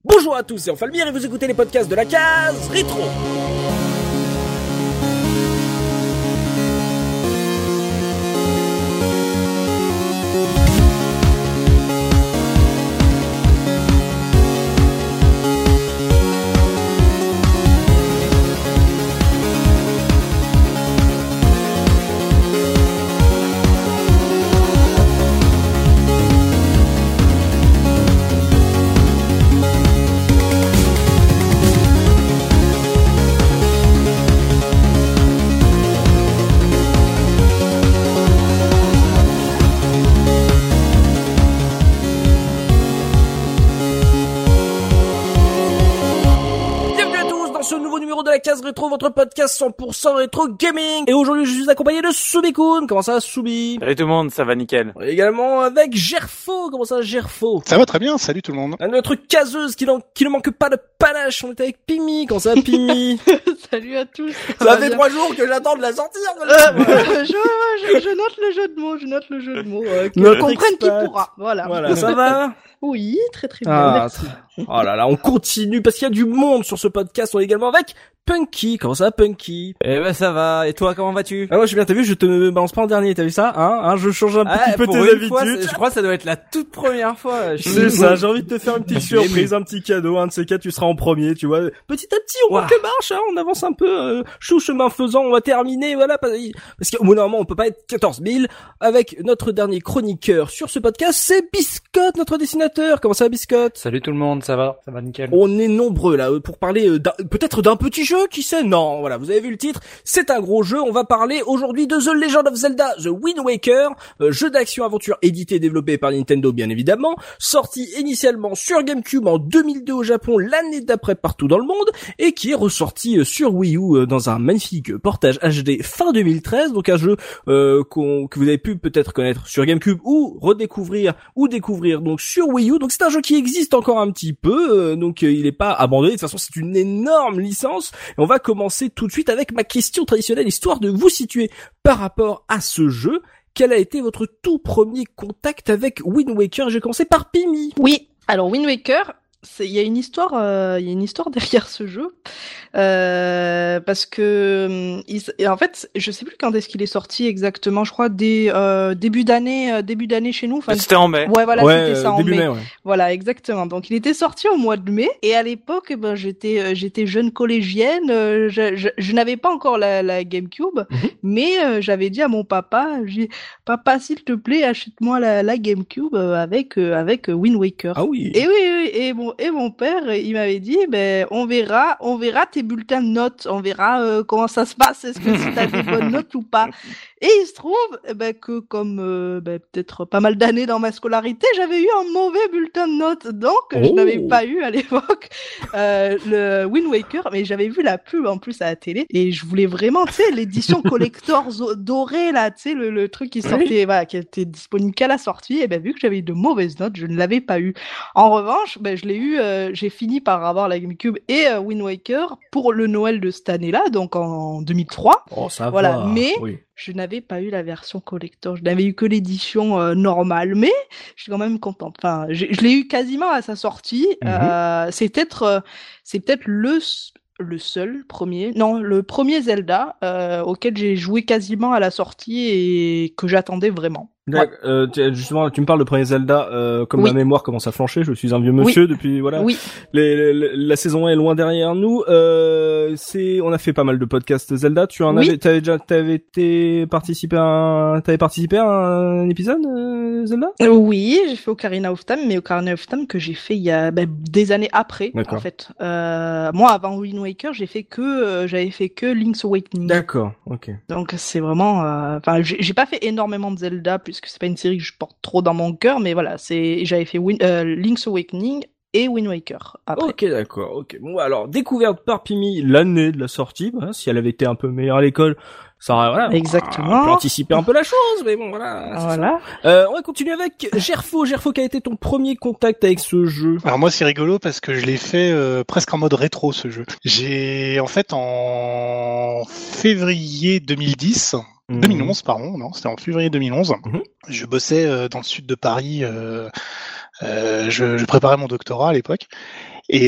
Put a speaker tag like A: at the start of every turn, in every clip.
A: Bonjour à tous, c'est Enfalmir et vous écoutez les podcasts de la case rétro. Rétro, votre podcast 100% rétro gaming. Et aujourd'hui, je suis accompagné de Soubikoun. Comment ça, Soubi?
B: Salut tout le monde, ça va nickel.
A: Et également avec Gerfo. Comment ça, Gerfo?
C: Ça va très bien, salut tout le monde.
A: Notre caseuse qui ne manque pas de panache. On était avec Pimi. Comment ça, Pimi?
D: Salut à tous.
A: Ça fait 3 jours que j'attends de la sortir.
D: Je note le jeu de mots. Que comprenne qui pourra. Voilà,
A: ça va?
D: Oui, très très bien, merci.
A: Oh là là, on continue parce qu'il y a du monde sur ce podcast. On est également avec Punky. Comment ça, Punky?
B: Eh ben ça va. Et toi, comment vas-tu?
A: Ah moi je suis bien. T'as vu, je te balance pas en dernier. T'as vu ça? Hein, je change un petit peu tes habitudes.
B: Fois, je crois que ça doit être la toute première fois.
A: C'est ça. J'ai envie de te faire une petite surprise, un petit cadeau. Un de ces cas, tu seras en premier. Tu vois. Petit à petit, on que marche. Hein, on avance un peu. Chou chemin faisant, on va terminer. Voilà. Parce qu'au bout d'un moment, on peut pas être 14 000 avec notre dernier chroniqueur sur ce podcast. C'est Biscotte, notre dessinateur. Comment ça, Biscotte?
E: Salut tout le monde. Ça va nickel.
A: On est nombreux là pour parler peut-être d'un petit jeu, qui sait? Non, voilà, vous avez vu le titre, c'est un gros jeu. On va parler aujourd'hui de The Legend of Zelda The Wind Waker, jeu d'action-aventure édité et développé par Nintendo bien évidemment, sorti initialement sur GameCube en 2002 au Japon, l'année d'après partout dans le monde, et qui est ressorti sur Wii U dans un magnifique portage HD fin 2013, donc un jeu que vous avez pu peut-être connaître sur GameCube ou redécouvrir ou découvrir donc sur Wii U. Donc c'est un jeu qui existe encore un petit peu, donc il est pas abandonné. De toute façon, c'est une énorme licence. Et on va commencer tout de suite avec ma question traditionnelle, histoire de vous situer par rapport à ce jeu. Quel a été votre tout premier contact avec Wind Waker? Je vais commencer par Pimi.
D: Oui, alors Wind Waker, il y a une histoire derrière ce jeu, parce que en fait, je sais plus quand est-ce qu'il est sorti exactement. Je crois début d'année chez nous. Enfin,
B: c'était en mai.
D: Ouais, voilà, c'était ça en mai.
A: Ouais.
D: Voilà, exactement. Donc, il était sorti au mois de mai. Et à l'époque, j'étais jeune collégienne. Je n'avais pas encore la GameCube, mais j'avais dit à mon papa, papa, s'il te plaît, achète-moi la GameCube avec Wind Waker.
A: Ah oui.
D: Et oui. Et mon père, il m'avait dit, on verra tes bulletins de notes, on verra comment ça se passe, est-ce que si t'as des bonnes notes ou pas. Et il se trouve que comme peut-être pas mal d'années dans ma scolarité, j'avais eu un mauvais bulletin de notes, donc je n'avais pas eu à l'époque le Wind Waker, mais j'avais vu la pub en plus à la télé et je voulais vraiment, tu sais, l'édition collector dorée là, tu sais, le truc qui sortait, voilà, qui était disponible qu'à la sortie. Et vu que j'avais eu de mauvaises notes, je ne l'avais pas eu. En revanche, je l'ai eu, j'ai fini par avoir la GameCube et Wind Waker pour le Noël de cette année-là, donc en 2003.
A: Oh, ça
D: voilà.
A: va.
D: Mais
A: oui.
D: Je n'avais pas eu la version collector. Je n'avais eu que l'édition normale, mais je suis quand même contente. Enfin, je l'ai eu quasiment à sa sortie. C'est peut-être le seul premier, non, le premier Zelda auquel j'ai joué quasiment à la sortie et que j'attendais vraiment.
A: Justement, tu me parles de premier Zelda, comme
D: oui.
A: ma mémoire commence à flancher, je suis un vieux monsieur depuis, voilà.
D: Oui.
A: La saison 1 est loin derrière nous. On a fait pas mal de podcasts Zelda. T'avais participé à un épisode Zelda?
D: Oui, j'ai fait Ocarina of Time, mais Ocarina of Time que j'ai fait il y a des années après.
A: D'accord.
D: En fait. Moi, avant Wind Waker, j'avais fait que Link's Awakening.
A: D'accord, ok.
D: Donc c'est vraiment, j'ai pas fait énormément de Zelda puisque c'est pas une série que je porte trop dans mon cœur, mais voilà, j'avais fait Link's Awakening et Wind Waker après.
A: Ok, d'accord, ok. Bon, alors, découverte par Pimi l'année de la sortie, voilà, si elle avait été un peu meilleure à l'école, ça aurait, voilà.
D: Exactement.
A: On peut anticiper un peu la chose, mais bon, voilà.
D: Voilà.
A: On va continuer avec Gerfo. Gerfo, quel a été ton premier contact avec ce jeu?
C: Alors moi c'est rigolo parce que je l'ai fait presque en mode rétro ce jeu. J'ai en fait en février 2010, 2011 pardon, non c'était en février 2011, je bossais dans le sud de Paris, je préparais mon doctorat à l'époque. Et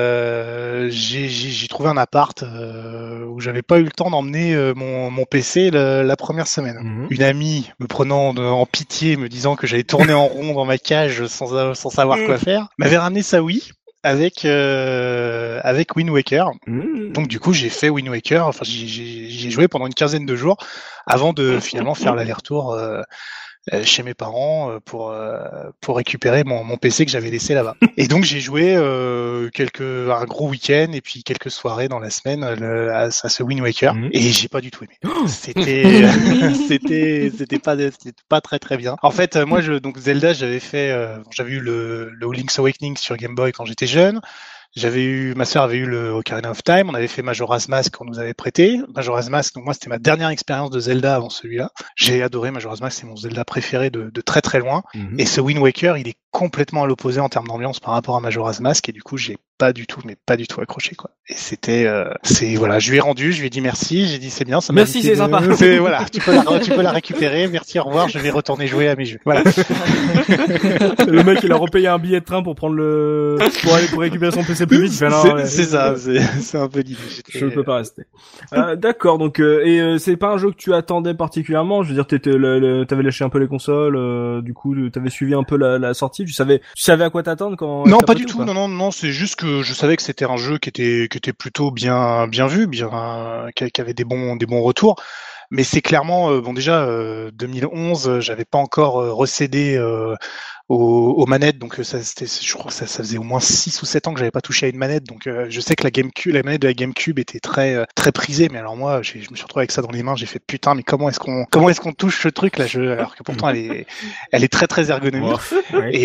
C: j'ai trouvé un appart où j'avais pas eu le temps d'emmener mon PC la première semaine. Une amie me prenant en pitié, me disant que j'allais tourner en rond dans ma cage sans savoir quoi faire, m'avait ramené sa Wii avec Wind Waker. Donc du coup j'ai fait Wind Waker. Enfin j'y ai joué pendant une quinzaine de jours avant de finalement faire l'aller-retour chez mes parents pour récupérer mon PC que j'avais laissé là-bas. Et donc j'ai joué un gros week-end et puis quelques soirées dans la semaine à ce Wind Waker et j'ai pas du tout aimé. C'était pas très très bien. En fait moi donc Zelda j'avais eu le Link's Awakening sur Game Boy quand j'étais jeune. Ma sœur avait eu le Ocarina of Time, on avait fait Majora's Mask qu'on nous avait prêté. Majora's Mask, donc moi c'était ma dernière expérience de Zelda avant celui-là. J'ai adoré Majora's Mask, c'est mon Zelda préféré de très très loin. Et ce Wind Waker, il est complètement à l'opposé en termes d'ambiance par rapport à Majora's Mask et du coup j'ai pas du tout accroché quoi. Et voilà, je lui ai dit merci, j'ai dit c'est bien, ça m'a
B: merci, c'est sympa.
C: Voilà, tu peux la récupérer, merci, au revoir, je vais retourner jouer à mes jeux. Voilà.
A: Le mec il a repayé un billet de train pour pour récupérer son PC plus vite.
C: C'est ça, c'est un peu l'idée.
A: Je ne peux pas rester. D'accord, donc c'est pas un jeu que tu attendais particulièrement. Je veux dire, t'avais lâché un peu les consoles, du coup, t'avais suivi un peu la sortie. Tu savais à quoi t'attendre quand.
C: Non, pas du tout. Non, c'est juste que je savais que c'était un jeu qui était plutôt bien vu, qui avait des bons retours. Mais c'est clairement déjà 2011, j'avais pas encore recédé aux manettes, donc je crois que ça faisait au moins 6 ou 7 ans que j'avais pas touché à une manette, donc je sais que la manette de la GameCube était très très prisée, mais alors moi je me suis retrouvé avec ça dans les mains, j'ai fait putain, mais comment est-ce qu'on touche ce truc là, alors que pourtant elle est très très ergonomique. Et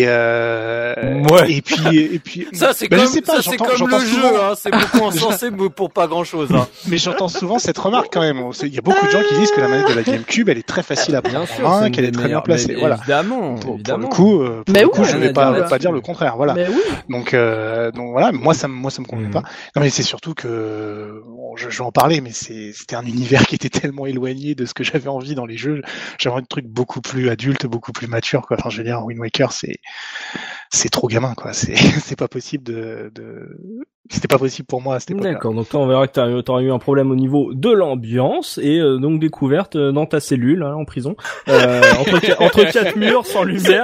C: et puis
B: ça c'est comme le jeu, hein, c'est beaucoup encensé pour pas grand chose. Hein.
C: Mais j'entends souvent cette remarque quand même. Il y a beaucoup de gens qui disent que la manette de la GameCube elle est très facile à prendre en main, qu'elle est très bien placée. Voilà.
B: Évidemment.
C: Pour le coup, je vais pas dire le contraire. Voilà. Donc voilà, moi ça me convenait pas. Non mais c'est surtout que je vais en parler, mais c'était un univers qui était tellement éloigné de ce que j'avais envie dans les jeux. J'avais envie de trucs beaucoup plus adultes, beaucoup plus matures quoi. Enfin je veux dire, Wind Waker c'est trop gamin quoi. C'est pas possible c'était pas possible pour moi à cette époque-là.
A: D'accord, donc toi on verra que t'auras eu un problème au niveau de l'ambiance et donc découverte dans ta cellule en prison entre quatre murs sans lumière,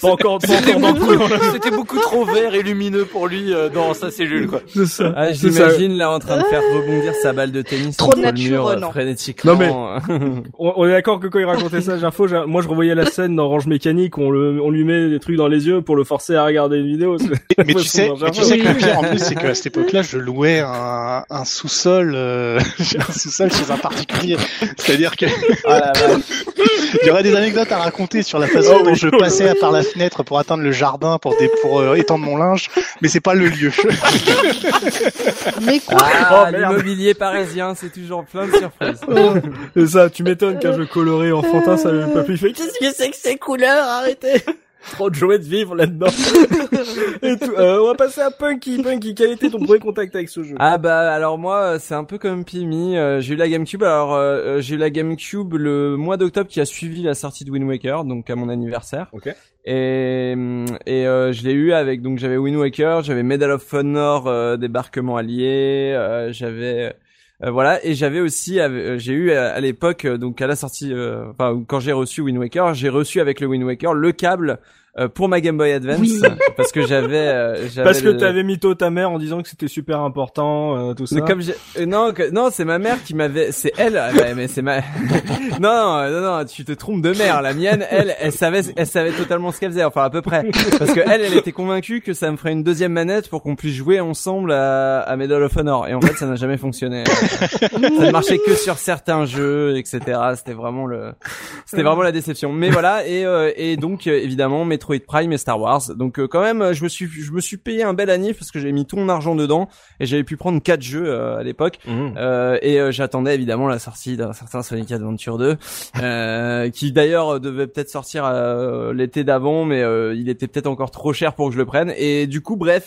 B: c'était beaucoup trop vert et lumineux pour lui dans sa cellule quoi.
A: C'est ça.
B: Ah, j'imagine là en train de faire rebondir sa balle de tennis
D: trop
B: contre le mur frénétiquement.
A: Non mais on est d'accord que quand il racontait ça, moi je revoyais la scène dans Orange Mécanique, on lui met des trucs dans les yeux pour le forcer à regarder une vidéo.
C: Mais tu sais que le pire en plus c'est qu'à cette époque-là, je louais un sous-sol, chez un particulier. C'est-à-dire que il y aurait des anecdotes à raconter sur la façon dont je passais par la fenêtre pour atteindre le jardin pour étendre mon linge, mais c'est pas le lieu.
D: Mais quoi?
B: L'immobilier parisien, c'est toujours plein de surprises.
A: C'est ça, tu m'étonnes qu'un jeu coloré enfantin, ça veut pas plus. Qu'est-ce que c'est que ces couleurs? Arrêtez! Trop de joie de vivre là-dedans. Et tout. On va passer à Punky. Punky, quel était ton premier contact avec ce jeu?
B: Alors moi c'est un peu comme Pimi, j'ai eu la GameCube. J'ai eu la GameCube le mois d'octobre qui a suivi la sortie de Wind Waker, donc à mon anniversaire.
A: Ok.
B: Et je l'ai eu avec, donc j'avais Wind Waker, j'avais Medal of Honor, débarquement allié, j'avais voilà, et j'avais aussi j'ai eu à l'époque, donc à la sortie, quand j'ai reçu Wind Waker, j'ai reçu avec le Wind Waker le câble pour ma Game Boy Advance, parce que j'avais
A: parce que t'avais mytho ta mère en disant que c'était super important, tout ça.
B: Mais comme non, c'est ma mère qui m'avait, c'est elle, mais c'est ma non, tu te trompes de mère. La mienne, elle savait totalement ce qu'elle faisait, enfin à peu près, parce que elle était convaincue que ça me ferait une deuxième manette pour qu'on puisse jouer ensemble à Medal of Honor, et en fait ça n'a jamais fonctionné. Ça ne marchait que sur certains jeux, etc. C'était vraiment la déception. Mais voilà, et donc évidemment Metroid Prime et Star Wars. Donc quand même je me suis payé un bel anniv parce que j'avais mis tout mon argent dedans et j'avais pu prendre 4 jeux à l'époque. Et j'attendais évidemment la sortie d'un certain Sonic Adventure 2 qui d'ailleurs devait peut-être sortir l'été d'avant, mais il était peut-être encore trop cher pour que je le prenne. Et du coup bref,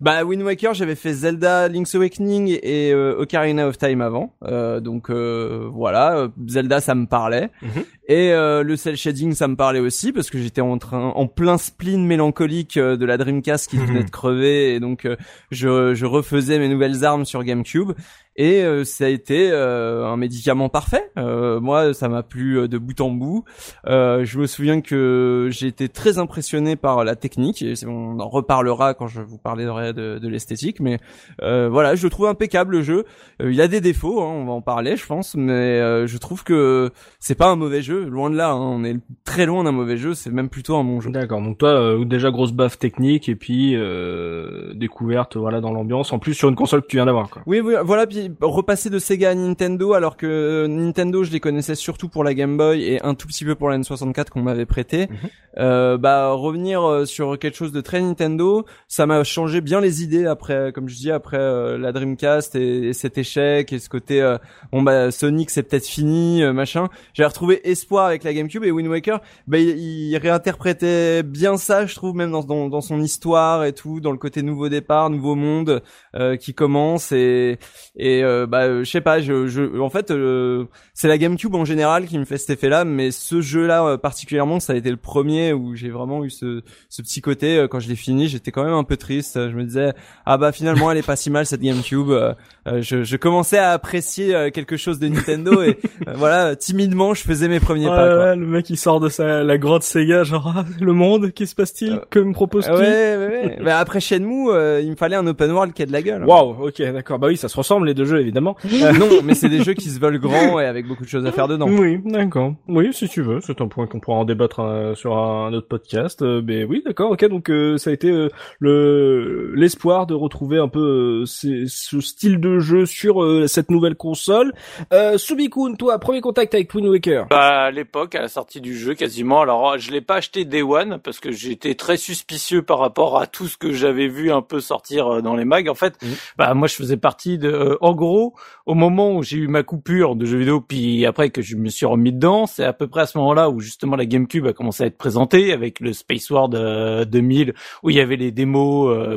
B: Bah, Wind Waker, j'avais fait Zelda, Link's Awakening et Ocarina of Time avant. Donc voilà, Zelda ça me parlait. Et le cel shading ça me parlait aussi parce que j'étais en plein spleen mélancolique de la Dreamcast qui venait de crever et donc je refaisais mes nouvelles armes sur GameCube. Et ça a été un médicament parfait. Moi, ça m'a plu de bout en bout. Je me souviens que j'ai été très impressionné par la technique. Et on en reparlera quand je vous parlerai de l'esthétique. Mais voilà, je le trouve impeccable le jeu. Il a des défauts, hein, on va en parler, je pense. Mais je trouve que c'est pas un mauvais jeu. Loin de là, hein, on est très loin d'un mauvais jeu. C'est même plutôt un bon jeu.
A: D'accord. Donc toi, déjà grosse baffe technique et puis découverte, voilà, dans l'ambiance. En plus sur une console que tu viens d'avoir, quoi.
B: Oui, voilà. Puis repasser de Sega à Nintendo alors que Nintendo je les connaissais surtout pour la Game Boy et un tout petit peu pour la N64 qu'on m'avait prêté. Revenir sur quelque chose de très Nintendo, ça m'a changé bien les idées après, comme je dis, après la Dreamcast et cet échec et ce côté Sonic c'est peut-être fini, machin. J'ai retrouvé espoir avec la GameCube et Wind Waker, il réinterprétait bien ça, je trouve, même dans son histoire et tout, dans le côté nouveau départ, nouveau monde qui commence et je sais pas, en fait c'est la GameCube en général qui me fait cet effet-là, mais ce jeu-là particulièrement, ça a été le premier où j'ai vraiment eu ce petit côté. Quand je l'ai fini, j'étais quand même un peu triste. Je me disais finalement elle est pas si mal cette GameCube. Je commençais à apprécier quelque chose de Nintendo et voilà, timidement je faisais mes premiers pas, quoi.
A: Ouais, le mec il sort de la grotte Sega, genre le monde, qu'est-ce qui se passe-t-il, que me propose-t-il?
B: Ouais. Après Shenmue, il me fallait un open world qui a de la gueule.
A: Waouh, ok, d'accord. Bah oui, ça se ressemble les deux jeux évidemment.
B: Non, mais c'est des jeux qui se veulent grands et avec beaucoup de choses à faire dedans.
A: Oui, d'accord. Oui, si tu veux, c'est un point qu'on pourra en débattre sur un autre podcast. Mais oui, d'accord, ok. Donc ça a été l'espoir de retrouver un peu ce style de jeu sur cette nouvelle console. Subikun, toi, premier contact avec Wind Waker?
E: Bah, à l'époque, à la sortie du jeu, quasiment. Alors, je l'ai pas acheté Day One parce que j'étais très suspicieux par rapport à tout ce que j'avais vu un peu sortir dans les mags. En fait, moi, je faisais partie de. En gros, au moment où j'ai eu ma coupure de jeux vidéo, puis après que je me suis remis dedans, c'est à peu près à ce moment-là où justement la GameCube a commencé à être présentée avec le Space War 2000, où il y avait les démos,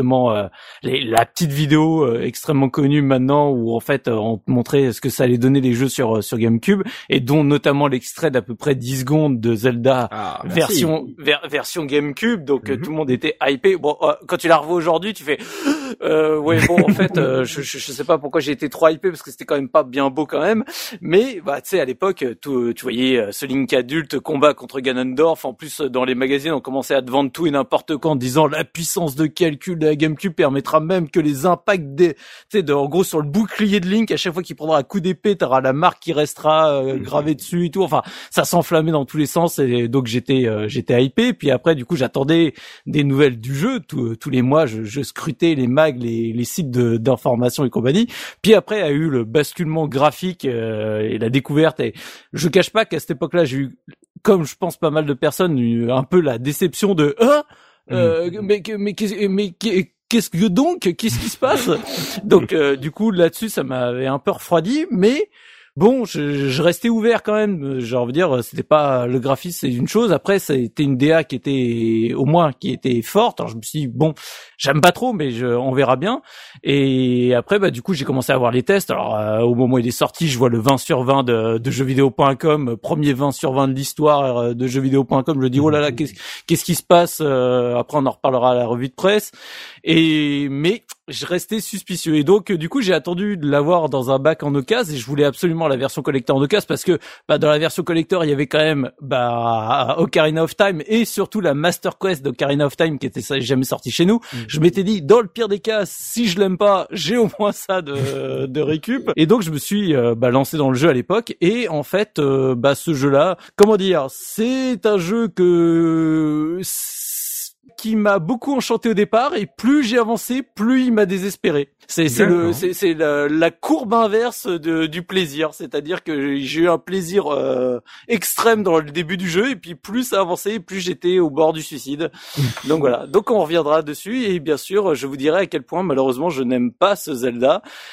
E: la petite vidéo extrêmement connue maintenant où en fait on te montrait ce que ça allait donner les jeux sur GameCube et dont notamment l'extrait d'à peu près 10 secondes de Zelda version GameCube. Donc tout le monde était hypé. Bon, quand tu la revois aujourd'hui, tu fais en fait je sais pas pourquoi j'ai été trop hypé parce que c'était quand même pas bien beau quand même, mais tu sais à l'époque tu voyais ce Link adulte combat contre Ganondorf. En plus dans les magazines on commençait à te vendre tout et n'importe quoi en disant la puissance de calcul de la GameCube permettra même que les impacts en gros sur le bouclier de Link, à chaque fois qu'il prendra un coup d'épée t'auras la marque qui restera gravée dessus et tout. Enfin ça s'enflammait dans tous les sens et donc j'étais hypé. Puis après du coup j'attendais des nouvelles du jeu tous les mois. Je scrutais les mags, les sites d'information et compagnie. Puis après a eu le basculement graphique et la découverte. Et je cache pas qu'à cette époque-là j'ai eu, comme je pense pas mal de personnes, un peu la déception de qu'est-ce qui se passe? Donc du coup là-dessus ça m'avait un peu refroidi, mais bon, je restais ouvert quand même. J'ai envie de dire, c'était pas le graphisme, c'est une chose. Après, c'était une DA qui était forte. Alors je me suis dit, bon, j'aime pas trop, mais on verra bien. Et après, du coup, j'ai commencé à voir les tests. Alors au moment où il est sorti, je vois le 20 sur 20 de jeuxvideo.com, premier 20 sur 20 de l'histoire de jeuxvideo.com. Je me dis, oh là là, qu'est-ce qui se passe? Après, on en reparlera à la revue de presse. Mais je restais suspicieux et donc du coup j'ai attendu de l'avoir dans un bac en occasion et je voulais absolument la version collector en occasion parce que dans la version collector il y avait quand même Ocarina of Time et surtout la Master Quest d'Ocarina of Time qui était jamais sorti chez nous. Je m'étais dit dans le pire des cas si je l'aime pas j'ai au moins ça de récup et donc je me suis lancé dans le jeu à l'époque et en fait ce jeu là comment dire c'est un jeu qui m'a beaucoup enchanté au départ et plus j'ai avancé, plus il m'a désespéré. C'est la courbe inverse du plaisir, c'est-à-dire que j'ai eu un plaisir extrême dans le début du jeu et puis plus ça avançait, plus j'étais au bord du suicide. Donc voilà, donc on reviendra dessus et bien sûr, je vous dirai à quel point malheureusement je n'aime pas ce Zelda.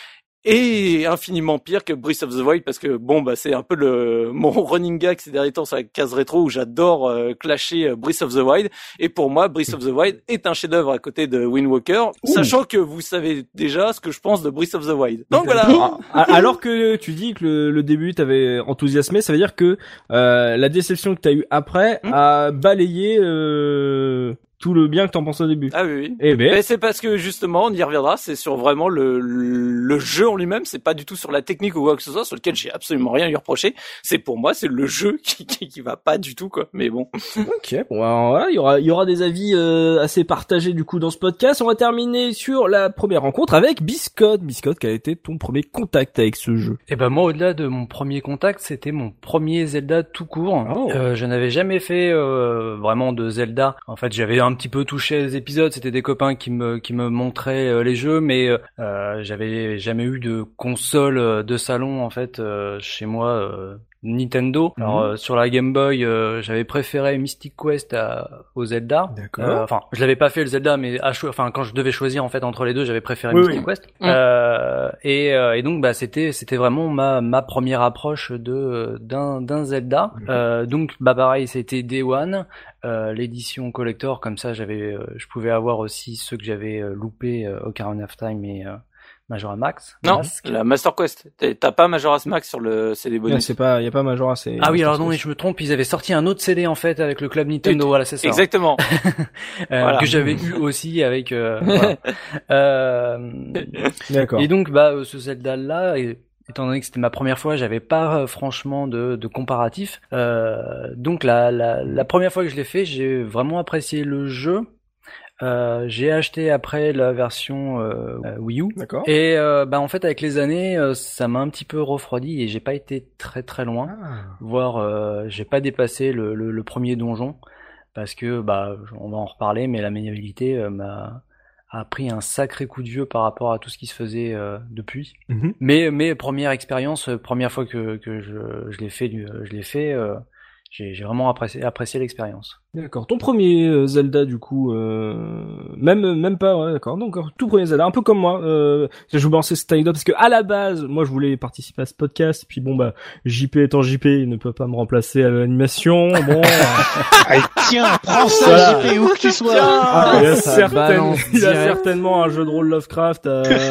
E: et infiniment pire que Breath of the Wild, parce que bon, bah c'est un peu mon running gag ces derniers temps sur la case rétro où j'adore clasher Breath of the Wild, et pour moi Breath of the Wild est un chef-d'œuvre à côté de Wind Waker, sachant que vous savez déjà ce que je pense de Breath of the Wild. Donc voilà.
A: Alors que tu dis que le début t'avait enthousiasmé, ça veut dire que la déception que t'as eu après a balayé tout le bien que t'en penses au début.
E: Ah oui.
A: Mais
E: c'est parce que justement, on y reviendra, c'est sur vraiment le jeu en lui-même, c'est pas du tout sur la technique ou quoi que ce soit, sur lequel j'ai absolument rien à lui reprocher. C'est pour moi, c'est le jeu qui va pas du tout, quoi. Mais bon.
A: Ok. Bon, alors, voilà, il y aura des avis assez partagés du coup dans ce podcast. On va terminer sur la première rencontre avec Biscotte. Biscotte, quel a été ton premier contact avec ce jeu?
F: Eh ben moi, au-delà de mon premier contact, c'était mon premier Zelda tout court.
A: Oh.
F: Je n'avais jamais fait vraiment de Zelda. En fait, j'avais un petit peu touché les épisodes, c'était des copains qui me montraient les jeux, mais j'avais jamais eu de console de salon en fait chez moi Nintendo. Alors sur la Game Boy, j'avais préféré Mystic Quest au Zelda.
A: D'accord.
F: Enfin, je l'avais pas fait le Zelda, mais quand je devais choisir en fait entre les deux, j'avais préféré Mystic Quest. Et donc bah c'était vraiment ma première approche d'un Zelda. Donc bah pareil, c'était Day One. L'édition collector, comme ça je pouvais avoir aussi ceux que j'avais loupés Ocarina of Time et Majora's Max.
E: Non, la Master Quest. T'as pas Majora's Max sur le CD bonus.
A: Il y a pas Majora's.
F: Ah oui, alors non, mais je me trompe, ils avaient sorti un autre CD en fait avec le club Nintendo, voilà, c'est ça.
E: Exactement.
F: Voilà. Que j'avais eu aussi avec
A: D'accord.
F: Et donc bah ce Zelda là étant donné que c'était ma première fois, j'avais pas franchement de comparatif. Donc la première fois que je l'ai fait, j'ai vraiment apprécié le jeu. J'ai acheté après la version Wii U.
A: D'accord.
F: Et bah en fait avec les années, ça m'a un petit peu refroidi et j'ai pas été très très loin. Voire j'ai pas dépassé le premier donjon parce que bah on va en reparler, mais la maniabilité a pris un sacré coup de vieux par rapport à tout ce qui se faisait depuis. Mais première expérience, première fois que je l'ai fait, j'ai vraiment apprécié l'expérience.
A: D'accord. Ton premier Zelda du coup, même pas, ouais, d'accord. Donc tout premier Zelda, un peu comme moi. Je vous lançais cette anecdote parce que à la base, moi je voulais participer à ce podcast. Puis bon bah JP étant JP, il ne peut pas me remplacer à l'animation. Bon.
C: Allez, tiens, prends ça, JP, où que tu sois.
A: Il a certainement un jeu de rôle Lovecraft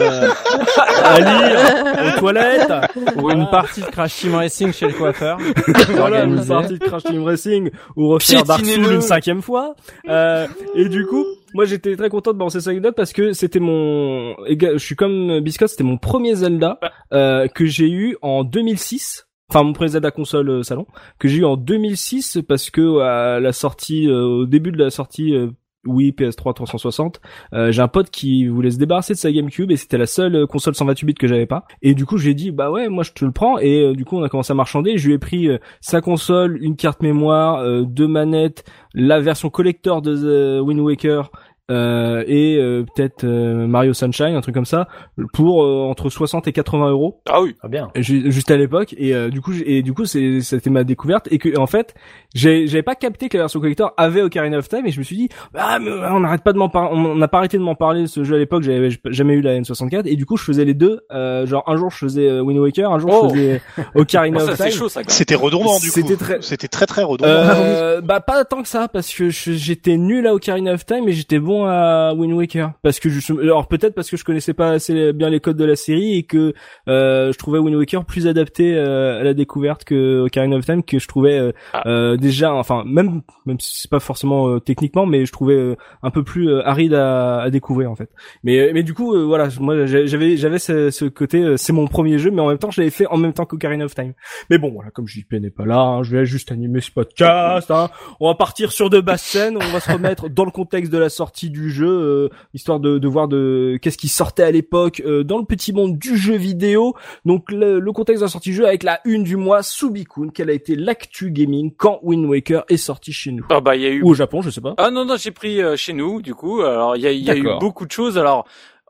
A: à lire aux toilettes.
B: Ou une partie de Crash Team Racing chez le coiffeur.
A: Voilà, une partie de Crash Team Racing ou refaire Dark Souls une 5e fois. Et du coup, moi j'étais très content de balancer cette anecdote parce que c'était je suis comme Biscotte, c'était mon premier Zelda que j'ai eu en 2006. Enfin, mon premier Zelda console salon que j'ai eu en 2006 parce que à la sortie, au début de la sortie oui, PS3 360. J'ai un pote qui voulait se débarrasser de sa GameCube et c'était la seule console 128 bits que j'avais pas. Et du coup, je lui ai dit bah ouais, moi je te le prends. Et du coup, on a commencé à marchander. Je lui ai pris sa console, une carte mémoire, 2 manettes, la version collector de The Wind Waker. Et peut-être Mario Sunshine, un truc comme ça, pour entre 60 et 80 euros.
E: Ah oui,
F: ah bien.
A: Juste à l'époque, et du coup c'était ma découverte, et que en fait j'avais pas capté que la version collector avait Ocarina of Time, et je me suis dit ah mais on n'arrête pas de on n'a pas arrêté de m'en parler de ce jeu à l'époque, j'avais jamais eu la N64, et du coup je faisais les deux, genre un jour je faisais Wind Waker, un jour je faisais Ocarina of Time.
E: C'est chaud, ça,
C: c'était redondant du coup. C'était très redondant.
A: Bah pas tant que ça, parce que j'étais nul à Ocarina of Time et j'étais bon à Wind Waker, parce que alors peut-être parce que je connaissais pas assez bien les codes de la série et que je trouvais Wind Waker plus adapté à la découverte que Ocarina of Time, que je trouvais déjà, enfin même si c'est pas forcément techniquement, mais je trouvais un peu plus aride à découvrir en fait. Mais du coup voilà, moi j'avais ce côté, c'est mon premier jeu, mais en même temps je l'avais fait en même temps qu'Ocarina of Time. Mais bon voilà, comme JP n'est pas là, hein, je vais juste animer ce podcast, hein. On va partir sur de basses scènes, on va se remettre dans le contexte de la sortie du jeu, histoire de voir qu'est-ce qui sortait à l'époque dans le petit monde du jeu vidéo. Donc le contexte de la sortie du jeu avec la une du mois, Subikun, quelle a été l'actu gaming quand Wind Waker est sorti chez nous.
E: Ah bah il y a eu
A: ou au Japon, je sais pas.
E: Ah non, j'ai pris chez nous du coup. Alors il y a eu beaucoup de choses. Alors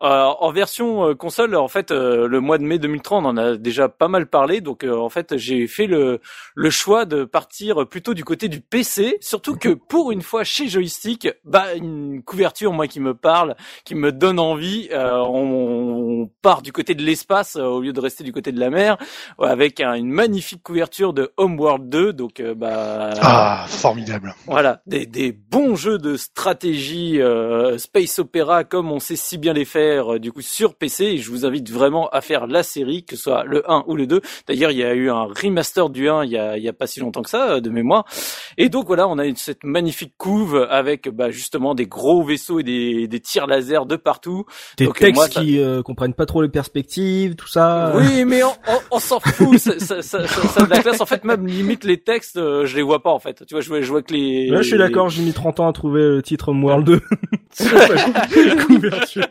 E: En version console, en fait, le mois de mai 2003, on en a déjà pas mal parlé. Donc, en fait, j'ai fait le choix de partir plutôt du côté du PC. Surtout que pour une fois, chez Joystick, une couverture, moi, qui me parle, qui me donne envie. On part du côté de l'espace au lieu de rester du côté de la mer, avec une magnifique couverture de Homeworld 2. Donc,
C: formidable.
E: Voilà, des bons jeux de stratégie space opéra comme on sait si bien les faire du coup sur PC, et je vous invite vraiment à faire la série, que ce soit le 1 ou le 2. D'ailleurs, il y a eu un remaster du 1 il y a pas si longtemps que ça, de mémoire. Et donc voilà, on a cette magnifique couve avec justement des gros vaisseaux et des tirs laser de partout.
A: Des
E: donc,
A: textes
E: moi,
A: qui comprennent pas trop les perspectives, tout ça.
E: Oui, mais on s'en fout, ça de la classe. En fait, même limite les textes, je les vois pas en fait. Tu vois, je vois que les.
A: Là, je suis d'accord, j'ai mis 30 ans à trouver le titre Homeworld 2. Couverture.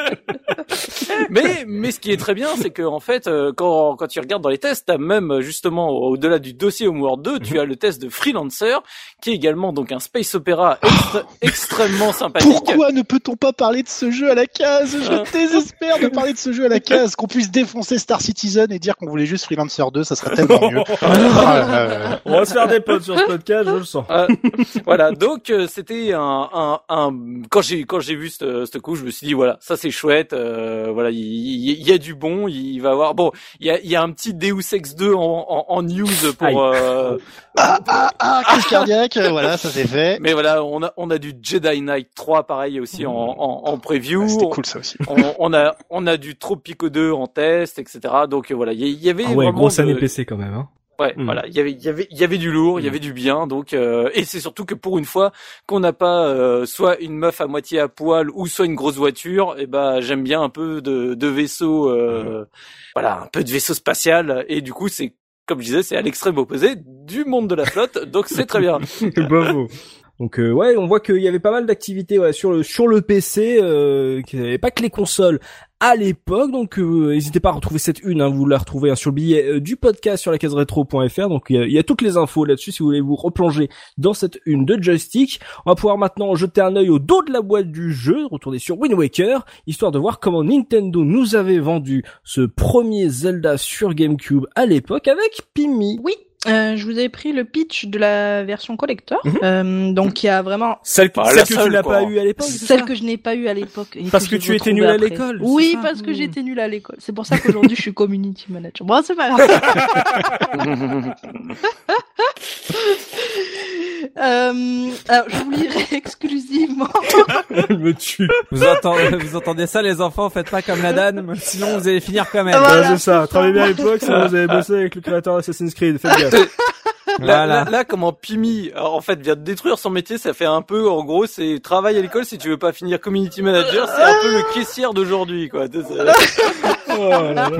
E: Mais ce qui est très bien, c'est que en fait, quand tu regardes dans les tests, t'as même justement au-delà du dossier Homeworld 2, tu as le test de Freelancer, qui est également donc un space opéra extrêmement sympathique.
C: Pourquoi ne peut-on pas parler de ce jeu à la case? Je désespère de parler de ce jeu à la case, qu'on puisse défoncer Star Citizen et dire qu'on voulait juste Freelancer 2, ça serait tellement mieux.
A: On va se faire des potes sur ce podcast, je le sens.
E: Voilà, donc c'était quand j'ai vu cette couche, je me suis dit voilà, ça c'est chouette. Voilà, il y a du bon, il va avoir il y a un petit Deus Ex 2 en news pour
C: crise cardiaque, voilà, ça c'est fait.
E: Mais voilà, on a du Jedi Knight 3 pareil aussi en preview.
C: C'était cool ça aussi.
E: On a du Tropico 2 en test, etc. Donc voilà, il y avait
A: ouais,
E: vraiment
A: grosse année PC quand même, hein.
E: Ouais, voilà, il y avait du lourd, il y avait du bien, donc et c'est surtout que pour une fois qu'on n'a pas soit une meuf à moitié à poil ou soit une grosse voiture, et j'aime bien un peu de vaisseau voilà, un peu de vaisseau spatial, et du coup c'est comme je disais, c'est à l'extrême opposé du monde de la flotte, donc c'est très bien.
A: Bravo. Donc ouais, on voit qu'il y avait pas mal d'activités sur le PC, qu'il n'y avait pas que les consoles à l'époque. Donc n'hésitez pas à retrouver cette une, hein, vous la retrouvez sur le billet du podcast sur lacaseretro.fr. Donc il y a toutes les infos là-dessus si vous voulez vous replonger dans cette une de Joystick. On va pouvoir maintenant jeter un œil au dos de la boîte du jeu, retourner sur Wind Waker, histoire de voir comment Nintendo nous avait vendu ce premier Zelda sur GameCube à l'époque avec Pimi.
D: Oui. Je vous ai pris le pitch de la version collector, donc il y a vraiment
A: celle que tu n'as pas eu à l'époque.
D: Celle que je n'ai pas eu à l'époque.
A: Parce que tu étais nul à l'école.
D: Oui, parce que j'étais nul à l'école. C'est pour ça qu'aujourd'hui je suis community manager. Bon, c'est pas grave. Alors, je vous lirai exclusivement.
A: Elle me tue.
B: Vous entendez ça, les enfants? Faites pas comme la Dan, sinon vous allez finir quand même.
D: Voilà,
A: c'est ça. Travaillez bien à l'époque, sinon vous allez bosser avec le créateur d'Assassin's Creed. Faites gaffe.
E: Là, comment Pimi, en fait, vient de détruire son métier, ça fait un peu, en gros, c'est travail à l'école si tu veux pas finir community manager, c'est un peu le caissière d'aujourd'hui, quoi.
A: Oh là là,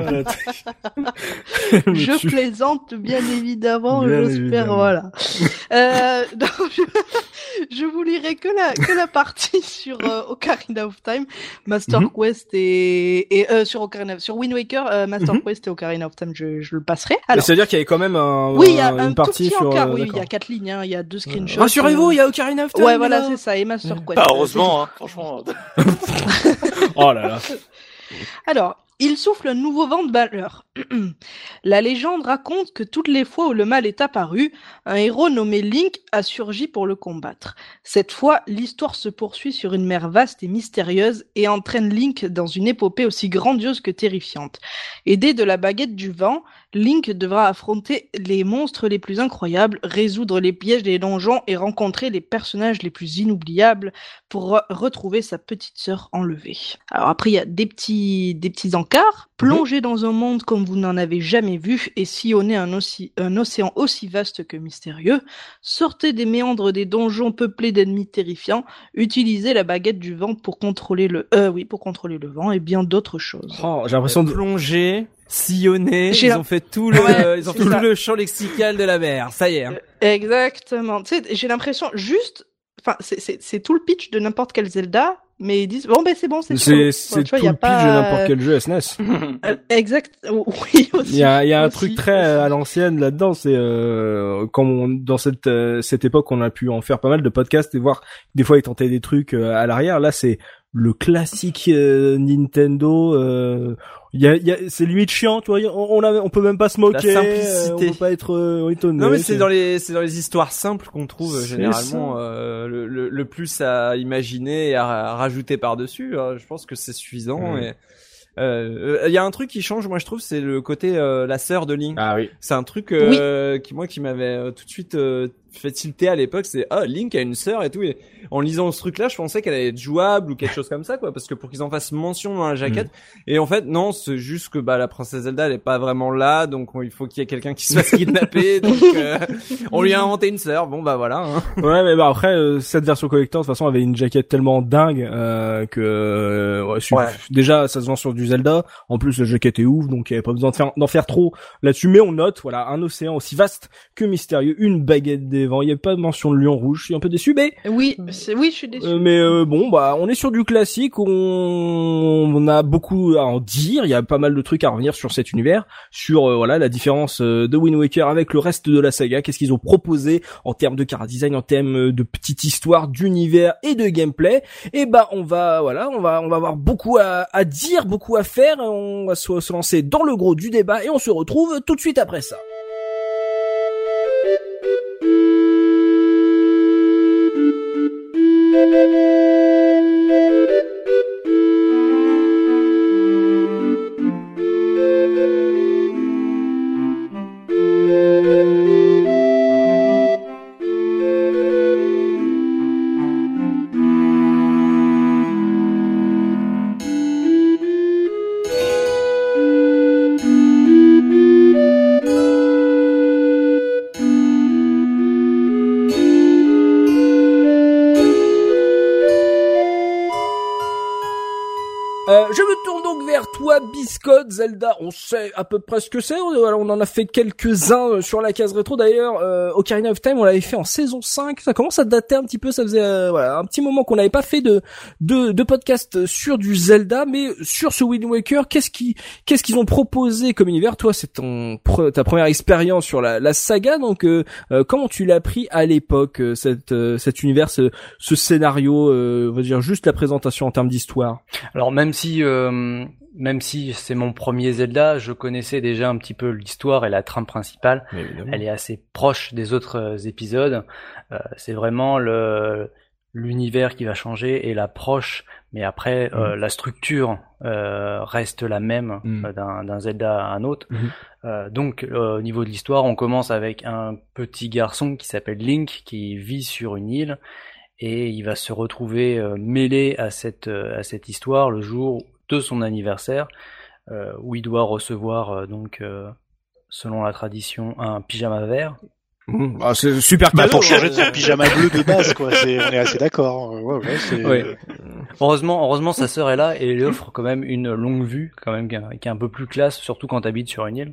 D: je plaisante, bien évidemment, j'espère, voilà. Donc, je vous lirai que la partie sur Ocarina of Time, Master Quest et sur Wind Waker, Master Quest et Ocarina of Time, je le passerai.
A: Alors, c'est-à-dire qu'il y avait quand même
D: il y a
A: une partie sur
D: oui, il y a 4 lignes, hein, il y a 2 screenshots.
A: Rassurez-vous, il y a Ocarina of Time.
D: Ouais, voilà, c'est ça, et Master Quest.
E: Heureusement, hein, franchement.
A: Oh là là.
D: Alors, il souffle un nouveau vent de malheur. La légende raconte que toutes les fois où le mal est apparu, un héros nommé Link a surgi pour le combattre. Cette fois, l'histoire se poursuit sur une mer vaste et mystérieuse et entraîne Link dans une épopée aussi grandiose que terrifiante. Aidé de la baguette du vent, Link devra affronter les monstres les plus incroyables, résoudre les pièges des donjons et rencontrer les personnages les plus inoubliables pour retrouver sa petite sœur enlevée. Alors après, il y a des petits encarts. Plongez dans un monde comme vous n'en avez jamais vu et sillonnez un océan aussi vaste que mystérieux. Sortez des méandres des donjons peuplés d'ennemis terrifiants. Utilisez la baguette du vent pour contrôler le vent et bien d'autres choses.
A: Oh, j'ai l'impression de
B: plonger, sillonner. Ils ont fait tout le champ lexical de la mer. Ça y est. Hein.
D: Exactement. Tu sais, j'ai l'impression c'est tout le pitch de n'importe quel Zelda. Mais ils disent c'est bon, c'est
A: tout le pitch de n'importe quel jeu SNES.
D: Exact. Oui aussi.
A: Il y a un truc très à l'ancienne là-dedans, c'est dans cette époque on a pu en faire pas mal de podcasts et voir des fois ils tentaient des trucs à l'arrière. Là c'est le classique Nintendo. C'est limite chiant, tu vois. On peut même pas se moquer.
B: La simplicité.
A: On peut pas être étonné.
B: Non mais c'est dans les histoires simples qu'on trouve généralement le plus à imaginer et à rajouter par-dessus. Je pense que c'est suffisant. Et il y a un truc qui change, moi je trouve, c'est le côté la sœur de Link.
A: Ah oui.
B: C'est un truc qui m'avait tout de suite fait tilter à l'époque. C'est Link a une sœur et tout. Et en lisant ce truc-là, je pensais qu'elle allait être jouable ou quelque chose comme ça, quoi, parce que pour qu'ils en fassent mention dans la jaquette. Et en fait, non, c'est juste que la princesse Zelda elle est pas vraiment là, donc il faut qu'il y ait quelqu'un qui se fasse kidnapper. Donc on lui a inventé une sœur. Bon voilà. Hein.
A: Ouais, mais après cette version collector de toute façon avait une jaquette tellement dingue déjà ça se vend sur du Zelda. En plus la jaquette est ouf, donc il y avait pas besoin d'en faire trop là-dessus. Mais on note, voilà, un océan aussi vaste que mystérieux, une baguette des vents. Il y a pas de mention de lion rouge. Je suis un peu déçu, mais
D: oui, je suis déçu.
A: Bon, on est sur du classique. On a beaucoup à en dire. Il y a pas mal de trucs à revenir sur cet univers, sur la différence de Wind Waker avec le reste de la saga. Qu'est-ce qu'ils ont proposé en termes de chara design, en termes de petite histoire, d'univers et de gameplay. Et on va avoir beaucoup à dire, beaucoup à faire. On va se lancer dans le gros du débat et on se retrouve tout de suite après ça. Je me tourne donc vers toi, Biscotte. Zelda, on sait à peu près ce que c'est. On en a fait quelques-uns sur la case rétro. D'ailleurs, Ocarina of Time, on l'avait fait en saison 5. Ça commence à dater un petit peu. Ça faisait un petit moment qu'on n'avait pas fait de podcast sur du Zelda. Mais sur ce Wind Waker, qu'est-ce qu'ils ont proposé comme univers? Toi, c'est ta première expérience sur la saga. Donc, comment tu l'as pris à l'époque, cet univers, ce scénario, on va dire juste la présentation en termes d'histoire?
F: Alors même si c'est mon premier Zelda, je connaissais déjà un petit peu l'histoire et la trame principale. Elle est assez proche des autres épisodes. C'est vraiment l'univers qui va changer et l'approche, mais après la structure reste la même d'un Zelda à un autre. Donc au niveau de l'histoire, on commence avec un petit garçon qui s'appelle Link, qui vit sur une île. Et il va se retrouver mêlé à cette histoire le jour de son anniversaire, où il doit recevoir selon la tradition un pyjama vert.
A: C'est super cadeau.
C: Pour changer de son pyjama bleu de base, quoi. On est assez d'accord.
F: Ouais. Heureusement, sa sœur est là et elle offre quand même une longue vue, quand même, qui est un peu plus classe, surtout quand t'habites sur une île,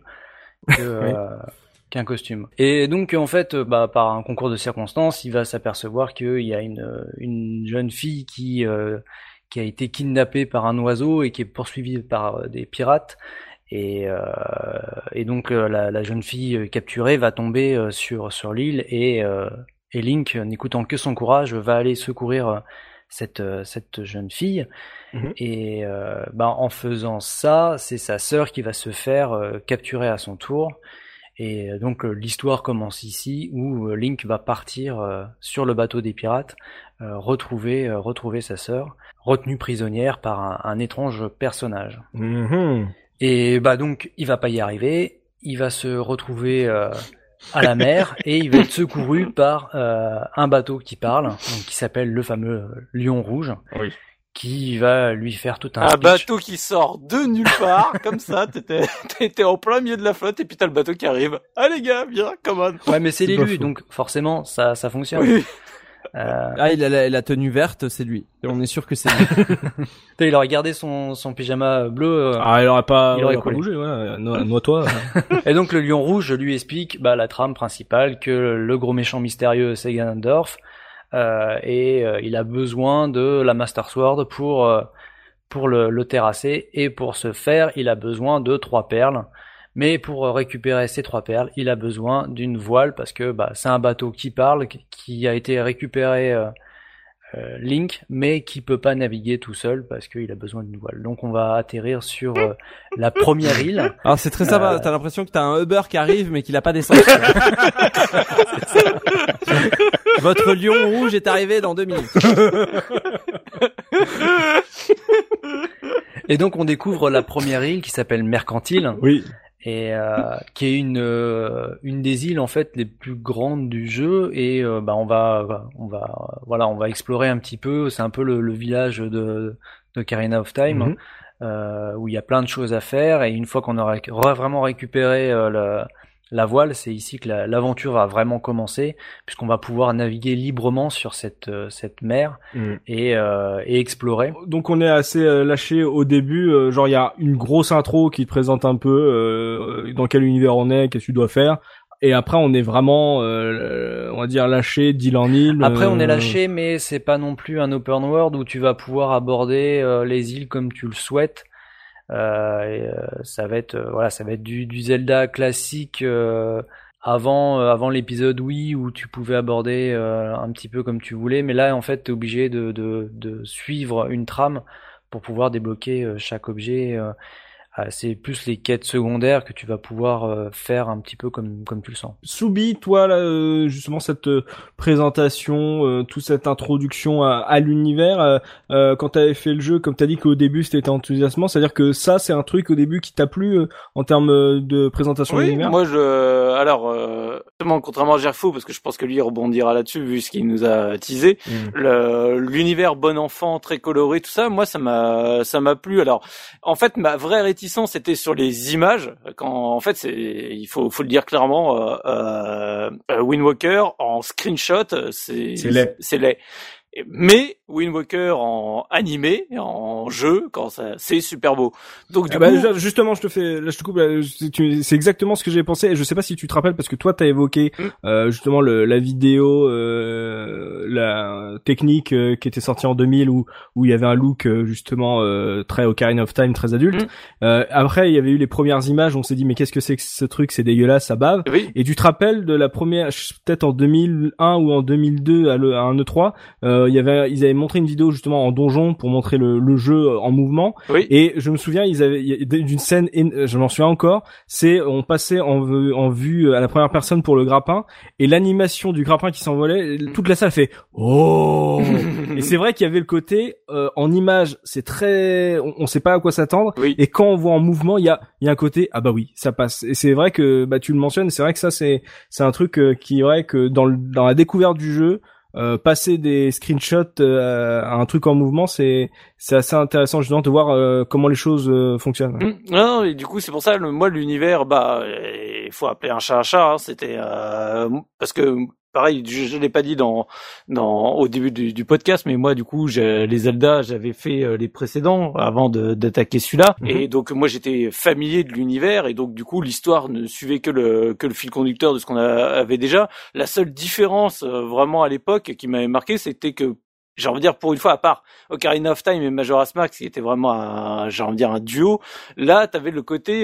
F: qu'un costume. Et donc en fait, par un concours de circonstances, il va s'apercevoir qu'il y a une jeune fille qui a été kidnappée par un oiseau et qui est poursuivie par des pirates. Et donc la jeune fille capturée va tomber sur l'île et Link, n'écoutant que son courage, va aller secourir cette jeune fille. Et en faisant ça, c'est sa sœur qui va se faire capturer à son tour. Et donc l'histoire commence ici où Link va partir sur le bateau des pirates, retrouver sa sœur, retenue prisonnière par un étrange personnage. Et donc il va pas y arriver, il va se retrouver à la mer et il va être secouru par un bateau qui parle, donc qui s'appelle le fameux Lion Rouge. Oui. Qui va lui faire tout un speech.
E: Bateau qui sort de nulle part, comme ça, t'étais en plein milieu de la flotte et puis t'as le bateau qui arrive. Ah les gars, viens, come on.
F: Ouais, mais c'est l'élu, donc forcément ça fonctionne. Oui.
B: Il a la tenue verte, c'est lui. On est sûr que c'est lui.
F: Il aurait gardé son pyjama bleu.
A: Il aurait pas bougé, ouais. Noie-toi.
F: Et donc le Lion Rouge lui explique la trame principale, que le gros méchant mystérieux c'est Ganondorf. Il a besoin de la Master Sword pour le terrasser, et pour ce faire il a besoin de 3 perles, mais pour récupérer ces 3 perles il a besoin d'une voile, parce que c'est un bateau qui parle, qui a été récupéré Link, mais qui peut pas naviguer tout seul parce qu'il a besoin d'une voile. Donc on va atterrir sur la première île.
B: Alors c'est très sympa, t'as l'impression que t'as un Uber qui arrive mais qu'il a pas d'essence. Votre lion rouge est arrivé dans 2 minutes.
F: Et donc on découvre la première île qui s'appelle Mercantile.
A: Oui.
F: Et qui est une des îles en fait les plus grandes du jeu, et on va explorer un petit peu. C'est un peu le village de Ocarina of Time, où il y a plein de choses à faire, et une fois qu'on aura vraiment récupéré la voile, c'est ici que l'aventure va vraiment commencer, puisqu'on va pouvoir naviguer librement sur cette mer et explorer.
A: Donc on est assez lâché au début, genre il y a une grosse intro qui te présente un peu dans quel univers on est, qu'est-ce que tu dois faire. Et après, on est vraiment, on va dire, lâché d'île en île.
F: Après, on est lâché, mais c'est pas non plus un open world où tu vas pouvoir aborder les îles comme tu le souhaites. Ça va être du Zelda classique avant l'épisode Wii, où tu pouvais aborder un petit peu comme tu voulais, mais là en fait t'es obligé de suivre une trame pour pouvoir débloquer chaque objet. C'est plus les quêtes secondaires que tu vas pouvoir faire un petit peu comme tu le sens.
A: Soubi, toi là, justement cette présentation, toute cette introduction à l'univers, quand t'avais fait le jeu, comme t'as dit qu'au début c'était enthousiasmant, c'est-à-dire que ça c'est un truc au début qui t'a plu en termes de présentation de l'univers?
E: Moi contrairement à Gerfo, parce que je pense que lui rebondira là-dessus vu ce qu'il nous a teasé, l'univers bon enfant très coloré, tout ça, moi ça m'a plu. Alors en fait ma vraie réticence c'était sur les images, quand en fait il faut le dire clairement, Wind Waker en screenshot c'est laid. Mais Wind Waker en animé, en jeu, c'est super beau. Donc du coup,
A: justement, je te coupe. C'est exactement ce que j'ai pensé. Et je sais pas si tu te rappelles, parce que toi, t'as évoqué justement la vidéo, la technique qui était sortie en 2000, où il y avait un look justement très Ocarina of Time, très adulte. Après, il y avait eu les premières images. On s'est dit, mais qu'est-ce que c'est que ce truc? C'est dégueulasse, ça bave.
E: Oui.
A: Et tu te rappelles de la première, peut-être en 2001 ou en 2002 à un E3. Ils avaient montré une vidéo justement en donjon pour montrer le jeu en mouvement.
E: Oui.
A: Et je me souviens, il y avait d'une scène, je m'en souviens encore, on passait en vue à la première personne pour le grappin, et l'animation du grappin qui s'envolait, toute la salle fait oh. Et c'est vrai qu'il y avait le côté en image, c'est très, on sait pas à quoi s'attendre.
E: Oui.
A: Et quand on voit en mouvement, il y a un côté ah bah oui, ça passe. Et c'est vrai que tu le mentionnes, c'est vrai que ça c'est un truc qui est vrai que dans la découverte du jeu, passer des screenshots à un truc en mouvement, c'est assez intéressant justement de voir comment les choses fonctionnent.
E: Non, et du coup c'est pour ça moi l'univers, il faut appeler un chat un chat, hein, c'était parce que pareil, je l'ai pas dit au début du podcast, mais moi du coup les Zelda, j'avais fait les précédents avant d'attaquer celui-là, et donc moi j'étais familier de l'univers, et donc du coup l'histoire ne suivait que le fil conducteur de ce qu'on avait déjà. La seule différence vraiment à l'époque qui m'avait marqué, c'était que, j'ai envie de dire, pour une fois, à part Ocarina of Time et Majora's Mask, qui était vraiment un duo, là, t'avais le côté,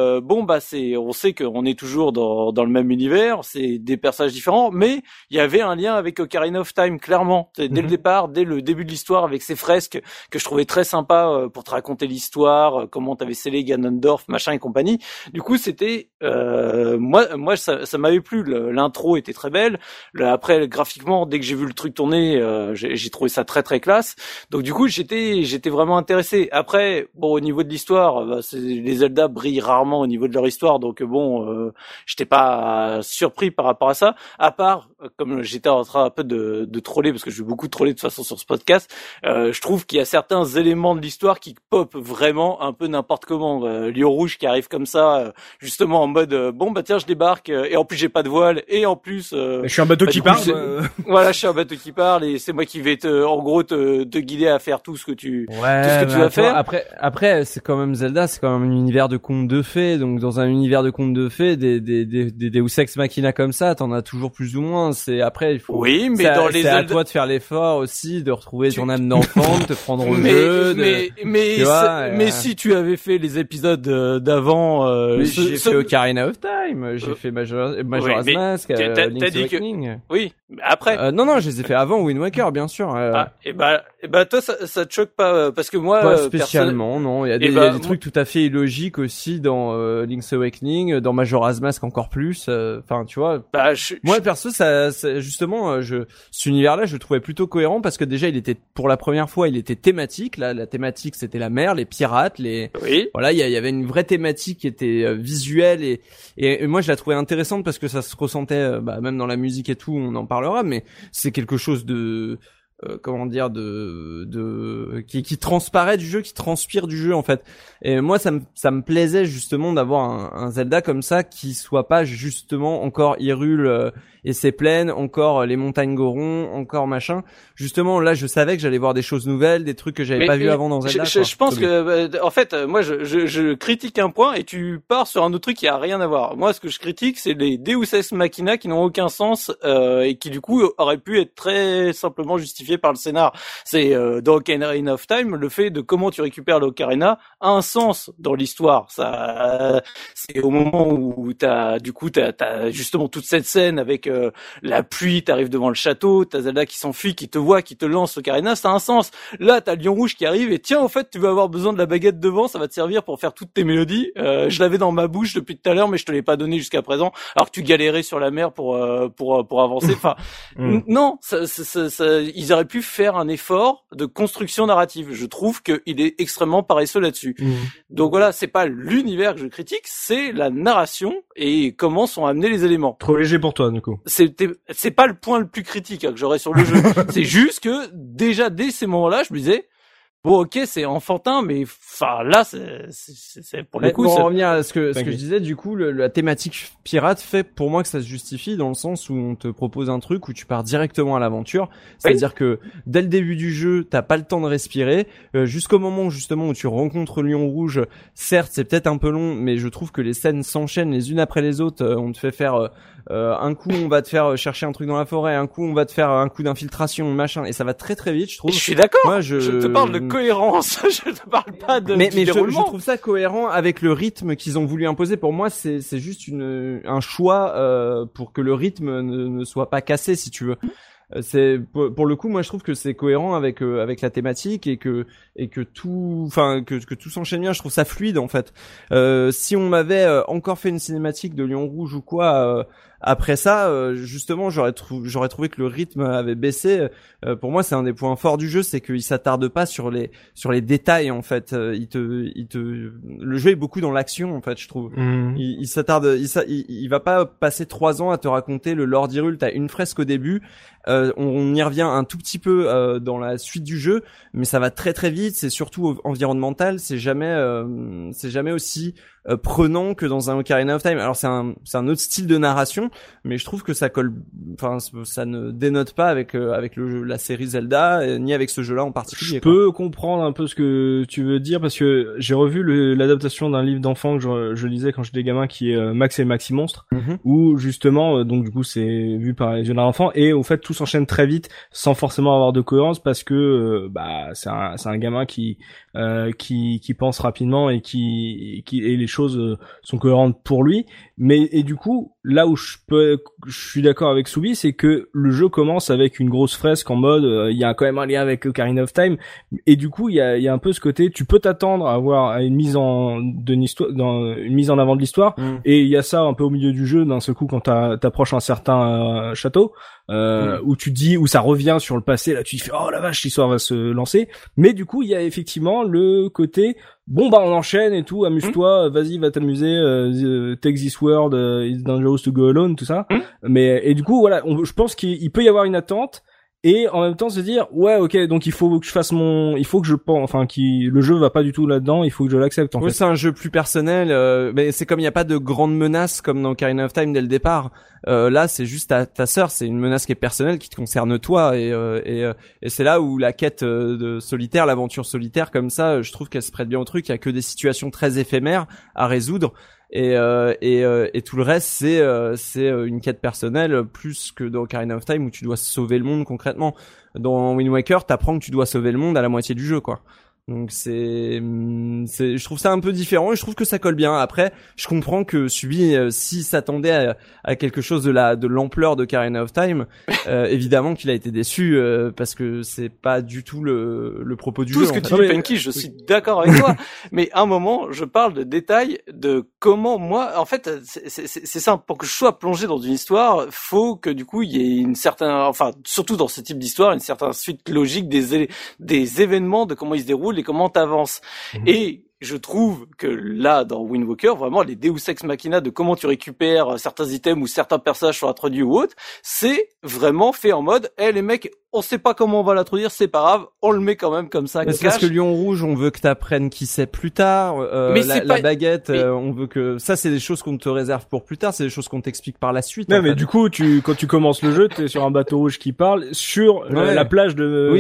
E: on sait qu'on est toujours dans le même univers, c'est des personnages différents, mais il y avait un lien avec Ocarina of Time, clairement. Dès le départ, dès le début de l'histoire, avec ces fresques que je trouvais très sympa pour te raconter l'histoire, comment t'avais scellé Ganondorf, machin et compagnie. Du coup, c'était, moi, ça m'avait plu. L'intro était très belle. Après, graphiquement, dès que j'ai vu le truc tourner, j'ai trouvé ça très très classe. Donc du coup j'étais vraiment intéressé. Après au niveau de l'histoire, les Zelda brillent rarement au niveau de leur histoire, donc j'étais pas surpris par rapport à ça, à part comme j'étais en train un peu de troller, parce que je vais beaucoup troller de toute façon sur ce podcast, je trouve qu'il y a certains éléments de l'histoire qui popent vraiment un peu n'importe comment. Lion Rouge qui arrive comme ça, justement en mode tiens je débarque, et en plus j'ai pas de voile, et en plus
A: je suis un bateau qui parle.
E: Voilà, je suis un bateau qui parle, et c'est moi qui vais te guider à faire tout ce que tu vas faire.
B: Après c'est quand même Zelda, c'est quand même un univers de contes de fées, donc dans un univers de contes de fées, des Deus Ex Machina comme ça, t'en as toujours plus ou moins. C'est après il faut.
E: Oui, mais dans les
B: Zelda, c'est à toi de faire l'effort aussi, de retrouver ton âme d'enfant, de te prendre au jeu.
E: Mais si tu avais fait les épisodes d'avant,
B: j'ai fait Ocarina of Time, j'ai fait Majora's Mask, Link's Awakening.
E: Oui, après.
B: Non, je les ai fait avant Wind Waker, bien sûr. sûr.
E: Toi, ça te choque pas parce que moi,
B: pas spécialement, non. Il y a des trucs tout à fait illogiques aussi dans Link's Awakening, dans Majora's Mask encore plus. Enfin, tu vois. Moi, perso, ça justement, cet univers-là, je le trouvais plutôt cohérent parce que déjà, il était pour la première fois, il était thématique. Là, la thématique, c'était la mer, les pirates, voilà, il y avait une vraie thématique qui était visuelle et moi, je la trouvais intéressante parce que ça se ressentait, même dans la musique et tout, on en parlera, mais c'est quelque chose de qui transparaît du jeu, qui transpire du jeu en fait. Et moi ça me plaisait justement d'avoir un Zelda comme ça qui soit pas justement encore Hyrule et ses plaines, encore les montagnes Goron, encore machin. Justement là je savais que j'allais voir des choses nouvelles, des trucs que j'avais pas vu avant dans Zelda.
E: Je pense que en fait moi je critique un point et tu pars sur un autre truc qui a rien à voir. Moi ce que je critique c'est les Deus Ex Machina qui n'ont aucun sens et qui du coup auraient pu être très simplement justifiés par le scénar. C'est dans Ocarina of Time, le fait de comment tu récupères l'Ocarina a un sens dans l'histoire. Ça, c'est au moment où t'as justement toute cette scène avec la pluie, t'arrives devant le château, t'as Zelda qui s'enfuit, qui te voit, qui te lance l'Ocarina, ça a un sens. Là, t'as Lion Rouge qui arrive et tiens, en fait, tu vas avoir besoin de la baguette devant, ça va te servir pour faire toutes tes mélodies. Je l'avais dans ma bouche depuis tout à l'heure, mais je te l'ai pas donné jusqu'à présent, alors que tu galérais sur la mer pour avancer. Enfin, non, ils auraient pu faire un effort de construction narrative. Je trouve qu'il est extrêmement paresseux là-dessus. Donc voilà, c'est pas l'univers que je critique, c'est la narration et comment sont amenés les éléments.
A: Trop léger pour toi, du coup.
E: C'est pas le point le plus critique que j'aurais sur le jeu. C'est juste que déjà dès ces moments-là, je me disais bon, ok, c'est enfantin, mais enfin là, c'est pour le coup.
B: Pour en revenir à ce que je disais, du coup, la thématique pirate fait pour moi que ça se justifie dans le sens où on te propose un truc où tu pars directement à l'aventure. C'est-à-dire que dès le début du jeu, t'as pas le temps de respirer, jusqu'au moment justement où tu rencontres Lion Rouge. Certes, c'est peut-être un peu long, mais je trouve que les scènes s'enchaînent les unes après les autres. On te fait faire un coup, on va te faire chercher un truc dans la forêt, un coup, on va te faire un coup d'infiltration, machin, et ça va très très vite, je trouve.
E: Je suis d'accord.
B: Moi,
E: je te parle de cohérence. Je te parle pas de
B: mais
E: déroulement.
B: Je trouve ça cohérent avec le rythme qu'ils ont voulu imposer. Pour moi, c'est juste un choix pour que le rythme ne soit pas cassé, si tu veux. C'est pour le coup, moi je trouve que c'est cohérent avec la thématique et que tout s'enchaîne bien. Je trouve ça fluide en fait. Si on m'avait encore fait une cinématique de Lion Rouge ou quoi après ça, justement, j'aurais trouvé que le rythme avait baissé. Pour moi, c'est un des points forts du jeu, c'est qu'il s'attarde pas sur les détails en fait. Le jeu est beaucoup dans l'action en fait, je trouve. Il s'attarde, il va pas passer 3 ans à te raconter le lore d'Hyrule. T'as une fresque au début. On y revient un tout petit peu dans la suite du jeu, mais ça va très très vite. C'est surtout environnemental. C'est jamais aussi prenant que dans un Ocarina of Time. Alors c'est un autre style de narration, mais je trouve que ça colle. Enfin, ça ne dénote pas avec la série Zelda, ni avec ce jeu-là en particulier.
A: Je peux comprendre un peu ce que tu veux dire parce que j'ai revu l'adaptation d'un livre d'enfant que je lisais quand j'étais gamin, qui est Max et le Maxi Monstre, où justement, donc du coup c'est vu par les jeunes enfants et au fait tout s'enchaîne très vite sans forcément avoir de cohérence parce que c'est un gamin qui pense rapidement et et les choses sont cohérentes pour lui. Mais et du coup là où je suis d'accord avec Soubi, c'est que le jeu commence avec une grosse fresque en mode il y a quand même un lien avec Ocarina of Time et du coup il y a un peu ce côté tu peux t'attendre à avoir une mise en avant de l'histoire et il y a ça un peu au milieu du jeu d'un seul coup quand t'approches un certain château où tu dis où ça revient sur le passé, là tu te fais oh la vache l'histoire va se lancer, mais du coup il y a effectivement le côté bon on enchaîne et tout, amuse-toi, vas-y va t'amuser, take this world, it's dangerous to go alone, tout ça. Mais et du coup voilà, je pense qu'il peut y avoir une attente et en même temps se dire ouais ok donc il faut que je fasse le jeu va pas du tout là-dedans, il faut que je l'accepte en fait.
B: C'est un jeu plus personnel, mais c'est comme il y a pas de grande menace comme dans Ocarina of Time dès le départ. Là c'est juste ta sœur, c'est une menace qui est personnelle, qui te concerne toi et c'est là où la quête de solitaire, l'aventure solitaire comme ça, je trouve qu'elle se prête bien au truc. Il y a que des situations très éphémères à résoudre. Et tout le reste c'est une quête personnelle plus que dans Ocarina of Time où tu dois sauver le monde concrètement. Dans Wind Waker, t'apprends que tu dois sauver le monde à la moitié du jeu quoi. Donc je trouve ça un peu différent et je trouve que ça colle bien. Après, je comprends que Subi, s'il s'attendait à quelque chose de l'ampleur de Ocarina of Time, évidemment qu'il a été déçu parce que c'est pas du tout le propos du jeu.
E: Tout ce que tu dis, Punky, je suis d'accord avec toi. Mais à un moment, je parle de détails de comment moi, en fait, c'est simple. Pour que je sois plongé dans une histoire, faut que du coup il y ait une certaine, enfin surtout dans ce type d'histoire, une certaine suite logique des événements, de comment ils se déroulent et comment t'avances. Et je trouve que là, dans Wind Waker, vraiment, les Deus Ex Machina de comment tu récupères certains items ou certains personnages sont introduits ou autres, c'est vraiment fait en mode, les mecs, on sait pas comment on va l'introduire, c'est pas grave, on le met quand même comme ça.
B: C'est parce que Lion Rouge, on veut que t'apprennes qui c'est plus tard. La baguette, on veut que ça, c'est des choses qu'on te réserve pour plus tard, c'est des choses qu'on t'explique par la suite.
A: Non, mais du coup, quand tu commences le jeu, t'es sur un bateau rouge qui parle sur la plage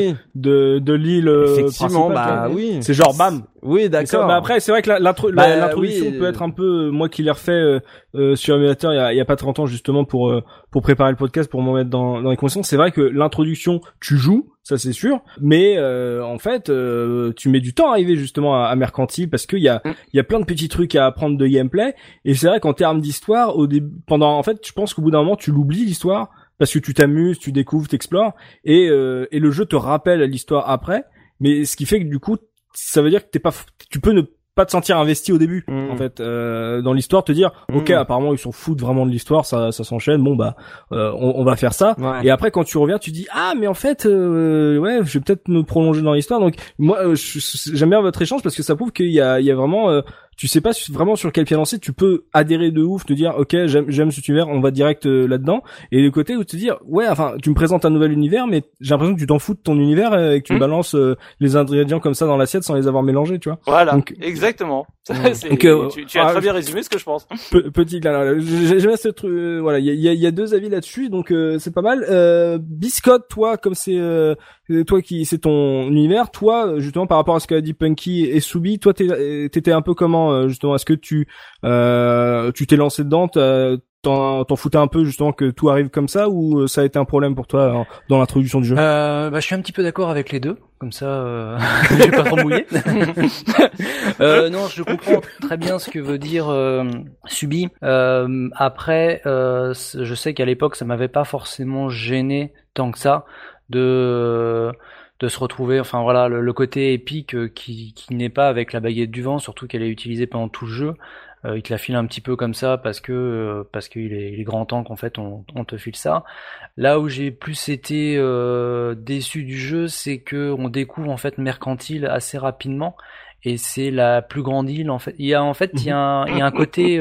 A: de l'île.
B: Effectivement,
A: principale,
B: oui.
A: C'est genre bam.
B: Oui, d'accord.
A: Mais après, c'est vrai que l'introduction peut être un peu, moi qui l'ai refait sur émulateur il y a pas très longtemps justement pour préparer le podcast, pour m'en mettre dans les conditions. C'est vrai que l'introduction, tu joues, ça c'est sûr, mais en fait, tu mets du temps à arriver justement à Mercantile parce qu'il y a plein de petits trucs à apprendre de gameplay. Et c'est vrai qu'en termes d'histoire, en fait, je pense qu'au bout d'un moment, tu l'oublies l'histoire parce que tu t'amuses, tu découvres, t'explores, et le jeu te rappelle l'histoire après. Mais ce qui fait que du coup, ça veut dire que tu peux ne pas te sentir investi au début, en fait, dans l'histoire, te dire, ok, apparemment ils s'en foutent vraiment de l'histoire, ça s'enchaîne, bon bah, on va faire ça. Ouais. Et après quand tu reviens, tu dis, ah mais en fait, je vais peut-être me prolonger dans l'histoire. Donc moi, j'aime bien votre échange parce que ça prouve qu'il y a vraiment tu sais pas vraiment sur quel pied lancer, tu peux adhérer de ouf, te dire ok j'aime cet univers, on va direct là-dedans, et le côté où te dire ouais enfin tu me présentes un nouvel univers mais j'ai l'impression que tu t'en fous de ton univers et que tu balances les ingrédients comme ça dans l'assiette sans les avoir mélangés, tu vois.
E: Voilà, donc, exactement. Tu as très bien résumé ce que je pense.
A: Petit j'aime ce truc, voilà, il y a deux avis là-dessus, donc c'est pas mal. Biscotte, toi comme c'est ton univers, toi justement par rapport à ce qu'a dit Punky et Subi, toi t'étais un peu comment justement, est-ce que tu t'es lancé dedans, t'en foutais un peu justement que tout arrive comme ça, ou ça a été un problème pour toi dans l'introduction du jeu?
F: Je suis un petit peu d'accord avec les deux, comme ça je vais pas trop mouiller. Non, je comprends très bien ce que veut dire Subi. Après je sais qu'à l'époque ça m'avait pas forcément gêné tant que ça de se retrouver, enfin voilà, le côté épique qui n'est pas avec la baguette du vent, surtout qu'elle est utilisée pendant tout le jeu. Il te la file un petit peu comme ça parce qu'il est grand temps qu'en fait on te file ça. Là où j'ai plus été déçu du jeu, c'est que on découvre en fait Mercantile assez rapidement, et c'est la plus grande île en fait. Il y a un côté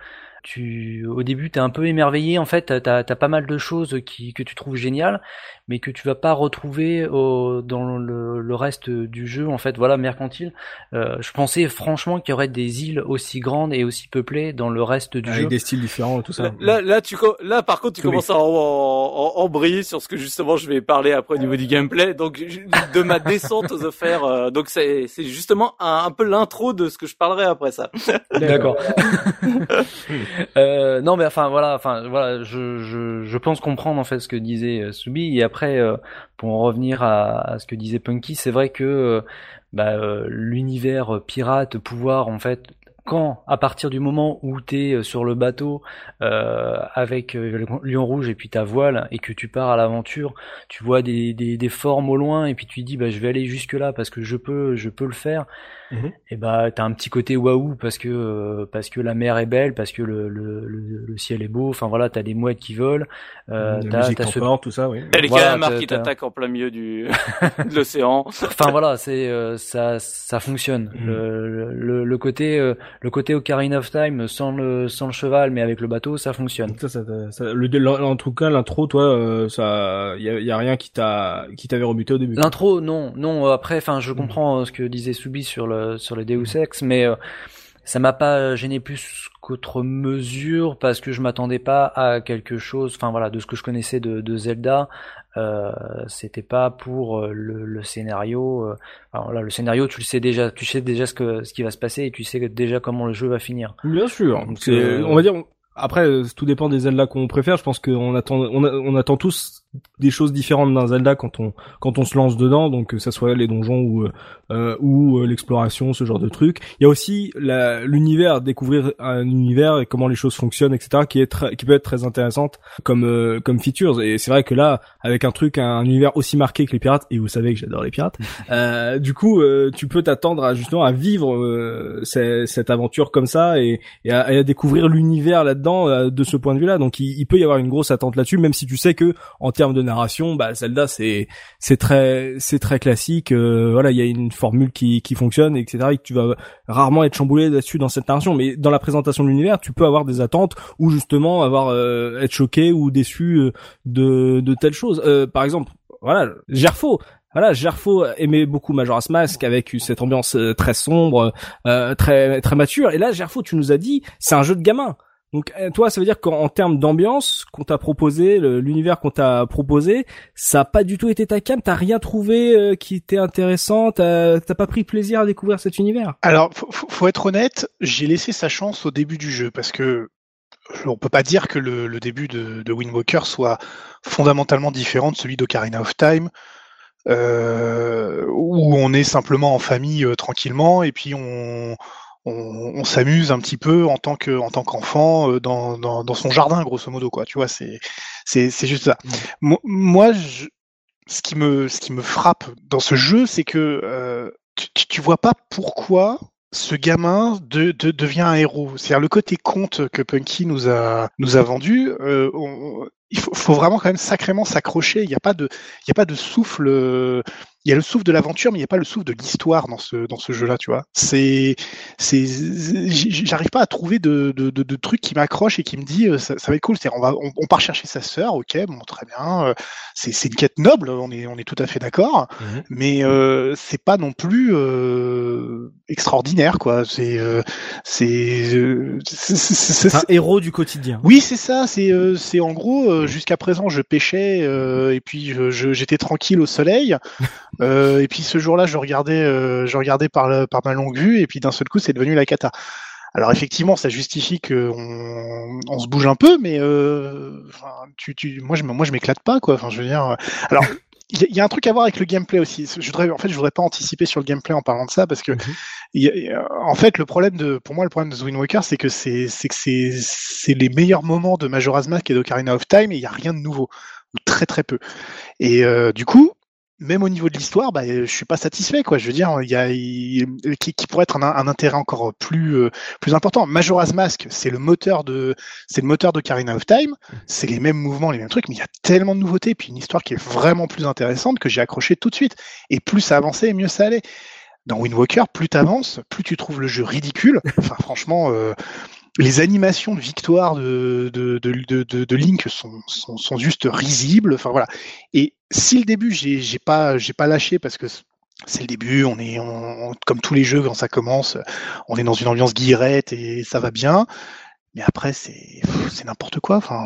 F: au début t'es un peu émerveillé, en fait t'as pas mal de choses que tu trouves géniales, mais que tu vas pas retrouver dans le reste du jeu. En fait voilà, Mercantile, je pensais franchement qu'il y aurait des îles aussi grandes et aussi peuplées dans le reste du jeu,
A: avec des styles différents et tout ça.
E: Là par contre tu commences à en briller sur ce que justement je vais parler après au niveau du gameplay, donc de ma descente aux offerts, donc c'est justement un peu l'intro de ce que je parlerai après ça.
F: D'accord. Non mais voilà, je pense comprendre en fait ce que disait Subi. Et après pour en revenir à ce que disait Punky, c'est vrai que l'univers pirate, pouvoir en fait, à partir du moment où t'es sur le bateau avec Lion Rouge et puis ta voile, et que tu pars à l'aventure, tu vois des formes au loin, et puis tu dis je vais aller jusque là parce que je peux le faire. Et t'as un petit côté waouh parce que la mer est belle, parce que le ciel est beau, enfin voilà, t'as des mouettes qui volent,
A: t'as tout ça, oui.
E: T'as les calamars qui t'attaquent en plein milieu de l'océan.
F: Enfin voilà, c'est ça fonctionne. Le côté Ocarina of Time sans le cheval mais avec le bateau, ça fonctionne.
A: En tout cas l'intro, toi, ça y a rien qui t'avait rebuté au début.
F: L'intro, non. Après, enfin, je comprends ce que disait Subi sur les Deus Ex, mais ça m'a pas gêné plus qu'autre mesure, parce que je m'attendais pas à quelque chose, enfin voilà, de ce que je connaissais de Zelda. C'était pas pour le scénario. Alors là, le scénario, tu sais déjà ce qui va se passer, et tu sais déjà comment le jeu va finir.
A: Bien sûr. Donc, on va dire. Après, tout dépend des Zelda qu'on préfère. Je pense qu'on attend tous des choses différentes d'un Zelda quand on se lance dedans, donc que ça soit les donjons ou l'exploration, ce genre de trucs. Il y a aussi l'univers, découvrir un univers et comment les choses fonctionnent, etc., qui peut être très intéressante comme features. Et c'est vrai que là, avec un univers aussi marqué que les pirates, et vous savez que j'adore les pirates, du coup tu peux t'attendre justement à vivre cette aventure comme ça et à découvrir l'univers là-dedans de ce point de vue-là. Donc il peut y avoir une grosse attente là-dessus, même si tu sais que en termes de narration, Zelda c'est très classique. Voilà, il y a une formule qui fonctionne, etc. Et que tu vas rarement être chamboulé là-dessus dans cette narration. Mais dans la présentation de l'univers, tu peux avoir des attentes ou justement être choqué ou déçu de telles choses. Par exemple, voilà, Gerfo aimait beaucoup Majora's Mask avec cette ambiance très sombre, très très mature. Et là, Gerfo, tu nous as dit, c'est un jeu de gamin. Donc toi, ça veut dire qu'en termes d'ambiance qu'on t'a proposé, l'univers qu'on t'a proposé, ça a pas du tout été ta came. T'as rien trouvé qui était intéressant. T'as pas pris plaisir à découvrir cet univers.
C: Alors, faut être honnête, j'ai laissé sa chance au début du jeu parce que on peut pas dire que le début de Wind Waker soit fondamentalement différent de celui d'Ocarina of Time. Où on est simplement en famille tranquillement et puis on s'amuse un petit peu en tant qu'enfant dans son jardin grosso modo quoi. Tu vois, c'est juste ça. Moi, ce qui me frappe dans ce jeu, c'est que tu vois pas pourquoi ce gamin devient un héros. C'est-à-dire le côté conte que Punky nous a vendu. Il faut vraiment quand même sacrément s'accrocher. Il y a pas de souffle. Il y a le souffle de l'aventure, mais il n'y a pas le souffle de l'histoire dans ce jeu-là, tu vois. J'arrive pas à trouver de trucs qui m'accrochent et qui me dit ça va être cool. C'est-à-dire on part chercher sa sœur, ok, bon, très bien. C'est une quête noble, on est tout à fait d'accord. Mais c'est pas non plus extraordinaire, quoi. C'est
A: un héros du quotidien.
C: Oui, c'est ça. C'est en gros jusqu'à présent je pêchais et puis j'étais tranquille au soleil. Et puis ce jour-là, je regardais par ma longue vue, et puis d'un seul coup, c'est devenu la cata. Alors effectivement, ça justifie qu'on se bouge un peu, mais moi je m'éclate pas, quoi. Enfin, je veux dire. Alors, il y a un truc à voir avec le gameplay aussi. Je voudrais pas anticiper sur le gameplay en parlant de ça, parce que en fait, pour moi, le problème de The Wind Waker, c'est que c'est les meilleurs moments de Majora's Mask et d'Ocarina of Time, et il y a rien de nouveau, ou très très peu. Et du coup, même au niveau de l'histoire, je suis pas satisfait, quoi. Je veux dire, qui pourrait être un intérêt encore plus important. Majora's Mask, c'est le moteur d'Ocarina of Time. C'est les mêmes mouvements, les mêmes trucs, mais il y a tellement de nouveautés, puis une histoire qui est vraiment plus intéressante que j'ai accroché tout de suite. Et plus ça avançait, mieux ça allait. Dans Wind Waker, plus t'avances, plus tu trouves le jeu ridicule. Enfin, franchement, les animations de victoire de Link sont juste risibles. Enfin voilà. Et si le début j'ai pas lâché parce que c'est le début, comme tous les jeux quand ça commence, on est dans une ambiance guillerette et ça va bien. Mais après c'est n'importe quoi. Enfin,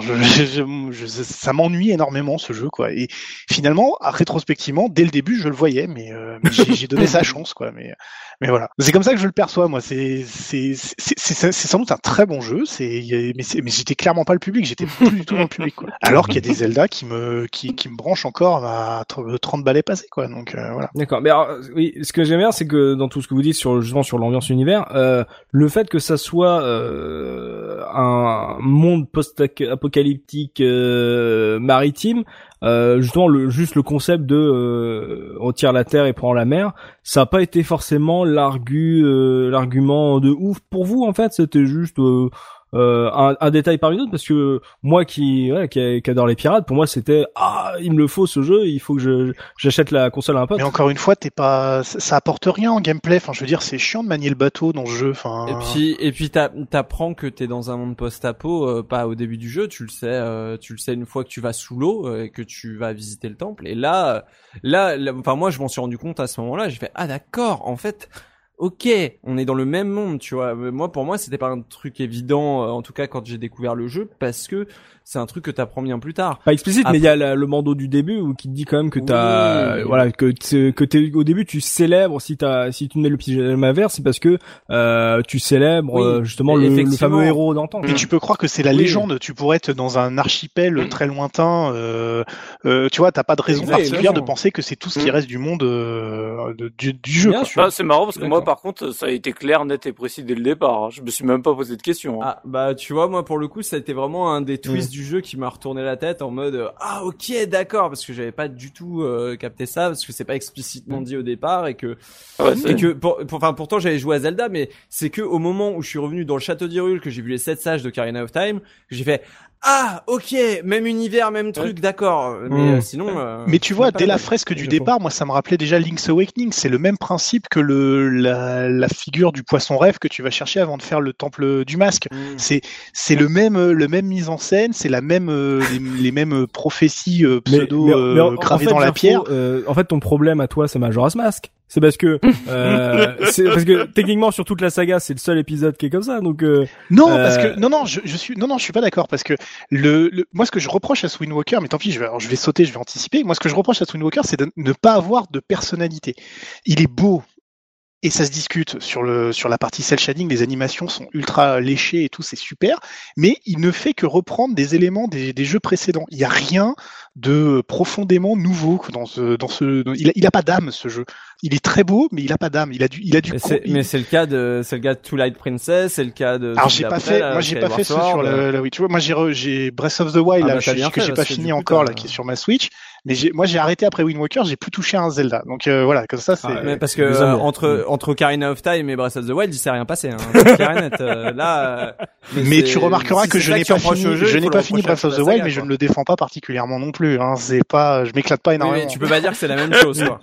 C: ça m'ennuie énormément ce jeu, quoi. Et finalement, rétrospectivement, dès le début, je le voyais, mais j'ai donné sa chance, quoi. Mais voilà, c'est comme ça que je le perçois, moi. C'est sans doute un très bon jeu. Mais j'étais clairement pas le public. J'étais plus du tout dans le public, quoi. Alors qu'il y a des Zelda qui me branchent encore à 30 balais passés, quoi. Donc voilà.
A: D'accord. Mais alors, oui, ce que j'aime bien, c'est que dans tout ce que vous dites justement sur l'ambiance univers, le fait que ça soit un monde post-apocalyptique maritime, justement juste le concept de on tire la terre et prend la mer, ça a pas été forcément l'argument de ouf pour vous, en fait. C'était juste un détail parmi d'autres, parce que moi qui adore les pirates, pour moi c'était il me le faut ce jeu, il faut que j'achète la console à un pote.
C: Mais encore une fois, ça apporte rien en gameplay. Enfin, je veux dire, c'est chiant de manier le bateau dans ce jeu. Enfin.
B: Et puis t'apprends que t'es dans un monde post-apo, pas au début du jeu. Tu le sais une fois que tu vas sous l'eau et que tu vas visiter le temple. Et là, enfin moi je m'en suis rendu compte à ce moment-là. J'ai fait d'accord. En fait, ok, on est dans le même monde, tu vois. Pour moi, c'était pas un truc évident, en tout cas quand j'ai découvert le jeu, parce que c'est un truc que t'apprends bien plus tard.
A: Pas explicite, mais il y a le bandeau du début où qui te dit quand même que que t'es au début tu célèbres si tu mets le pyjama vert, c'est parce que tu célèbres justement le fameux héros d'antan.
C: Mais tu peux croire que c'est la légende. Tu pourrais être dans un archipel très lointain. Tu vois, t'as pas de raison particulière de penser que c'est tout ce qui reste du monde du jeu.
E: Bien sûr. C'est marrant parce que moi, par contre, ça a été clair, net et précis dès le départ. Je me suis même pas posé de questions.
B: Ah bah tu vois, moi pour le coup, ça a été vraiment un des twists du jeu qui m'a retourné la tête en mode ah ok d'accord, parce que j'avais pas du tout capté ça, parce que c'est pas explicitement dit au départ et que pourtant j'avais joué à Zelda, mais c'est que au moment où je suis revenu dans le château d'Hyrule, que j'ai vu les 7 sages d'Ocarina of Time, que j'ai fait ah ok, même univers, même truc, d'accord. Mais sinon.
C: Mais tu vois, dès la fresque du départ, moi ça me rappelait déjà Link's Awakening. C'est le même principe que la figure du poisson rêve que tu vas chercher avant de faire le temple du masque. C'est le même mise en scène, c'est la même les mêmes prophéties pseudo gravées dans la pierre.
A: En fait, ton problème à toi, c'est Majora's Mask. C'est parce que techniquement sur toute la saga, c'est le seul épisode qui est comme ça. Donc
C: parce que je suis pas d'accord, parce que moi ce que je reproche à Wind Waker, mais tant pis, je vais sauter, je vais anticiper. Moi ce que je reproche à Wind Waker, c'est de ne pas avoir de personnalité. Il est beau. Et ça se discute sur la partie cel shading, les animations sont ultra léchées et tout, c'est super, mais il ne fait que reprendre des éléments des jeux précédents. Il y a rien de profondément nouveau dans ce il a pas d'âme, ce jeu. Il est très beau, mais il a pas d'âme. Il a du
B: mais c'est le cas de Twilight Princess, c'est le cas de.
C: Alors j'ai pas fait ce sur la Wii. Tu vois, moi j'ai Breath of the Wild que j'ai pas fini encore là, qui est sur ma Switch. Mais j'ai arrêté après Wind Waker, j'ai plus touché à un Zelda. Donc voilà, comme ça c'est.
B: Mais parce que entre Ocarina of Time et Breath of the Wild, il s'est rien passé.
C: Mais tu remarqueras que je n'ai pas fini Breath of the Wild, mais je ne le défends pas particulièrement non plus. C'est pas, je m'éclate pas énormément.
B: Mais tu peux pas dire que c'est la même chose, quoi.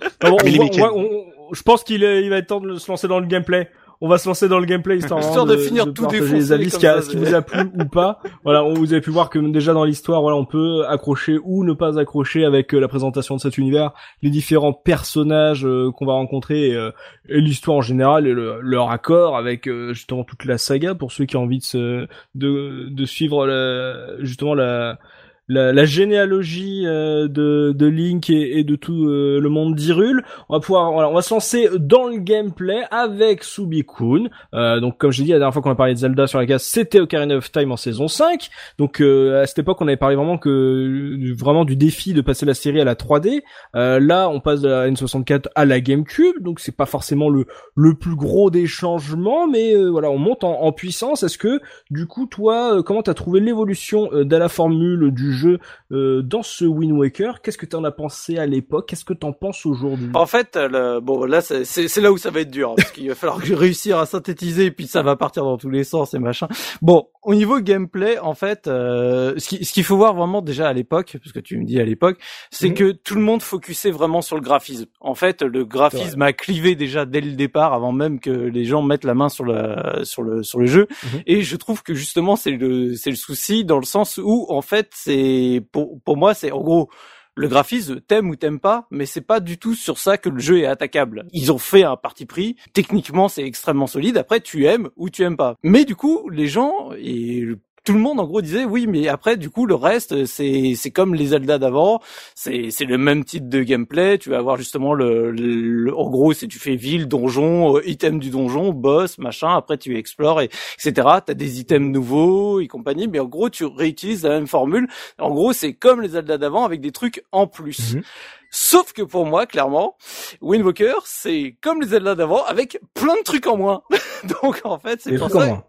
A: Je pense qu'il va être temps de se lancer dans le gameplay. On va se lancer dans le gameplay histoire
E: de finir tout défoncer
A: les avis, ce qui vous a plu ou pas. Voilà, vous avez pu voir que déjà dans l'histoire, voilà, on peut accrocher ou ne pas accrocher avec la présentation de cet univers, les différents personnages qu'on va rencontrer et l'histoire en général et leur accord avec justement toute la saga pour ceux qui ont envie de suivre justement la généalogie de Link et de tout le monde d'Hyrule. On va se lancer dans le gameplay avec Subi-kun. Donc comme j'ai dit la dernière fois qu'on a parlé de Zelda sur la case, c'était Ocarina of Time en saison 5. Donc à cette époque, on avait parlé vraiment du défi de passer la série à la 3D. Là, on passe de la N64 à la GameCube. Donc c'est pas forcément le plus gros des changements, mais voilà, on monte en puissance. Est-ce que du coup, toi, comment t'as trouvé l'évolution de la formule du jeu dans ce Wind Waker? Qu'est-ce que t'en as pensé à l'époque? Qu'est-ce que t'en penses aujourd'hui?
E: En fait, là, c'est là où ça va être dur, parce qu'il va falloir réussir à synthétiser, et puis ça va partir dans tous les sens et machin. Bon, au niveau gameplay, en fait, ce qu'il faut voir vraiment déjà à l'époque, parce que tu me dis à l'époque, c'est que tout le monde focusait vraiment sur le graphisme. En fait, le graphisme a clivé déjà dès le départ, avant même que les gens mettent la main sur le jeu. Et je trouve que justement c'est le souci, dans le sens où en fait pour moi c'est en gros le graphisme, t'aimes ou t'aimes pas, mais c'est pas du tout sur ça que le jeu est attaquable. Ils ont fait un parti pris, techniquement c'est extrêmement solide, après tu aimes ou tu aimes pas. Mais du coup, les gens et tout le monde en gros disait oui, mais après du coup le reste c'est comme les Zelda d'avant, c'est le même type de gameplay. Tu vas avoir justement en gros c'est tu fais ville, donjon, item du donjon, boss, machin. Après tu explores etc. T'as des items nouveaux et compagnie, mais en gros tu réutilises la même formule. En gros c'est comme les Zelda d'avant avec des trucs en plus. Sauf que pour moi, clairement, Wind Waker, c'est comme les Zelda d'avant, avec plein de trucs en moins. Donc en fait, c'est pour ça.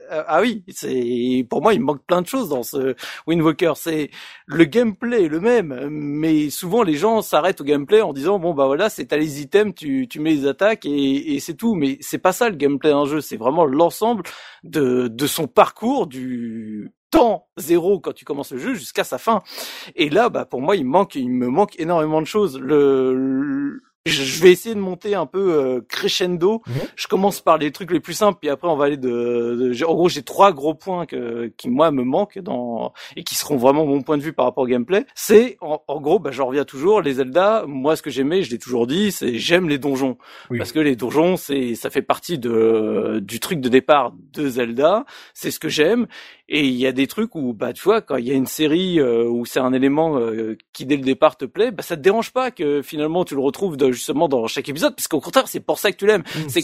E: Pour moi, il me manque plein de choses dans ce Wind Waker. C'est le gameplay est le même, mais souvent les gens s'arrêtent au gameplay en disant bon bah voilà, t'as les items, tu mets les attaques et c'est tout. Mais c'est pas ça le gameplay d'un jeu. C'est vraiment l'ensemble de son parcours, du temps zéro quand tu commences le jeu jusqu'à sa fin. Et là, bah pour moi, il me manque énormément de choses. je vais essayer de monter un peu crescendo. Je commence par les trucs les plus simples, puis après on va aller en gros, j'ai 3 gros points qui moi me manquent et qui seront vraiment mon point de vue par rapport au gameplay. C'est en gros, j'en reviens toujours, les Zelda. Moi, ce que j'aimais, je l'ai toujours dit, c'est j'aime les donjons, parce que les donjons, ça fait partie du truc de départ de Zelda. C'est ce que j'aime. Et il y a des trucs où, tu vois, quand il y a une série où c'est un élément qui dès le départ te plaît, ça te dérange pas que finalement tu le retrouves justement dans chaque épisode, parce qu'au contraire, c'est pour ça que tu l'aimes. C'est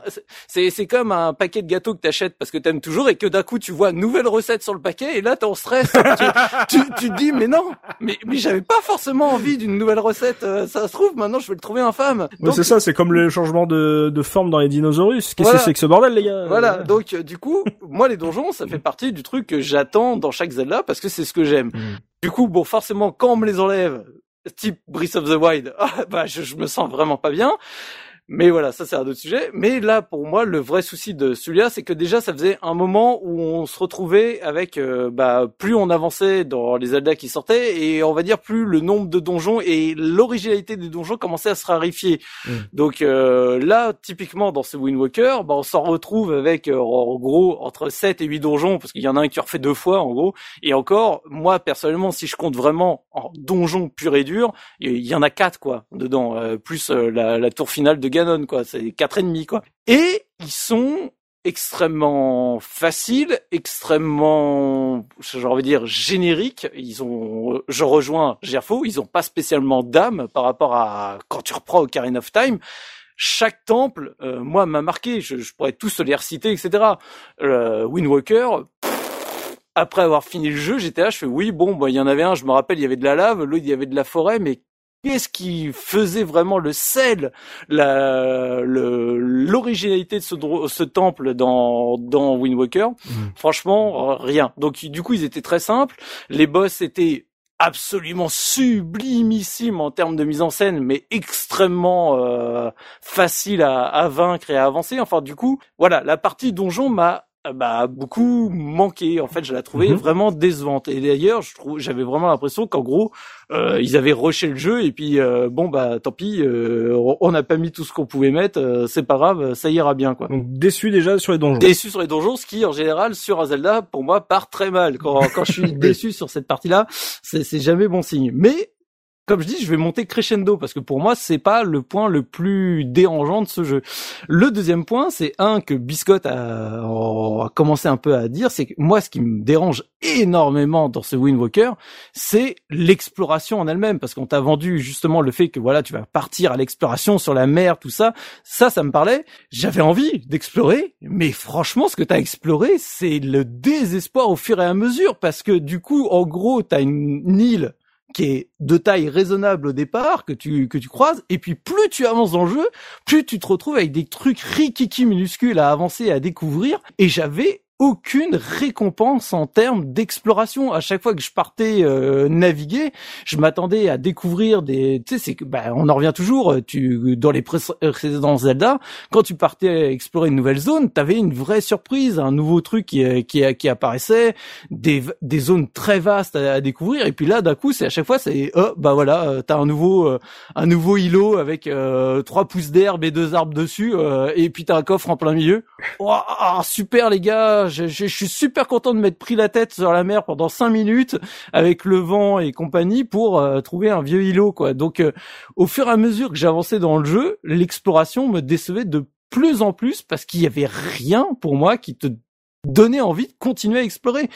E: comme un paquet de gâteaux que t'achètes parce que t'aimes toujours et que d'un coup tu vois une nouvelle recette sur le paquet et là t'es en stress. tu te dis mais non, mais j'avais pas forcément envie d'une nouvelle recette. Ça se trouve maintenant je vais le trouver infâme.
A: Donc, c'est ça, c'est comme le changement de forme dans les dinosaures. Qu'est-ce que c'est que ce bordel, les gars?
E: Voilà. Donc du coup, moi les donjons, ça fait partie du truc que j'attends dans chaque Zelda parce que c'est ce que j'aime. Du coup, forcément, quand on me les enlève, type Breath of the Wild, je me sens vraiment pas bien. Mais voilà, ça c'est un autre sujet. Mais là, pour moi, le vrai souci de celui-là, c'est que déjà, ça faisait un moment où on se retrouvait avec, plus on avançait dans les Zelda qui sortaient, et on va dire plus le nombre de donjons et l'originalité des donjons commençait à se raréfier. Donc là, typiquement dans ce Wind Waker, on s'en retrouve avec en gros entre 7 et 8 donjons, parce qu'il y en a un qui refait 2 fois en gros. Et encore, moi personnellement, si je compte vraiment en donjons pur et dur, il y en a 4 dedans, plus la tour finale de Ganon, c'est 4,5 quoi. Et ils sont extrêmement faciles, extrêmement, j'ai envie de dire, génériques. Je rejoins Gerfo, ils ont pas spécialement d'âme par rapport à quand tu reprends Ocarina of Time. Chaque temple, moi, m'a marqué. Je pourrais tous les reciter, etc. Wind Waker. Après avoir fini le jeu, j'étais là, je fais oui, il y en avait un, je me rappelle, il y avait de la lave, l'autre il y avait de la forêt, mais qu'est-ce qui faisait vraiment le sel, l'originalité de ce temple dans Wind Waker? Franchement, rien. Donc du coup, ils étaient très simples. Les boss étaient absolument sublimissimes en termes de mise en scène, mais extrêmement facile à vaincre et à avancer. Enfin, du coup, voilà, la partie donjon m'a beaucoup manqué. En fait, je la trouvais vraiment décevante. Et d'ailleurs, j'avais vraiment l'impression qu'en gros, ils avaient rushé le jeu et puis tant pis, on n'a pas mis tout ce qu'on pouvait mettre, c'est pas grave, ça ira bien quoi.
A: Donc déçu déjà sur les donjons.
E: Déçu sur les donjons, ce qui en général sur un Zelda pour moi part très mal. Quand je suis déçu sur cette partie-là, c'est jamais bon signe. Mais comme je dis, je vais monter crescendo parce que pour moi, c'est pas le point le plus dérangeant de ce jeu. Le deuxième point, c'est que Biscotte a commencé un peu à dire, c'est que moi, ce qui me dérange énormément dans ce Wind Waker, c'est l'exploration en elle-même, parce qu'on t'a vendu justement le fait que voilà, tu vas partir à l'exploration sur la mer, tout ça. Ça me parlait. J'avais envie d'explorer, mais franchement, ce que t'as exploré, c'est le désespoir au fur et à mesure, parce que du coup, en gros, t'as une île qui est de taille raisonnable au départ, que tu croises, et puis plus tu avances dans le jeu, plus tu te retrouves avec des trucs rikiki minuscules à avancer et à découvrir, et j'avais aucune récompense en termes d'exploration. À chaque fois que je partais naviguer, je m'attendais à découvrir on en revient toujours, dans les précédents Zelda, quand tu partais explorer une nouvelle zone, t'avais une vraie surprise, un nouveau truc qui apparaissait, des zones très vastes à découvrir, et puis là d'un coup, c'est à chaque fois t'as un nouveau îlot avec 3 pouces d'herbe et 2 arbres dessus, et puis t'as un coffre en plein milieu. Oh, super les gars, je suis super content de m'être pris la tête sur la mer pendant 5 minutes avec le vent et compagnie pour trouver un vieux îlot quoi. Donc au fur et à mesure que j'avançais dans le jeu, l'exploration me décevait de plus en plus parce qu'il y avait rien pour moi qui te donnait envie de continuer à explorer.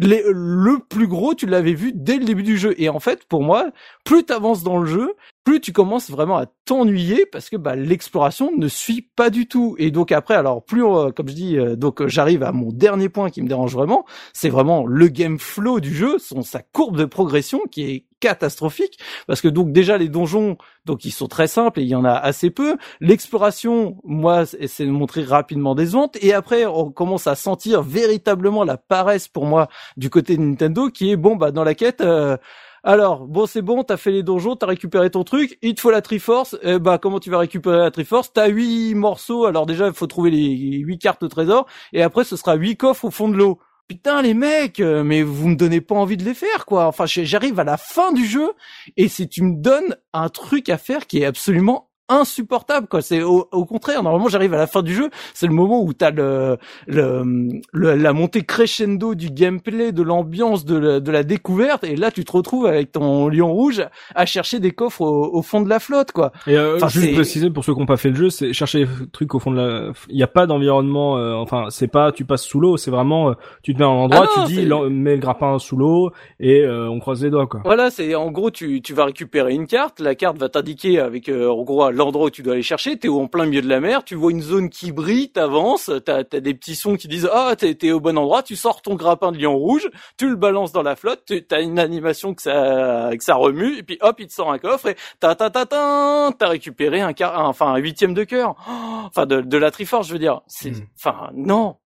E: Le plus gros, tu l'avais vu dès le début du jeu. Et en fait, pour moi, plus t'avances dans le jeu, plus tu commences vraiment à t'ennuyer parce que l'exploration ne suit pas du tout. Et donc après, alors plus comme je dis, j'arrive à mon dernier point qui me dérange vraiment, c'est vraiment le game flow du jeu, sa courbe de progression qui est catastrophique parce que donc déjà les donjons ils sont très simples et il y en a assez peu. L'exploration, moi, c'est de montrer rapidement décevante et après on commence à sentir véritablement la paresse pour moi du côté de Nintendo qui est dans la quête. Alors, c'est bon, t'as fait les donjons, t'as récupéré ton truc, il te faut la Triforce, comment tu vas récupérer la Triforce? T'as 8 morceaux, alors déjà, il faut trouver les 8 cartes au trésor, et après, ce sera 8 coffres au fond de l'eau. Putain, les mecs, mais vous me donnez pas envie de les faire, quoi. Enfin, j'arrive à la fin du jeu, et si tu me donnes un truc à faire qui est absolument insupportable, quoi. C'est au contraire, normalement j'arrive à la fin du jeu, c'est le moment où t'as la montée crescendo du gameplay, de l'ambiance, de la découverte, et là tu te retrouves avec ton lion rouge à chercher des coffres au fond de la flotte, quoi.
A: Et juste préciser pour ceux qui n'ont pas fait le jeu, c'est chercher les trucs au fond de la. Il y a pas d'environnement. Enfin, c'est pas tu passes sous l'eau, c'est vraiment tu te mets à un endroit, tu dis mets le grappin sous l'eau et on croise les doigts, quoi.
E: Voilà, c'est en gros tu vas récupérer une carte, la carte va t'indiquer avec en gros l'endroit où tu dois aller chercher, t'es en plein milieu de la mer, tu vois une zone qui brille, t'avances, t'as des petits sons qui disent t'es au bon endroit, tu sors ton grappin de lion rouge, tu le balances dans la flotte, t'as une animation que ça remue, et puis hop, il te sort un coffre et t'as récupéré un 8e de cœur. Enfin de la Triforce, je veux dire. C'est non,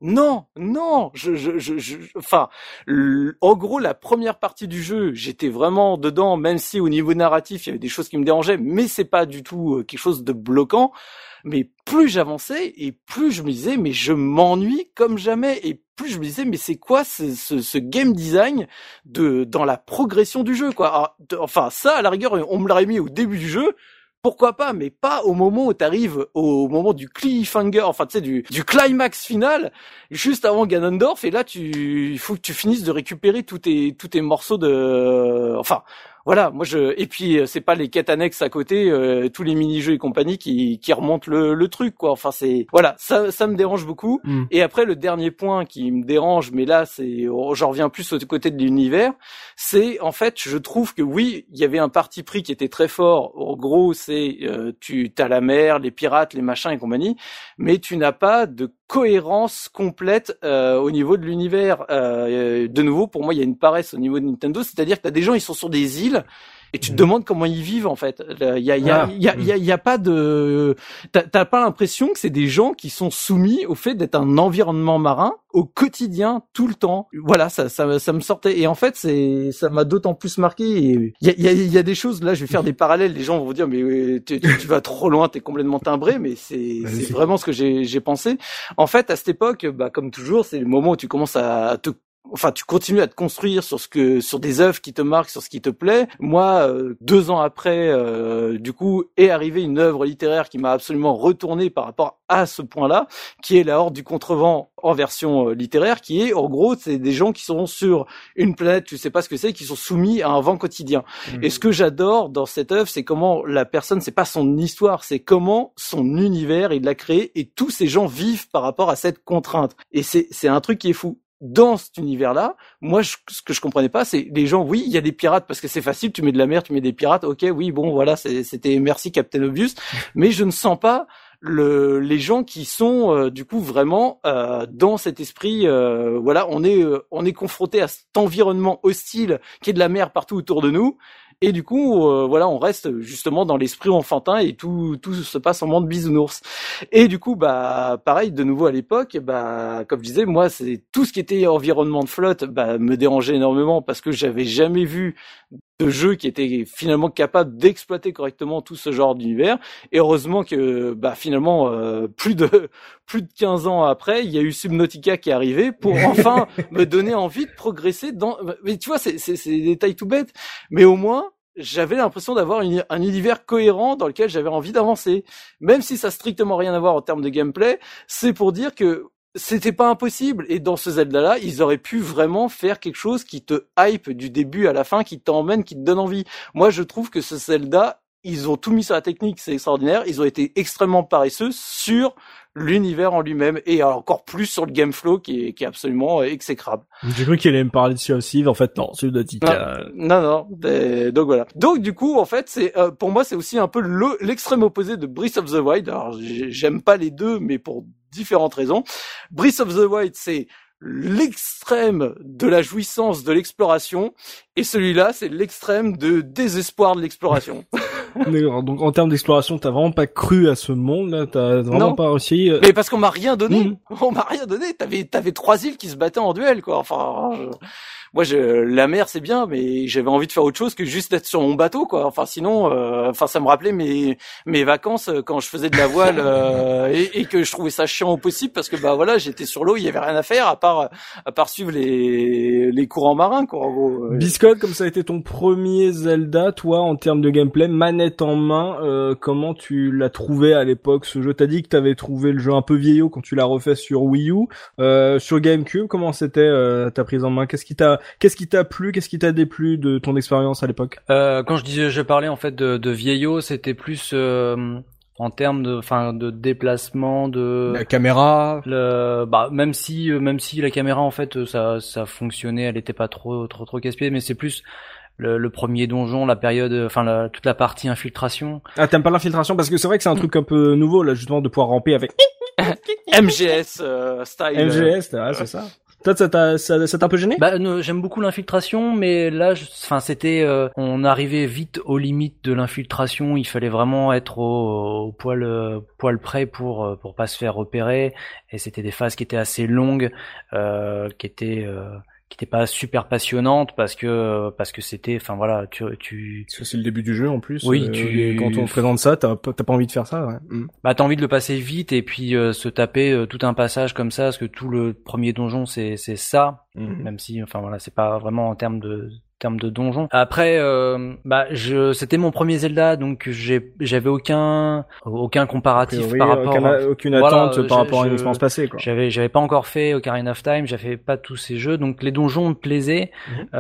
E: en gros la première partie du jeu, j'étais vraiment dedans, même si au niveau narratif, il y avait des choses qui me dérangeaient, mais c'est pas du tout quelque chose de bloquant. Mais plus j'avançais et plus je me disais mais je m'ennuie comme jamais, et plus je me disais mais c'est quoi ce game design dans la progression du jeu, quoi. Alors, ça à la rigueur on me l'aurait mis au début du jeu, pourquoi pas, mais pas au moment où t'arrives au moment du cliffhanger, du climax final, juste avant Ganondorf, et là il faut que tu finisses de récupérer tous tes morceaux voilà, et puis c'est pas les quêtes annexes à côté, tous les mini-jeux et compagnie qui remontent le truc, quoi. Enfin ça me dérange beaucoup. Et après le dernier point qui me dérange, mais là j'en reviens plus au côté de l'univers, c'est en fait je trouve que oui, il y avait un parti pris qui était très fort. En gros, c'est t'as la mer, les pirates, les machins et compagnie, mais tu n'as pas de cohérence complète au niveau de l'univers. De nouveau, pour moi, il y a une paresse au niveau de Nintendo, c'est-à-dire que t'as des gens, ils sont sur des îles et tu te demandes comment ils vivent, en fait. Il y a pas de, t'as pas l'impression que c'est des gens qui sont soumis au fait d'être un environnement marin au quotidien, tout le temps. Voilà, ça me sortait. Et en fait, ça m'a d'autant plus marqué. Il y a des choses, là, je vais faire des parallèles. Les gens vont vous dire, mais tu vas trop loin, t'es complètement timbré, mais c'est vraiment ce que j'ai pensé. En fait, à cette époque, comme toujours, c'est le moment où tu commences tu continues à te construire sur des œuvres qui te marquent, sur ce qui te plaît. Moi, 2 ans après, du coup, est arrivée une œuvre littéraire qui m'a absolument retourné par rapport à ce point-là, qui est La Horde du Contrevent en version littéraire, qui est, en gros, c'est des gens qui sont sur une planète, tu sais pas ce que c'est, qui sont soumis à un vent quotidien. Et ce que j'adore dans cette œuvre, c'est comment la personne, c'est pas son histoire, c'est comment son univers, il l'a créé, et tous ces gens vivent par rapport à cette contrainte. Et c'est un truc qui est fou. Dans cet univers-là, moi, ce que je comprenais pas, c'est les gens, oui, il y a des pirates parce que c'est facile, tu mets de la mer, tu mets des pirates, ok, oui, bon, voilà, c'était merci Captain Obvious, mais je ne sens pas les gens qui sont du coup vraiment dans cet esprit. Voilà, on est confronté à cet environnement hostile qui est de la mer partout autour de nous. Et du coup, voilà, on reste justement dans l'esprit enfantin et tout se passe en monde bisounours. Et du coup, pareil, de nouveau à l'époque, comme je disais, moi, c'est tout ce qui était environnement de flotte, me dérangeait énormément parce que j'avais jamais vu de jeu qui était finalement capable d'exploiter correctement tout ce genre d'univers. Et heureusement que, finalement, plus de 15 ans après, il y a eu Subnautica qui est arrivé pour enfin me donner envie de progresser mais tu vois, c'est des détails tout bêtes. Mais au moins, j'avais l'impression d'avoir un univers cohérent dans lequel j'avais envie d'avancer. Même si ça n'a strictement rien à voir en termes de gameplay, c'est pour dire que c'était pas impossible. Et dans ce Zelda-là, ils auraient pu vraiment faire quelque chose qui te hype du début à la fin, qui t'emmène, qui te donne envie. Moi, je trouve que ce Zelda, ils ont tout mis sur la technique, c'est extraordinaire. Ils ont été extrêmement paresseux sur l'univers en lui-même et encore plus sur le game flow qui est absolument exécrable.
A: J'ai cru qu'il allait me parler de Sea of Thieves, en fait non, c'est Subnautica.
E: Non. Donc voilà. Donc du coup en fait c'est pour moi c'est aussi un peu l'extrême opposé de Breath of the Wild. Alors j'aime pas les deux mais pour différentes raisons. Breath of the Wild c'est l'extrême de la jouissance de l'exploration et celui-là c'est l'extrême de désespoir de l'exploration.
A: D'accord, donc en termes d'exploration, t'as vraiment pas cru à ce monde-là, t'as vraiment pas réussi.
E: Mais parce qu'on m'a rien donné. On m'a rien donné. T'avais 3 îles qui se battaient en duel, quoi. Enfin, moi la mer c'est bien, mais j'avais envie de faire autre chose que juste d'être sur mon bateau, quoi. Enfin sinon, ça me rappelait mes vacances quand je faisais de la voile et que je trouvais ça chiant au possible parce que bah voilà, j'étais sur l'eau, il y avait rien à faire à part suivre les courants marins, quoi. En gros.
A: Biscotte, comme ça a été ton premier Zelda, toi en termes de gameplay, manette en main, comment tu l'as trouvé à l'époque ce jeu? T'as dit que t'avais trouvé le jeu un peu vieillot quand tu l'as refait sur Wii U, sur GameCube, comment c'était ta prise en main? Qu'est-ce qui t'a plu, qu'est-ce qui t'a déplu de ton expérience à l'époque?
F: Quand je parlais en fait de vieillot, c'était plus en termes de déplacement, de
A: la caméra.
F: Même si la caméra en fait ça fonctionnait, elle était pas trop casse-pied, mais c'est plus le premier donjon, la période, toute la partie infiltration.
A: Ah, t'aimes pas l'infiltration parce que c'est vrai que c'est un truc un peu nouveau là, justement, de pouvoir ramper avec
E: MGS style.
A: MGS, ouais, c'est ça. Toi, ça t'a un peu gêné?
F: J'aime beaucoup l'infiltration, mais là, c'était, on arrivait vite aux limites de l'infiltration. Il fallait vraiment être au poil près pour pas se faire repérer. Et c'était des phases qui étaient assez longues, qui étaient pas super passionnantes parce que c'était, parce que
A: c'est le début du jeu en plus.
F: Oui,
A: quand on te présente ça, t'as pas envie de faire ça, ouais.
F: T'as envie de le passer vite et puis se taper tout un passage comme ça, parce que tout le premier donjon c'est ça, même si, c'est pas vraiment en termes de donjon. Après, c'était mon premier Zelda, donc j'avais aucun comparatif par rapport,
A: aucune attente par rapport à une expérience passée, quoi.
F: J'avais pas encore fait Ocarina of Time, j'avais pas tous ces jeux, donc les donjons me plaisaient.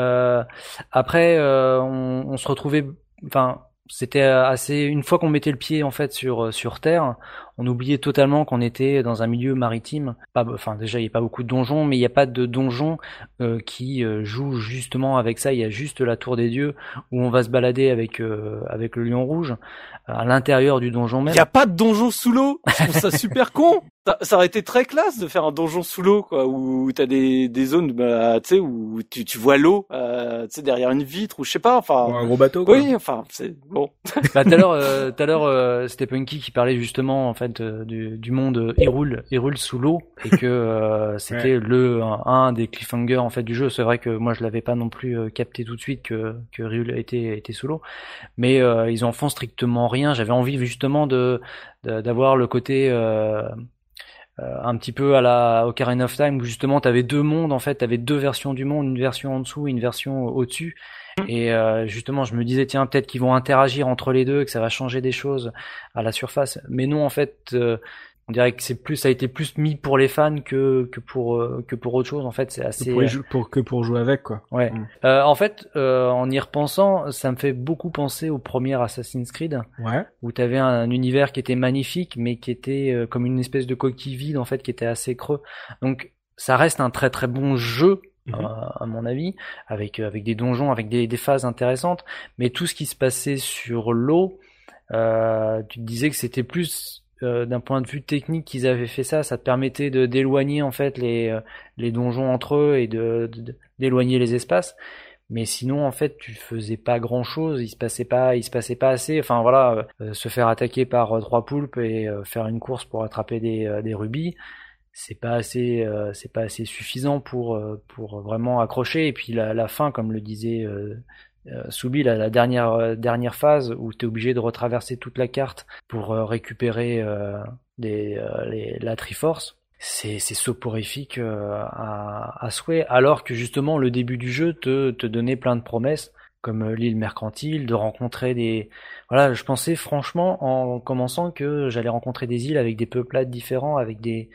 F: Après, on se retrouvait, c'était assez, une fois qu'on mettait le pied en fait sur terre, on oubliait totalement qu'on était dans un milieu maritime. Déjà il y a pas beaucoup de donjons, mais il y a pas de donjons qui jouent justement avec ça. Il y a juste la tour des dieux où on va se balader avec le lion rouge à l'intérieur du donjon même.
E: Il y a pas de donjon sous l'eau. Je trouve ça super con. Ça aurait été très classe de faire un donjon sous l'eau, quoi, où t'as des zones, tu sais, où tu vois l'eau, tu sais, derrière une vitre, ou je sais pas,
A: un gros bateau, quoi.
E: Oui, c'est bon.
F: Tout à l'heure, c'était Punky qui parlait justement, en fait, du monde Hyrule sous l'eau, et que, c'était un des cliffhangers, en fait, du jeu. C'est vrai que moi, je l'avais pas non plus capté tout de suite que Hyrule était sous l'eau. Mais, ils en font strictement rien. J'avais envie, justement, d'avoir le côté, un petit peu à la Ocarina of Time où justement t'avais deux mondes, en fait t'avais deux versions du monde, une version en dessous et une version au-dessus, et justement je me disais tiens peut-être qu'ils vont interagir entre les deux, que ça va changer des choses à la surface, mais non, en fait on dirait que ça a été plus mis pour les fans que pour autre chose, en fait. C'est assez
A: pour jouer avec, quoi.
F: Ouais. En fait, en y repensant, ça me fait beaucoup penser au premier Assassin's Creed.
A: Ouais.
F: Où t'avais un univers qui était magnifique, mais qui était comme une espèce de coquille vide, en fait, qui était assez creux. Donc ça reste un très très bon jeu. À mon avis, avec des donjons, avec des phases intéressantes, mais tout ce qui se passait sur l'eau, tu te disais que c'était plus d'un point de vue technique qu'ils avaient fait ça te permettait d'éloigner en fait les donjons entre eux et d'éloigner les espaces, mais sinon en fait tu faisais pas grand chose, il se passait pas assez, se faire attaquer par 3 poulpes et faire une course pour attraper des rubis, c'est pas assez suffisant pour vraiment accrocher. Et puis la fin, comme le disait Soubi, la dernière phase où t'es obligé de retraverser toute la carte pour récupérer la Triforce, c'est soporifique à souhait, alors que justement le début du jeu te donnait plein de promesses, comme l'île mercantile, de rencontrer je pensais franchement en commençant que j'allais rencontrer des îles avec des peuplades différents, avec des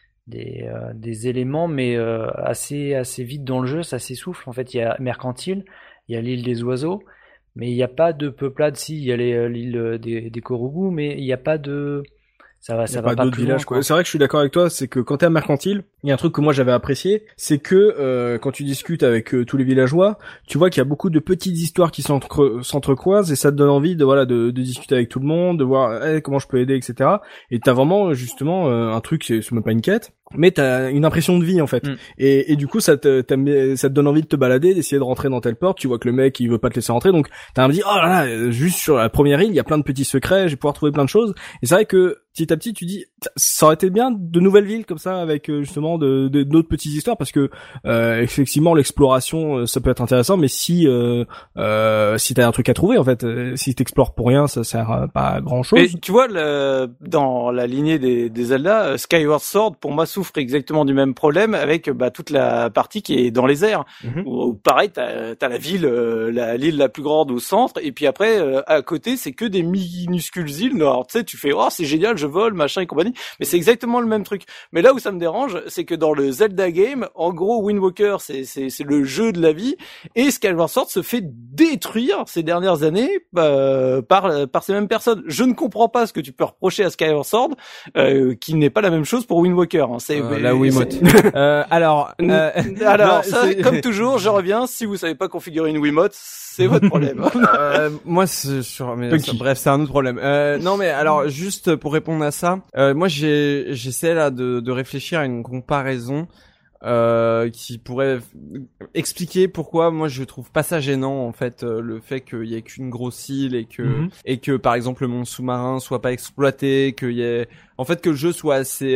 F: éléments, mais assez vite dans le jeu ça s'essouffle. En fait, il y a mercantile, il y a l'île des oiseaux, mais il n'y a pas de peuplade. Si, il y a l'île des Korugu, mais il n'y a pas de... Ça va pas
A: d'autres villages, quoi. C'est vrai que je suis d'accord avec toi, c'est que quand t'es à Mercantile, il y a un truc que moi j'avais apprécié, c'est que quand tu discutes avec tous les villageois, tu vois qu'il y a beaucoup de petites histoires qui s'entrecroisent, et ça te donne envie de discuter avec tout le monde, de voir comment je peux aider, etc. Et t'as vraiment justement un truc, c'est même pas une quête, mais t'as une impression de vie, en fait. Et du coup ça te donne envie de te balader, d'essayer de rentrer dans telle porte. Tu vois que le mec il veut pas te laisser rentrer, donc t'as envie de dire oh là là, juste sur la première île il y a plein de petits secrets, je vais pouvoir trouver plein de choses. Et c'est vrai que petit à petit tu dis ça aurait été bien de nouvelles villes comme ça, avec justement d'autres petites histoires, parce que effectivement l'exploration ça peut être intéressant, mais si t'as un truc à trouver en fait, si t'explores pour rien, ça sert pas à grand chose.
E: Mais tu vois, dans la lignée des Zelda, Skyward Sword pour moi souffre exactement du même problème avec toute la partie qui est dans les airs. Où, pareil, t'as la ville, l'île la plus grande au centre, et puis après à côté c'est que des minuscules îles. Alors tu sais, tu fais c'est génial, je vole, machin et compagnie, mais c'est exactement le même truc. Mais là où ça me dérange, c'est que dans le Zelda game, en gros, Wind Waker c'est le jeu de la vie, et Skyward Sword se fait détruire ces dernières années par ces mêmes personnes. Je ne comprends pas ce que tu peux reprocher à Skyward Sword, qui n'est pas la même chose pour Wind Walker. Hein. C'est
B: la Wiimote.
E: Alors, ça, comme toujours, je reviens. Si vous savez pas configurer une Wiimote, c'est votre problème.
B: Moi, bref, c'est un autre problème. Non, mais alors, juste pour répondre à ça, moi, j'essaie là de réfléchir à une comparaison qui pourrait expliquer pourquoi moi je trouve pas ça gênant en fait, le fait qu'il y ait qu'une grosse île et que par exemple le monde sous-marin soit pas exploité, qu'il y ait en fait que le jeu soit assez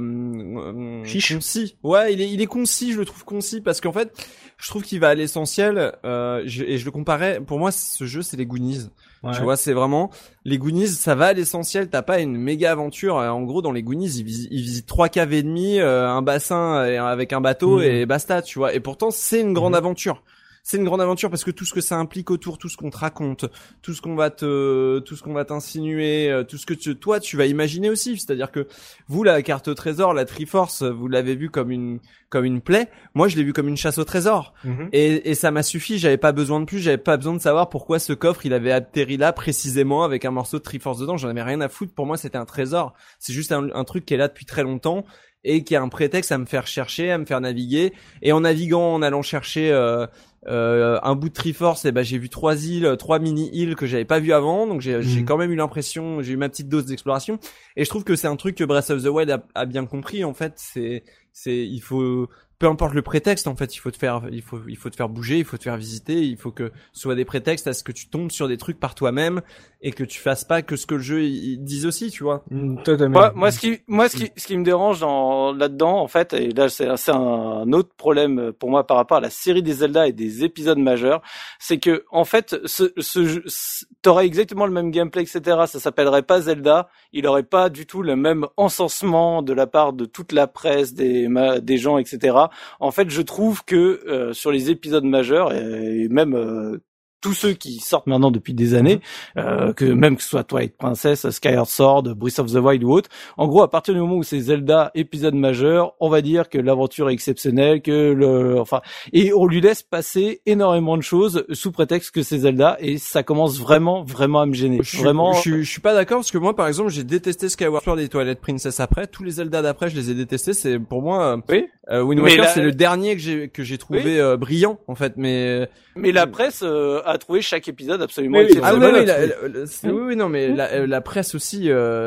B: concis. Ouais, il est concis, je le trouve concis parce qu'en fait je trouve qu'il va à l'essentiel, et je le comparais, pour moi ce jeu c'est les Goonies. Ouais. Tu vois, c'est vraiment les Goonies, ça va à l'essentiel, t'as pas une méga aventure. En gros, dans les Goonies, ils visitent 3 caves et demie, un bassin avec un bateau et basta, tu vois. Et pourtant, c'est une grande aventure. C'est une grande aventure parce que tout ce que ça implique autour, tout ce qu'on te raconte, tout ce qu'on va t'insinuer, tout ce que toi tu vas imaginer aussi. C'est-à-dire que vous, la carte au trésor, la Triforce, vous l'avez vu comme une plaie. Moi, je l'ai vu comme une chasse au trésor. Et ça m'a suffi. J'avais pas besoin de plus. J'avais pas besoin de savoir pourquoi ce coffre il avait atterri là précisément avec un morceau de Triforce dedans. J'en avais rien à foutre. Pour moi, c'était un trésor. C'est juste un truc qui est là depuis très longtemps et qui est un prétexte à me faire chercher, à me faire naviguer. Et en naviguant, en allant chercher un bout de Triforce, j'ai vu 3 mini-îles que j'avais pas vu avant, donc j'ai quand même eu l'impression, j'ai eu ma petite dose d'exploration, et je trouve que c'est un truc que Breath of the Wild a bien compris, en fait, il faut, peu importe le prétexte, en fait, il faut te faire bouger, il faut te faire visiter, il faut que ce soit des prétextes à ce que tu tombes sur des trucs par toi-même et que tu fasses pas que ce que le jeu il dise aussi, tu vois.
E: Totalement. Moi, ce qui me dérange là-dedans, en fait, et là c'est un autre problème pour moi par rapport à la série des Zelda et des épisodes majeurs, c'est que en fait, ce jeu, t'aurais exactement le même gameplay, etc. Ça s'appellerait pas Zelda, il aurait pas du tout le même encensement de la part de toute la presse, des gens, etc. En fait, je trouve que sur les épisodes majeurs et même tous ceux qui sortent maintenant depuis des années, que ce soit Twilight Princess, Skyward Sword, Breath of the Wild ou autre, en gros, à partir du moment où c'est Zelda épisode majeur, on va dire que l'aventure est exceptionnelle, et on lui laisse passer énormément de choses sous prétexte que c'est Zelda, et ça commence vraiment à me gêner.
B: Je suis pas d'accord parce que moi, par exemple, j'ai détesté Skyward Sword et Twilight Princess après. Tous les Zelda d'après, je les ai détestés. C'est pour moi, Wind Waker, c'est le dernier que j'ai trouvé brillant, en fait. Mais
E: la presse a trouvé chaque épisode absolument exceptionnel.
B: La presse aussi,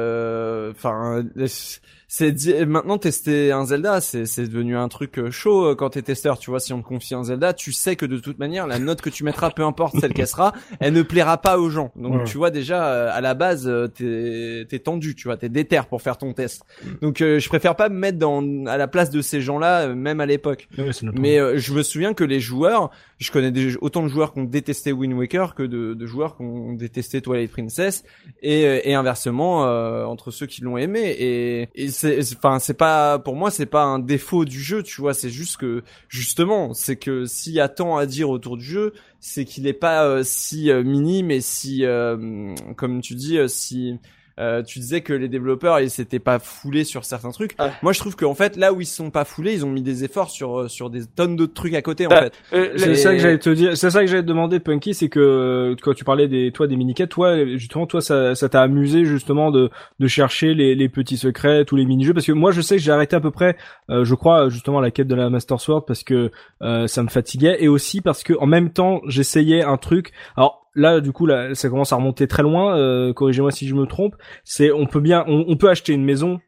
B: maintenant tester un Zelda, c'est devenu un truc chaud quand t'es testeur, tu vois. Si on te confie un Zelda, tu sais que de toute manière la note que tu mettras, peu importe celle qu'elle sera, elle ne plaira pas aux gens. Donc tu vois déjà à la base t'es tendu, tu vois, t'es déter pour faire ton test. Donc je préfère pas me mettre à la place de ces gens-là, même à l'époque. Mais je me souviens que les joueurs, je connais autant de joueurs qui ont détesté Wind Waker que de joueurs qui ont détesté Twilight Princess et inversement entre ceux qui l'ont aimé et c'est pas, pour moi, c'est pas un défaut du jeu, tu vois, c'est juste que, justement, c'est que s'il y a tant à dire autour du jeu, c'est qu'il est pas si minime et si, comme tu dis, si tu disais que les développeurs ils s'étaient pas foulés sur certains trucs. Moi je trouve qu'en fait là où ils se sont pas foulés, ils ont mis des efforts sur des tonnes d'autres trucs à côté en fait.
A: C'est ça que j'allais te dire, c'est ça que j'allais te demander Punky, c'est que quand tu parlais des mini-quêtes, toi justement ça t'a amusé justement de chercher les petits secrets, tous les mini-jeux, parce que moi je sais que j'ai arrêté à peu près je crois justement la quête de la Master Sword parce que ça me fatiguait, et aussi parce que en même temps j'essayais un truc. Alors là, du coup, ça commence à remonter très loin. Corrigez-moi si je me trompe. On peut acheter une maison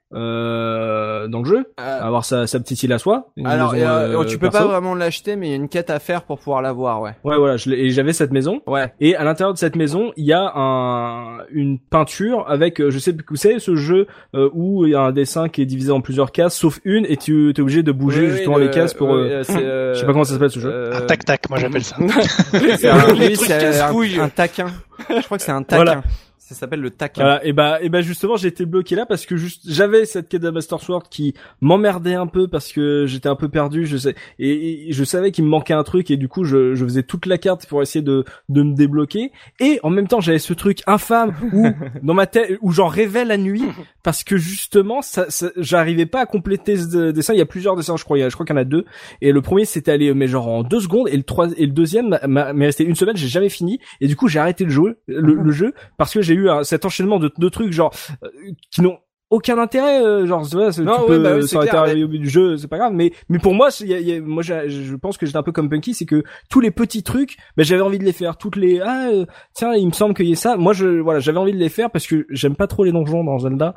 A: dans le jeu, avoir sa petite île à soi.
B: Alors tu peux
A: perso.
B: pas vraiment l'acheter, mais il y a une quête à faire pour pouvoir l'avoir, ouais.
A: Ouais, voilà, et j'avais cette maison.
B: Ouais.
A: Et à l'intérieur de cette maison, il y a une peinture avec, je sais plus où c'est, ce jeu où il y a un dessin qui est divisé en plusieurs cases, sauf une, et tu es obligé de bouger justement les cases pour. Je sais pas comment ça s'appelle ce jeu.
C: Un tac-tac, moi j'appelle ça.
B: C'est un taquin. Je crois que c'est un taquin. Voilà. Ça s'appelle le taquin.
A: Voilà, et bah justement, j'ai été bloqué là parce que j'avais cette quête de Master Sword qui m'emmerdait un peu parce que j'étais un peu perdu, et je savais qu'il me manquait un truc, et du coup je faisais toute la carte pour essayer de me débloquer, et en même temps j'avais ce truc infâme où dans ma tête où j'en rêvais la nuit parce que justement ça j'arrivais pas à compléter ce dessin. Il y a plusieurs dessins, je crois qu'il y en a 2, et le premier c'était allé mais genre en 2 secondes, et le deuxième m'est resté une semaine, j'ai jamais fini, et du coup j'ai arrêté le jeu parce que j'ai eu cet enchaînement de trucs genre qui n'ont aucun intérêt, genre ça aurait été arrivé au bout du jeu, c'est pas grave, mais pour moi moi je pense que j'étais un peu comme Punky, c'est que tous les petits trucs, j'avais envie de les faire, toutes les tiens, il me semble qu'il y ait ça, moi j'avais envie de les faire parce que j'aime pas trop les donjons dans Zelda,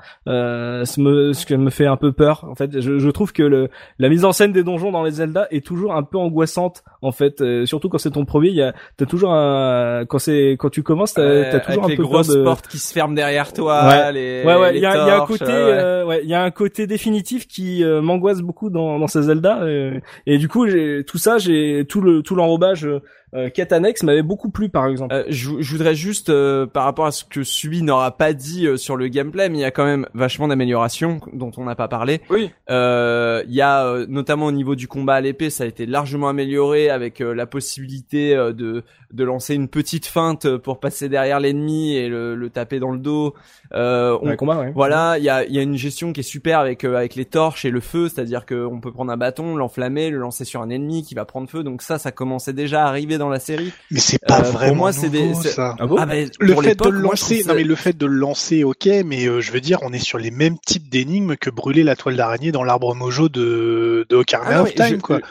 A: ce qui me fait un peu peur en fait. Je trouve que la mise en scène des donjons dans les Zelda est toujours un peu angoissante en fait, surtout quand c'est ton premier, t'as toujours quand tu commences t'as toujours un peu
B: les grosses portes qui se ferment derrière toi,
A: il y a un côté il y a un côté définitif qui m'angoisse beaucoup dans ces Zelda, et du coup tout l'enrobage quête annexe m'avait beaucoup plu par exemple.
B: Je voudrais juste par rapport à ce que Subi n'aura pas dit sur le gameplay, mais il y a quand même vachement d'améliorations dont on n'a pas parlé.
A: Oui.
B: Il y a notamment au niveau du combat à l'épée, ça a été largement amélioré avec la possibilité de lancer une petite feinte pour passer derrière l'ennemi et le taper dans le dos.
A: Combat, ouais.
B: Voilà, il y a une gestion qui est super avec les torches et le feu, c'est-à-dire qu'on peut prendre un bâton, l'enflammer, le lancer sur un ennemi qui va prendre feu. Donc ça commençait déjà à arriver dans la série.
C: Mais c'est pas vraiment
B: pour moi,
C: nouveau, ça.
A: Ah bon
C: le fait de le lancer, non mais le fait de le lancer, ok, mais je veux dire, on est sur les mêmes types d'énigmes que brûler la toile d'araignée dans l'arbre mojo de Ocarina of Time, quoi.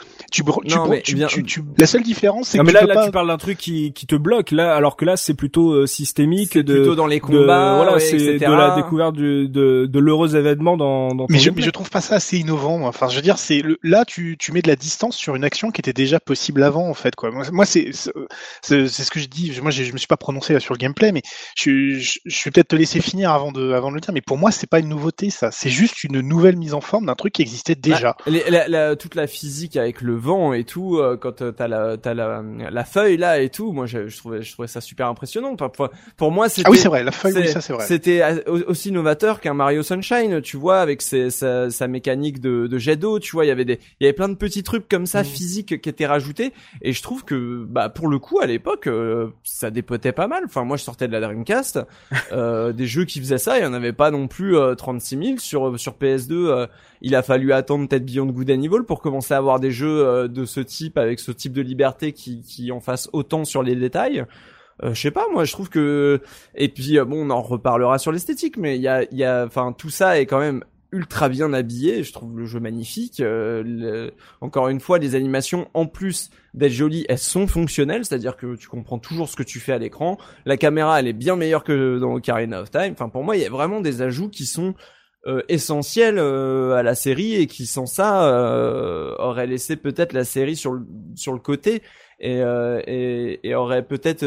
C: La seule différence, c'est que
A: tu parles d'un truc qui te bloque là, alors que là c'est plutôt systémique,
B: plutôt dans les combats,
A: c'est
B: etc.
A: de la découverte de l'heureux événement dans
C: mais je trouve pas ça assez innovant, moi. Enfin, je veux dire, là tu mets de la distance sur une action qui était déjà possible avant, en fait, quoi. Moi c'est ce que je dis. Moi je me suis pas prononcé là sur le gameplay, mais je vais peut-être te laisser finir avant de le dire, mais pour moi c'est pas une nouveauté, ça. C'est juste une nouvelle mise en forme d'un truc qui existait déjà.
B: Toute la physique avec le vent et tout, quand t'as la feuille là et tout, moi je trouvais ça super impressionnant. Pour moi c'était,
C: ah oui c'est vrai, la feuille, oui, ça c'est vrai,
B: c'était aussi novateur qu'un Mario Sunshine, tu vois, avec sa mécanique de jet d'eau, tu vois, il y avait plein de petits trucs comme ça physiques qui étaient rajoutés, et je trouve que pour le coup à l'époque ça dépotait pas mal. Enfin moi je sortais de la Dreamcast, des jeux qui faisaient ça, il y en avait pas non plus 36 000 sur PS2. Il a fallu attendre peut-être Beyond Good and Evil pour commencer à avoir des jeux de ce type, avec ce type de liberté qui en fasse autant sur les détails. Je sais pas, moi je trouve que, et puis on en reparlera sur l'esthétique, mais il y a enfin tout ça est quand même ultra bien habillé. Je trouve le jeu magnifique. Encore une fois, les animations, en plus d'être jolies, elles sont fonctionnelles, c'est-à-dire que tu comprends toujours ce que tu fais à l'écran. La caméra, elle est bien meilleure que dans Ocarina of Time. Enfin, pour moi, il y a vraiment des ajouts qui sont essentiels à la série, et qui sans ça auraient laissé peut-être la série sur le côté, et aurait peut-être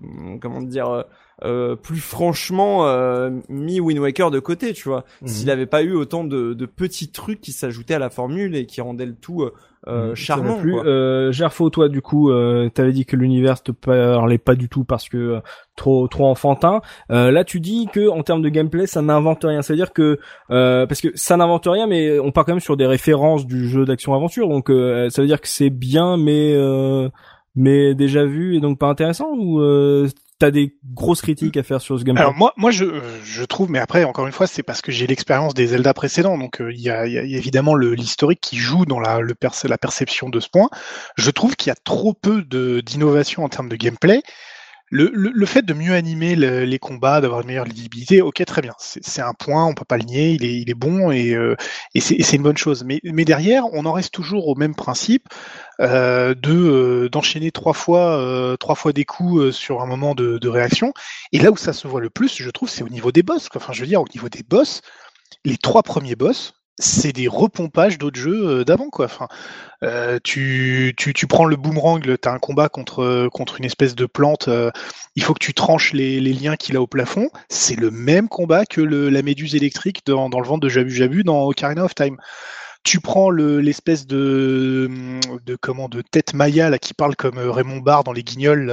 B: plus franchement mis Wind Waker de côté, tu vois, s'il avait pas eu autant de petits trucs qui s'ajoutaient à la formule et qui rendaient le tout charmant, quoi.
A: Gerfo, toi du coup t'avais dit que l'univers te parlait pas du tout parce que trop enfantin. Là tu dis que en termes de gameplay ça n'invente rien, c'est-à-dire que parce que ça n'invente rien, mais on part quand même sur des références du jeu d'action-aventure, donc ça veut dire que c'est bien mais déjà vu et donc pas intéressant, ou t'as des grosses critiques à faire sur ce gameplay?
C: Alors moi je trouve, mais après encore une fois c'est parce que j'ai l'expérience des Zelda précédents, donc il y a évidemment l'historique qui joue dans la perception de ce point. Je trouve qu'il y a trop peu d'innovation en termes de gameplay. Le fait de mieux animer les combats, d'avoir une meilleure lisibilité, ok, très bien, c'est un point, on peut pas le nier, il est bon, et c'est une bonne chose. Mais derrière, on en reste toujours au même principe d'enchaîner trois fois des coups sur un moment de réaction. Et là où ça se voit le plus, je trouve, c'est au niveau des boss, quoi. Enfin, je veux dire, au niveau des boss, les 3 premiers boss, c'est des repompages d'autres jeux d'avant, quoi. Enfin, tu prends le boomerang, t'as un combat contre une espèce de plante. Il faut que tu tranches les liens qu'il a au plafond. C'est le même combat que la méduse électrique dans le ventre de Jabu Jabu dans Ocarina of Time. Tu prends l'espèce de tête Maya là qui parle comme Raymond Barre dans Les Guignols.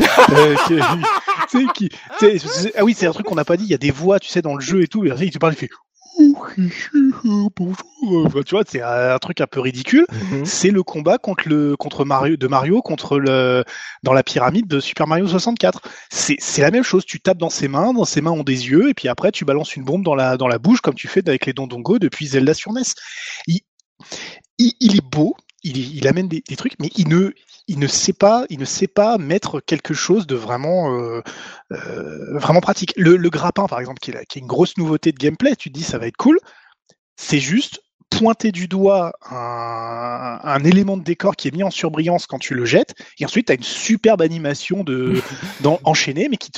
C: Ah oui, c'est un truc qu'on n'a pas dit. Il y a des voix, tu sais, dans le jeu et tout. Et il te parle, il fait bonjour. Enfin, tu vois, c'est un truc un peu ridicule. C'est le combat contre Mario dans la pyramide de Super Mario 64. C'est la même chose. Tu tapes dans ses mains ont des yeux, et puis après tu balances une bombe dans la bouche comme tu fais avec les Dondongo depuis Zelda sur NES. Il est beau. Il amène des trucs, mais il ne sait pas mettre quelque chose de vraiment pratique. Le grappin, par exemple, qui est une grosse nouveauté de gameplay, tu te dis ça va être cool. C'est juste pointer du doigt un élément de décor qui est mis en surbrillance quand tu le jettes, et ensuite tu as une superbe animation enchaînée, mais qui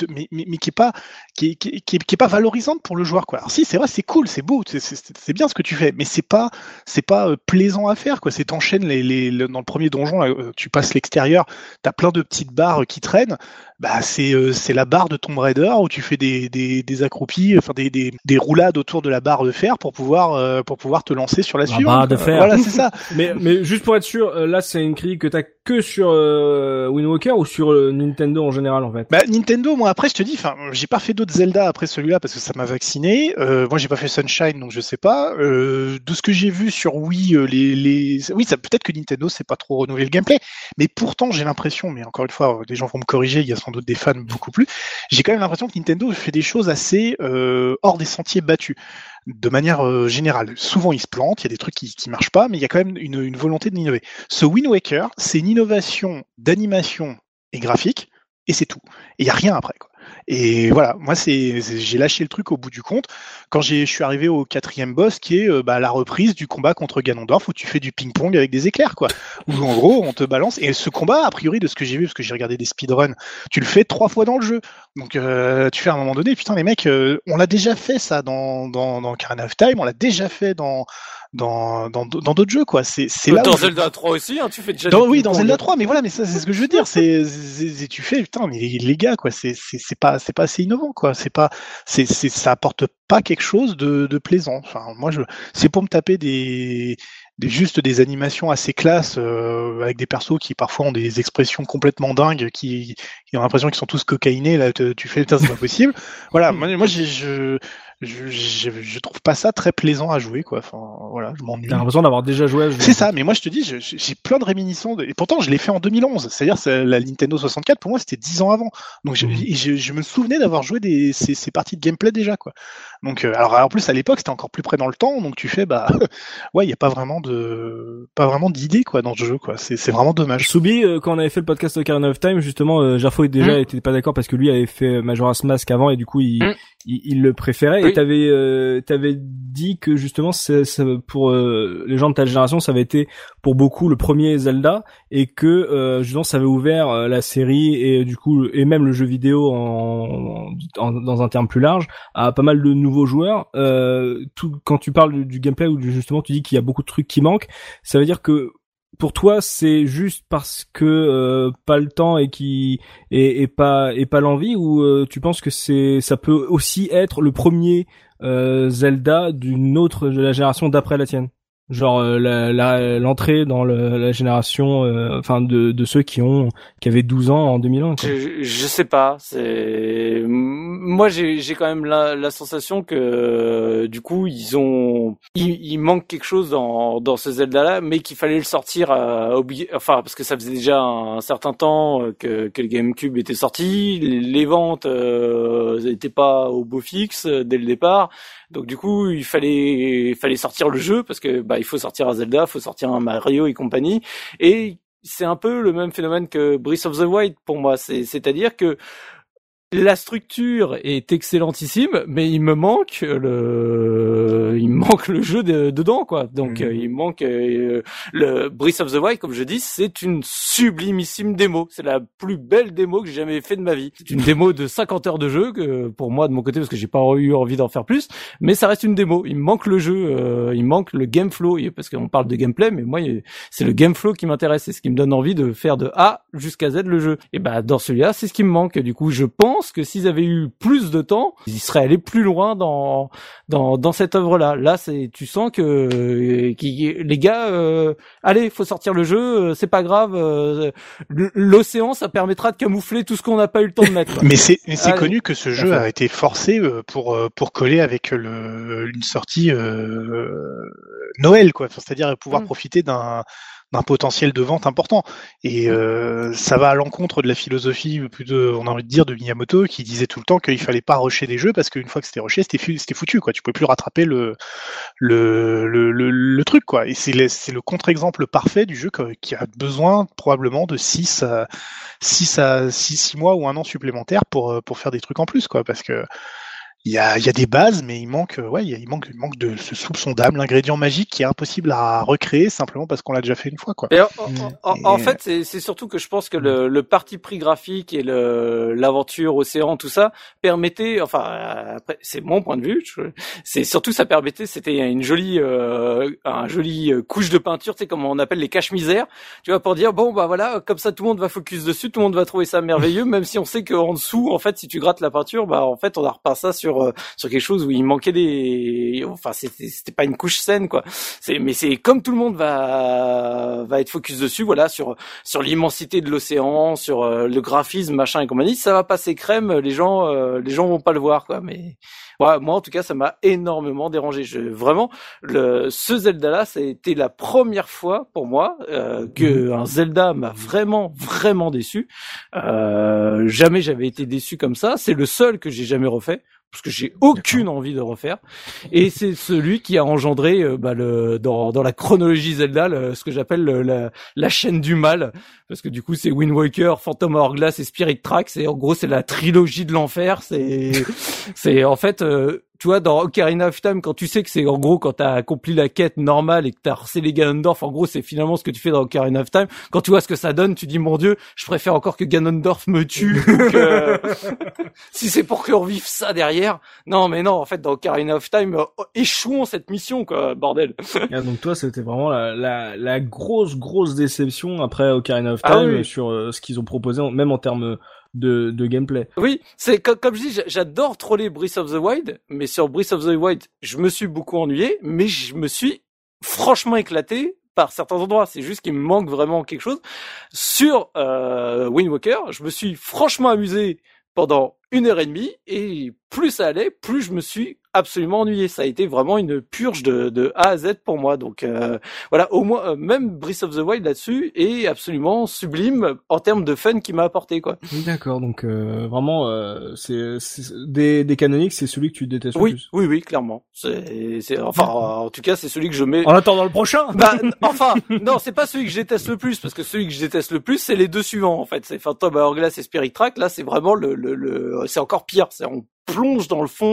C: est pas valorisante pour le joueur, quoi. Alors si, c'est vrai, c'est cool, c'est beau, c'est bien ce que tu fais, mais c'est pas plaisant à faire, quoi. C'est t'enchaînes dans le premier donjon, là, tu passes l'extérieur, t'as plein de petites barres qui traînent. Bah c'est la barre de Tomb Raider où tu fais des accroupis, enfin des roulades autour de la barre de fer pour pouvoir te lancer sur la suivante.
A: Barre de fer.
C: Voilà, c'est ça.
A: mais juste pour être sûr, là c'est une critique que t'as que sur Wind Waker ou sur Nintendo en général, en fait?
C: Bah Nintendo, moi après je te dis, enfin j'ai pas fait d'autres Zelda après celui-là parce que ça m'a vacciné. Moi j'ai pas fait Sunshine, donc je sais pas. De ce que j'ai vu sur Wii, oui, ça peut-être que Nintendo c'est pas trop renouvelé le gameplay, mais pourtant j'ai l'impression, mais encore une fois, des gens vont me corriger, il y a sans doute des fans beaucoup plus. J'ai quand même l'impression que Nintendo fait des choses assez hors des sentiers battus. De manière générale. Souvent, ils se plantent, il y a des trucs qui marchent pas, mais il y a quand même une volonté de l'innover. Ce Wind Waker, c'est une innovation d'animation et graphique, et c'est tout. Et il y a rien après, quoi. Et voilà, moi j'ai lâché le truc au bout du compte quand je suis arrivé au 4e boss qui est la reprise du combat contre Ganondorf où tu fais du ping-pong avec des éclairs, quoi. Où en gros on te balance, et ce combat, a priori de ce que j'ai vu, parce que j'ai regardé des speedruns, tu le fais 3 fois dans le jeu. Donc tu fais à un moment donné, putain les mecs, on l'a déjà fait ça dans Ocarina of Time, on l'a déjà fait dans d'autres jeux, quoi. C'est là
E: dans Zelda 3 aussi, hein, tu fais déjà
C: dans Zelda 3, mais voilà, mais ça c'est ce que je veux dire, c'est tu fais, putain, mais les gars, quoi, c'est pas assez innovant, quoi. Ça apporte pas quelque chose de plaisant. Enfin, moi c'est pour me taper juste des animations assez classes avec des persos qui parfois ont des expressions complètement dingues, qui ont l'impression qu'ils sont tous cocaïnés. Là, tu fais, putain, c'est pas possible. Voilà, moi je trouve pas ça très plaisant à jouer, quoi. Enfin, voilà, je m'ennuie.
A: T'as l'impression d'avoir déjà joué à ce jeu.
C: C'est ça, mais moi je te dis, j'ai plein de réminiscences, et pourtant je l'ai fait en 2011. C'est-à-dire, la Nintendo 64, pour moi, c'était 10 ans avant. Donc je me souvenais d'avoir joué ces parties de gameplay déjà, quoi. Donc, alors en plus à l'époque, c'était encore plus près dans le temps, donc tu fais, ouais, il y a pas vraiment d'idée, quoi, dans ce jeu, quoi. C'est vraiment dommage.
A: Soubi, quand on avait fait le podcast Ocarina of Time, justement, Gerfo déjà était pas d'accord parce que lui avait fait Majora's Mask avant, et du coup il le préférait. Oui. Et t'avais dit que justement pour les gens de ta génération, ça avait été pour beaucoup le premier Zelda, et que justement ça avait ouvert la série et du coup et même le jeu vidéo dans un terme plus large à pas mal de nouveaux joueurs. Quand tu parles du gameplay, ou justement tu dis qu'il y a beaucoup de trucs qui manquent, ça veut dire que pour toi c'est juste parce que pas le temps et pas l'envie, ou tu penses que ça peut aussi être le premier Zelda de la génération d'après la tienne, genre l'entrée dans la génération enfin de ceux qui avaient 12 ans en 2001, quoi.
E: Je sais pas, moi j'ai quand même la sensation que du coup il manque quelque chose dans ce Zelda là, mais qu'il fallait le sortir parce que ça faisait déjà un certain temps que le GameCube était sorti, les ventes étaient pas au beau fixe dès le départ. Donc du coup, il fallait sortir le jeu, parce que il faut sortir un Zelda, il faut sortir un Mario et compagnie. Et c'est un peu le même phénomène que Breath of the Wild pour moi. C'est-à-dire que la structure est excellentissime, mais il me manque le jeu dedans, quoi. Donc il me manque le Breath of the Wild, comme je dis, c'est une sublimissime démo. C'est la plus belle démo que j'ai jamais fait de ma vie. C'est une démo de 50 heures de jeu, que pour moi de mon côté, parce que j'ai pas eu envie d'en faire plus, mais ça reste une démo. Il me manque le jeu, il me manque le game flow, parce qu'on parle de gameplay, mais moi c'est le game flow qui m'intéresse, c'est ce qui me donne envie de faire de A jusqu'à Z le jeu. Et bah dans celui-là, c'est ce qui me manque. Du coup, je pense que s'ils avaient eu plus de temps, ils seraient allés plus loin dans cette œuvre-là. Là, tu sens que les gars, allez, faut sortir le jeu, c'est pas grave. L'océan, ça permettra de camoufler tout ce qu'on n'a pas eu le temps de mettre.
C: Mais c'est connu que ce jeu a été forcé pour coller avec une sortie Noël, quoi. C'est-à-dire pouvoir profiter d'un potentiel de vente important, et ça va à l'encontre de la philosophie on a envie de dire, de Miyamoto, qui disait tout le temps qu'il fallait pas rusher des jeux, parce qu'une fois que c'était rushé, c'était foutu, quoi. Tu pouvais plus rattraper le truc, quoi. Et c'est le contre-exemple parfait du jeu qui a besoin probablement de 6 mois ou un an supplémentaire pour faire des trucs en plus, quoi, parce que il y a des bases, mais il manque de ce soupçon d'âme, l'ingrédient magique qui est impossible à recréer simplement parce qu'on l'a déjà fait une fois, quoi.
E: Et en fait, c'est surtout que je pense que le parti pris graphique et l'aventure océan, tout ça permettait, enfin après c'est mon point de vue, c'est surtout ça permettait, c'était une jolie couche de peinture, tu sais, comme on appelle les caches-misères, tu vois, pour dire bon bah voilà, comme ça tout le monde va focus dessus, tout le monde va trouver ça merveilleux, même si on sait qu'en dessous, en fait, si tu grattes la peinture, bah en fait on a repeint ça sur quelque chose où il manquait c'était pas une couche saine, quoi. Mais c'est comme tout le monde va être focus dessus, voilà, sur l'immensité de l'océan, sur le graphisme, machin et compagnie, ça va passer crème, les gens vont pas le voir, quoi. Mais ouais, moi en tout cas ça m'a énormément dérangé. Vraiment, ce Zelda là, ça a été la première fois pour moi que un Zelda m'a vraiment déçu. Jamais j'avais été déçu comme ça. C'est le seul que j'ai jamais refait, parce que j'ai aucune envie de refaire, et c'est celui qui a engendré dans la chronologie Zelda ce que j'appelle la chaîne du mal, parce que du coup c'est Wind Waker, Phantom Hourglass et Spirit Tracks, et en gros c'est la trilogie de l'enfer. C'est en fait tu vois, dans Ocarina of Time, quand tu sais que c'est en gros quand t'as accompli la quête normale et que t'as harcelé Ganondorf, en gros c'est finalement ce que tu fais dans Ocarina of Time. Quand tu vois ce que ça donne, tu dis mon Dieu, je préfère encore que Ganondorf me tue que si c'est pour qu'on revive ça derrière. Non mais non, en fait dans Ocarina of Time, échouons cette mission, quoi, bordel.
A: Ah, donc toi c'était vraiment la grosse déception après Ocarina of Time, sur ce qu'ils ont proposé, même en termes de gameplay.
E: Oui, c'est comme je dis, j'adore troller Breath of the Wild, mais sur Breath of the Wild, je me suis beaucoup ennuyé, mais je me suis franchement éclaté par certains endroits. C'est juste qu'il me manque vraiment quelque chose. Sur Wind Waker, je me suis franchement amusé pendant 1h30, et plus ça allait, plus je me suis absolument ennuyé. Ça a été vraiment une purge de A à Z pour moi. Donc voilà, au moins même Breath of the Wild là-dessus est absolument sublime en termes de fun qu'il m'a apporté, quoi.
A: D'accord, donc vraiment c'est des canoniques, c'est celui que tu détestes le plus.
E: Oui, clairement. C'est enfin en tout cas, c'est celui que je mets
A: en attendant le prochain.
E: Bah enfin, non, c'est pas celui que je déteste le plus, parce que celui que je déteste le plus, c'est les deux suivants en fait, c'est Phantom Hourglass et Spirit Tracks. Là, c'est vraiment c'est encore pire, on plonge dans le fond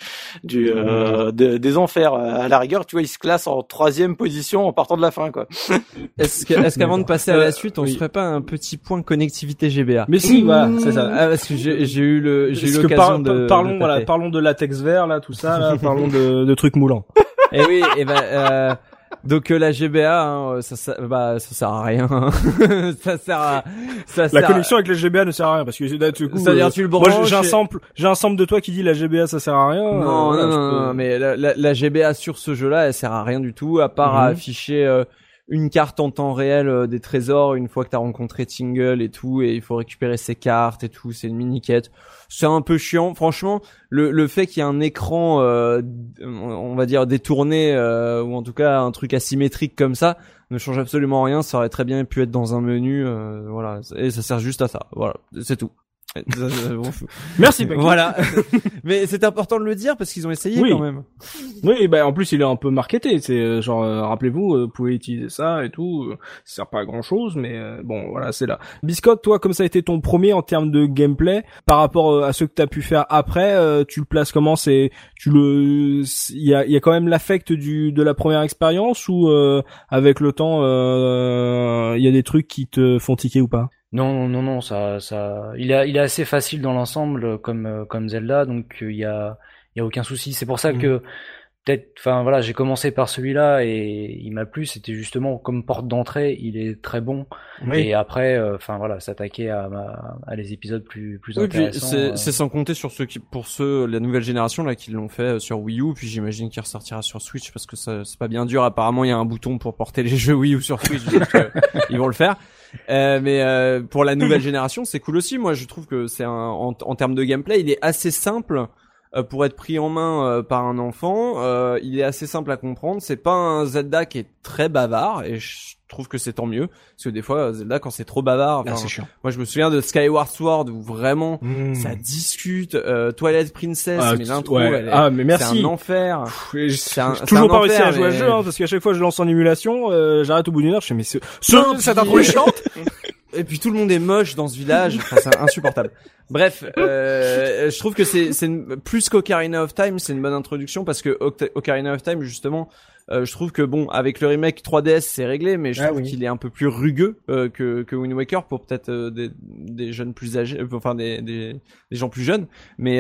E: des enfers. À la rigueur, tu vois, il se classe en 3e position en partant de la fin, quoi.
B: Est-ce qu'avant de passer à la suite, on se ferait pas un petit point connectivité GBA?
A: Mais si, voilà, c'est ça.
B: Ah, parce que j'ai eu l'occasion de
A: parlons de latex vert, là, tout ça, là, parlons de trucs moulants.
B: Et oui, et ben donc la GBA, ça sert à rien.
A: La connexion avec la GBA ne sert à rien, parce que du coup,
B: c'est-à-dire tu le branches.
A: Moi, j'ai un sample de toi qui dit la GBA ça sert à rien.
B: Non, mais la GBA sur ce jeu-là, elle sert à rien du tout, à part à afficher une carte en temps réel des trésors une fois que t'as rencontré Tingle et tout, et il faut récupérer ses cartes et tout. C'est une mini quête. C'est un peu chiant, franchement. Le fait qu'il y ait un écran, on va dire détourné, ou en tout cas un truc asymétrique comme ça, ne change absolument rien. Ça aurait très bien pu être dans un menu, voilà. Et ça sert juste à ça. Voilà, c'est tout.
A: Merci, Paquet.
B: Voilà. Mais c'est important de le dire parce qu'ils ont essayé quand même.
A: Oui, bah en plus il est un peu marketé, c'est genre rappelez-vous, vous pouvez utiliser ça et tout, ça sert pas à grand-chose mais bon voilà, c'est là. Biscotte, toi comme ça a été ton premier en termes de gameplay par rapport à ce que t'as pu faire après, tu le places comment? Il y a quand même l'affect de la première expérience ou avec le temps il y a des trucs qui te font tiquer ou pas?
F: Non, ça, il est assez facile dans l'ensemble, comme Zelda, donc il y a aucun souci. C'est pour ça que enfin j'ai commencé par celui-là et il m'a plu. C'était justement comme porte d'entrée, il est très bon. Oui. Et après, s'attaquer à les épisodes plus intéressants.
B: C'est sans compter sur la nouvelle génération là qui l'ont fait sur Wii U. Puis j'imagine qu'il ressortira sur Switch parce que ça c'est pas bien dur. Apparemment, il y a un bouton pour porter les jeux Wii U sur Switch, donc ils vont le faire. Mais pour la nouvelle génération, c'est cool aussi. Moi, je trouve que c'est en termes de gameplay, il est assez simple pour être pris en main par un enfant. Il est assez simple à comprendre. C'est pas un Zelda qui est très bavard et je trouve que c'est tant mieux parce que des fois Zelda quand c'est trop bavard,
A: c'est chiant.
B: Moi, je me souviens de Skyward Sword où vraiment ça discute. Twilight Princess, mais l'intro,
A: mais merci.
B: C'est un enfer.
A: Toujours pas réussi à jouer à ce jeu, parce qu'à chaque fois que je lance en émulation, j'arrête au bout d'une heure. Je fais mais cette intro est chiante.
B: Et puis tout le monde est moche dans ce village, enfin, c'est insupportable. Bref, je trouve que c'est plus qu'Ocarina of Time, c'est une bonne introduction parce que Ocarina of Time justement, je trouve que bon, avec le remake 3DS c'est réglé, mais je trouve qu'il est un peu plus rugueux que Wind Waker pour peut-être des jeunes plus âgés, enfin des gens plus jeunes. Mais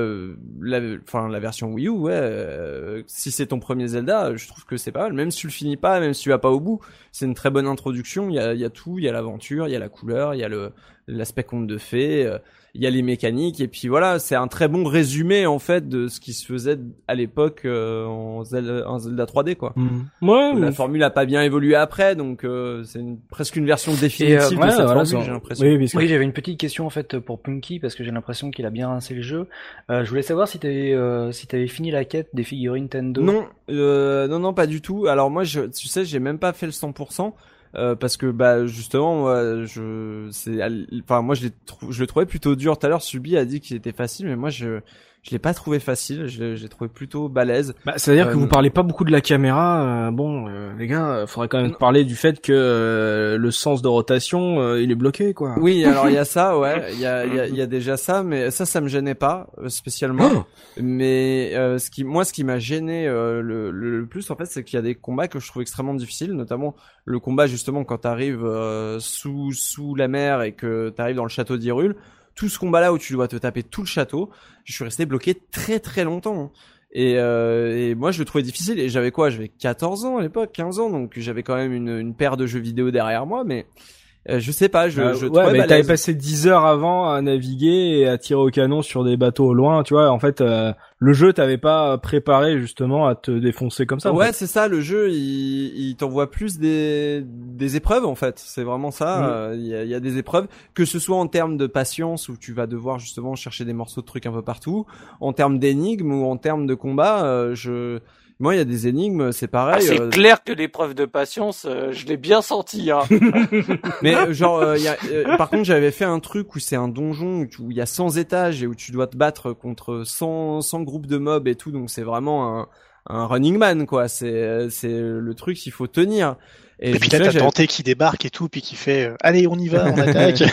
B: la version Wii U, si c'est ton premier Zelda, je trouve que c'est pas mal. Même si tu le finis pas, même si tu vas pas au bout, c'est une très bonne introduction. Il y a tout, il y a l'aventure, il y a la couleur, il y a l'aspect conte de fée. Il y a les mécaniques et puis voilà, c'est un très bon résumé en fait de ce qui se faisait à l'époque en Zelda 3D quoi. La formule a pas bien évolué après, donc c'est presque une version définitive de cette formule, j'ai l'impression.
F: Oui, j'avais une petite question en fait pour Punky parce que j'ai l'impression qu'il a bien rincé le jeu. Je voulais savoir si t'avais fini la quête des figurines Nintendo.
B: Non, pas du tout. Alors moi, tu sais, j'ai même pas fait le 100%. Parce que justement moi je le trouvais plutôt dur. Tout à l'heure Subi a dit qu'il était facile, mais moi je l'ai pas trouvé facile, je l'ai trouvé plutôt balèze.
A: C'est-à-dire que vous parlez pas beaucoup de la caméra, les gars, faudrait quand même parler du fait que le sens de rotation il est bloqué quoi.
B: Oui, alors il y a ça, il y a déjà ça, mais ça me gênait pas spécialement. Mais ce qui m'a gêné le plus en fait, c'est qu'il y a des combats que je trouve extrêmement difficiles, notamment le combat justement quand t'arrives sous la mer et que t'arrives dans le château d'Hyrule. Tout ce combat-là où tu dois te taper tout le château, je suis resté bloqué très très longtemps. Et moi je le trouvais difficile et j'avais 14 ans à l'époque, 15 ans, donc j'avais quand même une paire de jeux vidéo derrière moi, mais je sais pas, je trouvais
A: mais t'avais passé 10 heures avant à naviguer et à tirer au canon sur des bateaux au loin, tu vois. En fait, le jeu t'avait pas préparé justement à te défoncer comme ça.
B: Ouais, c'est ça. Le jeu, il t'envoie plus des épreuves en fait. C'est vraiment ça. Il y a des épreuves, que ce soit en termes de patience où tu vas devoir justement chercher des morceaux de trucs un peu partout, en termes d'énigmes ou en termes de combat. Moi, il y a des énigmes, c'est pareil.
E: C'est clair que l'épreuve de patience, je l'ai bien senti. Hein.
B: Mais par contre, j'avais fait un truc où c'est un donjon où il y a 100 étages et où tu dois te battre contre 100 groupes de mobs et tout. Donc c'est vraiment un Running Man quoi. C'est le truc qu'il faut tenir.
C: Et puis t'as Dante qui débarque et tout, puis qui fait allez on y va, on attaque.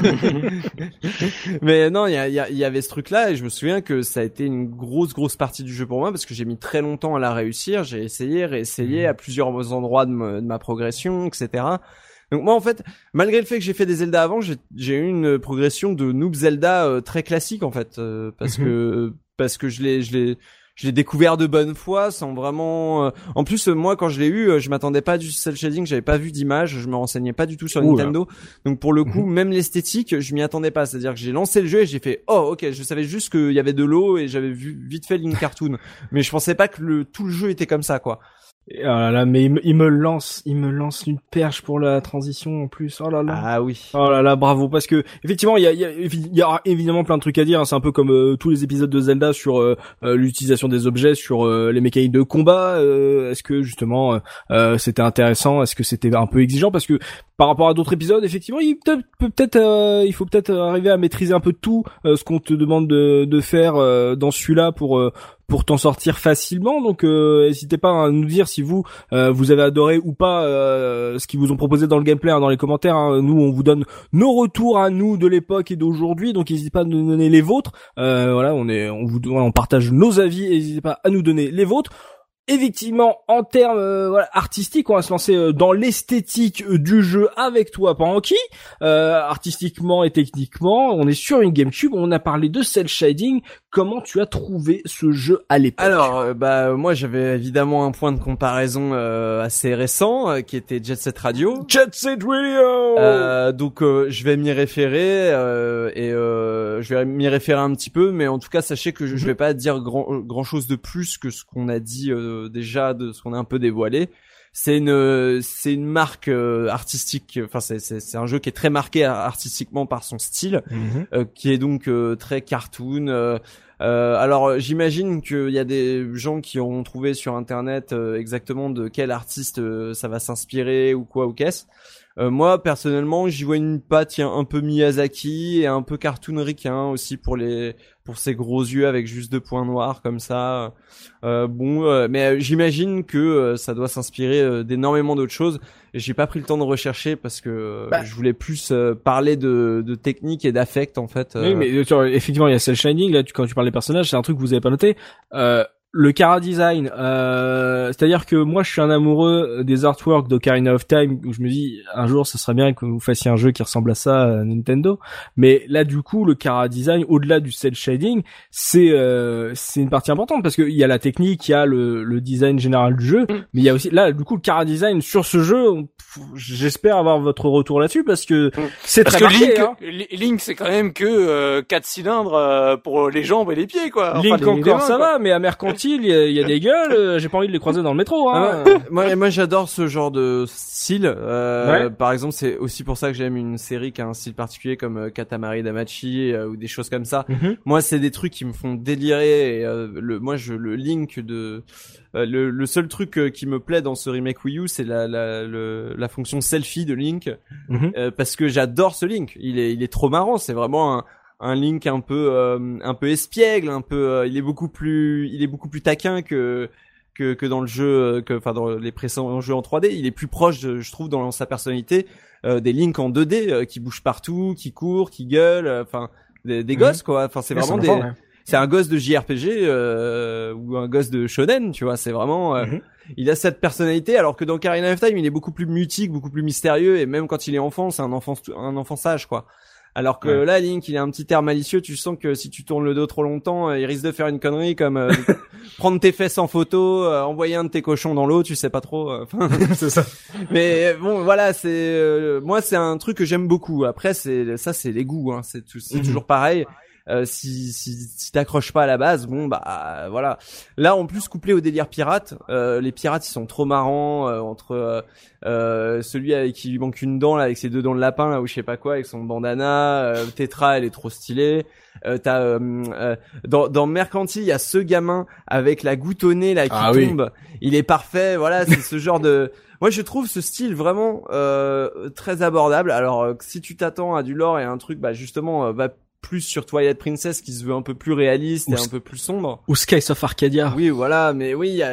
B: Mais non, il y avait ce truc là et je me souviens que ça a été une grosse partie du jeu pour moi parce que j'ai mis très longtemps à la réussir. J'ai réessayé à plusieurs endroits de ma progression, etc. Donc moi en fait, malgré le fait que j'ai fait des Zelda avant, j'ai eu une progression de noob Zelda très classique en fait, parce que je l'ai découvert de bonne foi sans vraiment en plus moi quand je l'ai eu je m'attendais pas du cel shading, j'avais pas vu d'image, je me renseignais pas du tout sur Nintendo. Donc pour le coup même l'esthétique je m'y attendais pas, c'est-à-dire que j'ai lancé le jeu et j'ai fait OK, je savais juste qu'il y avait de l'eau et j'avais vu vite fait Link Cartoon mais je pensais pas que tout le jeu était comme ça quoi.
A: Oh là là, mais il me lance une perche pour la transition en plus. Oh là là.
B: Ah oui.
A: Oh là là, bravo, parce que effectivement, il y a évidemment plein de trucs à dire. Hein. C'est un peu comme tous les épisodes de Zelda sur l'utilisation des objets, sur les mécaniques de combat. Est-ce que justement c'était intéressant? Est-ce que c'était un peu exigeant? Parce que par rapport à d'autres épisodes, effectivement, il faut peut-être arriver à maîtriser un peu tout ce qu'on te demande de faire dans celui-là pour t'en sortir facilement. Donc n'hésitez pas à nous dire si vous avez adoré ou pas ce qu'ils vous ont proposé dans le gameplay, hein, dans les commentaires. Hein. Nous, on vous donne nos retours à nous de l'époque et d'aujourd'hui, donc n'hésitez pas à nous donner les vôtres. Voilà, on partage nos avis, n'hésitez pas à nous donner les vôtres. Effectivement, en termes artistiques, on va se lancer dans l'esthétique du jeu avec toi, Panky. Artistiquement et techniquement, on est sur une GameCube, on a parlé de cel shading. Comment tu as trouvé ce jeu à l'époque?
B: Alors, moi j'avais évidemment un point de comparaison assez récent qui était Jet Set Radio.
A: Jet Set Radio.
B: Donc je vais m'y référer je vais m'y référer un petit peu, mais en tout cas sachez que je vais pas dire grand chose de plus que ce qu'on a dit déjà, de ce qu'on a un peu dévoilé. C'est une marque artistique, enfin c'est un jeu qui est très marqué artistiquement par son style, qui est donc très cartoon. Alors j'imagine qu'il y a des gens qui auront trouvé sur internet exactement de quel artiste ça va s'inspirer ou quoi ou qu'est-ce. Moi personnellement j'y vois une patte un peu Miyazaki et un peu cartoonerique aussi pour ses gros yeux avec juste 2 points noirs comme ça. Mais j'imagine que ça doit s'inspirer d'énormément d'autres choses. Et j'ai pas pris le temps de rechercher parce que je voulais plus parler de technique et d'affect en fait.
A: Oui, mais effectivement il y a cel shading là. Quand tu parles des personnages, c'est un truc que vous avez pas noté. Le chara design, c'est-à-dire que moi je suis un amoureux des artworks d'Ocarina of Time, où je me dis un jour ce serait bien que vous fassiez un jeu qui ressemble à ça à Nintendo. Mais là du coup le chara design, au-delà du cel shading, c'est une partie importante parce qu'il y a la technique, il y a le design général du jeu, mais il y a aussi là du coup le chara design sur ce jeu. J'espère avoir votre retour là-dessus parce que c'est très marqué.
E: Link c'est quand même que 4 cylindres pour les jambes et les pieds quoi. Enfin,
A: Link encore
E: les mains,
A: ça
E: quoi.
A: Va, mais à Mercantile il y a des gueules, j'ai pas envie de les croiser dans le métro. Hein.
B: Moi j'adore ce genre de style. Par exemple, c'est aussi pour ça que j'aime une série qui a un style particulier comme Katamari Damacy ou des choses comme ça. Moi, c'est des trucs qui me font délirer. Et, le Link de le seul truc qui me plaît dans ce remake Wii U, c'est la fonction selfie de Link, parce que j'adore ce Link. Il est trop marrant. C'est vraiment un Link un peu espiègle, un peu il est beaucoup plus taquin que dans le jeu, dans les précédents jeux en 3D. Il est plus proche je trouve dans sa personnalité des Link en 2D qui bougent partout, qui courent, qui gueulent, des gosses quoi. Enfin c'est vraiment c'est un gosse de JRPG ou un gosse de shonen, tu vois, c'est vraiment il a cette personnalité, alors que dans Ocarina of Time, il est beaucoup plus mutique, beaucoup plus mystérieux, et même quand il est enfant, c'est un enfant sage quoi. Alors que là, Link, il a un petit air malicieux, tu sens que si tu tournes le dos trop longtemps, il risque de faire une connerie comme prendre tes fesses en photo, envoyer un de tes cochons dans l'eau, tu sais pas trop.
A: C'est ça.
B: Mais bon, voilà, moi c'est un truc que j'aime beaucoup. Après c'est les goûts, hein, c'est toujours pareil. Si t'accroches pas à la base, bon bah voilà. Là en plus couplé au délire pirate, les pirates ils sont trop marrants entre celui avec qui lui manque une dent là avec ses 2 dents de lapin là ou je sais pas quoi avec son bandana, Tetra elle est trop stylée. T'as dans Mercantile il y a ce gamin avec la goutte au nez là qui tombe, il est parfait. Voilà, c'est ce genre de moi je trouve ce style vraiment très abordable. Alors si tu t'attends à du lore et un truc justement va plus sur Twilight Princess qui se veut un peu plus réaliste et un peu plus sombre,
A: ou Skies of Arcadia.
B: Oui, voilà, mais oui, il y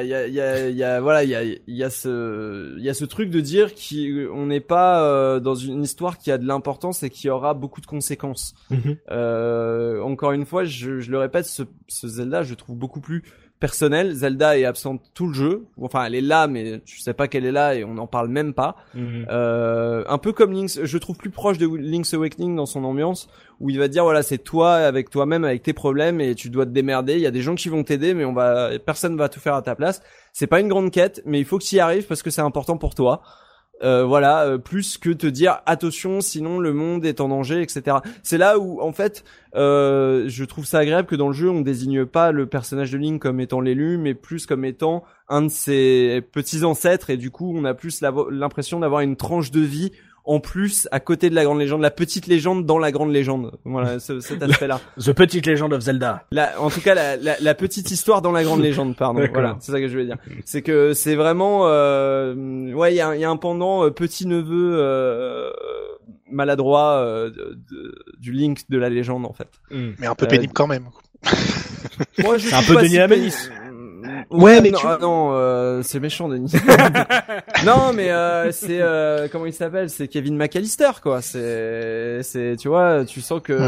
B: a ce truc de dire qu'on n'est pas dans une histoire qui a de l'importance et qui aura beaucoup de conséquences. Encore une fois, je le répète, ce Zelda, je le trouve beaucoup plus personnel. Zelda est absente tout le jeu. Enfin, elle est là, mais tu sais pas qu'elle est là et on n'en parle même pas. Un peu comme Link's, je trouve plus proche de Link's Awakening dans son ambiance, où il va te dire voilà, c'est toi avec toi-même, avec tes problèmes et tu dois te démerder. Il y a des gens qui vont t'aider, mais personne va tout faire à ta place. C'est pas une grande quête, mais il faut que tu y arrives parce que c'est important pour toi. plus que te dire attention, sinon le monde est en danger, etc. C'est là où en fait je trouve ça agréable que dans le jeu on désigne pas le personnage de Link comme étant l'élu, mais plus comme étant un de ses petits ancêtres, et du coup on a plus l'impression d'avoir une tranche de vie en plus à côté de la grande légende, la petite légende dans la grande légende. Voilà, cet aspect-là.
A: The Petite Legend of Zelda.
B: En tout cas, la petite histoire dans la grande légende, pardon. Voilà, c'est ça que je voulais dire. C'est que c'est vraiment, il y a un pendant petit neveu maladroit du Link de la légende en fait.
C: Mais un peu pénible quand même.
A: Moi, c'est un peu Denis Lamenis.
B: Ouais, mais c'est méchant, Denis. Non, mais c'est comment il s'appelle? C'est Kevin McAllister, quoi. C'est tu vois, tu sens que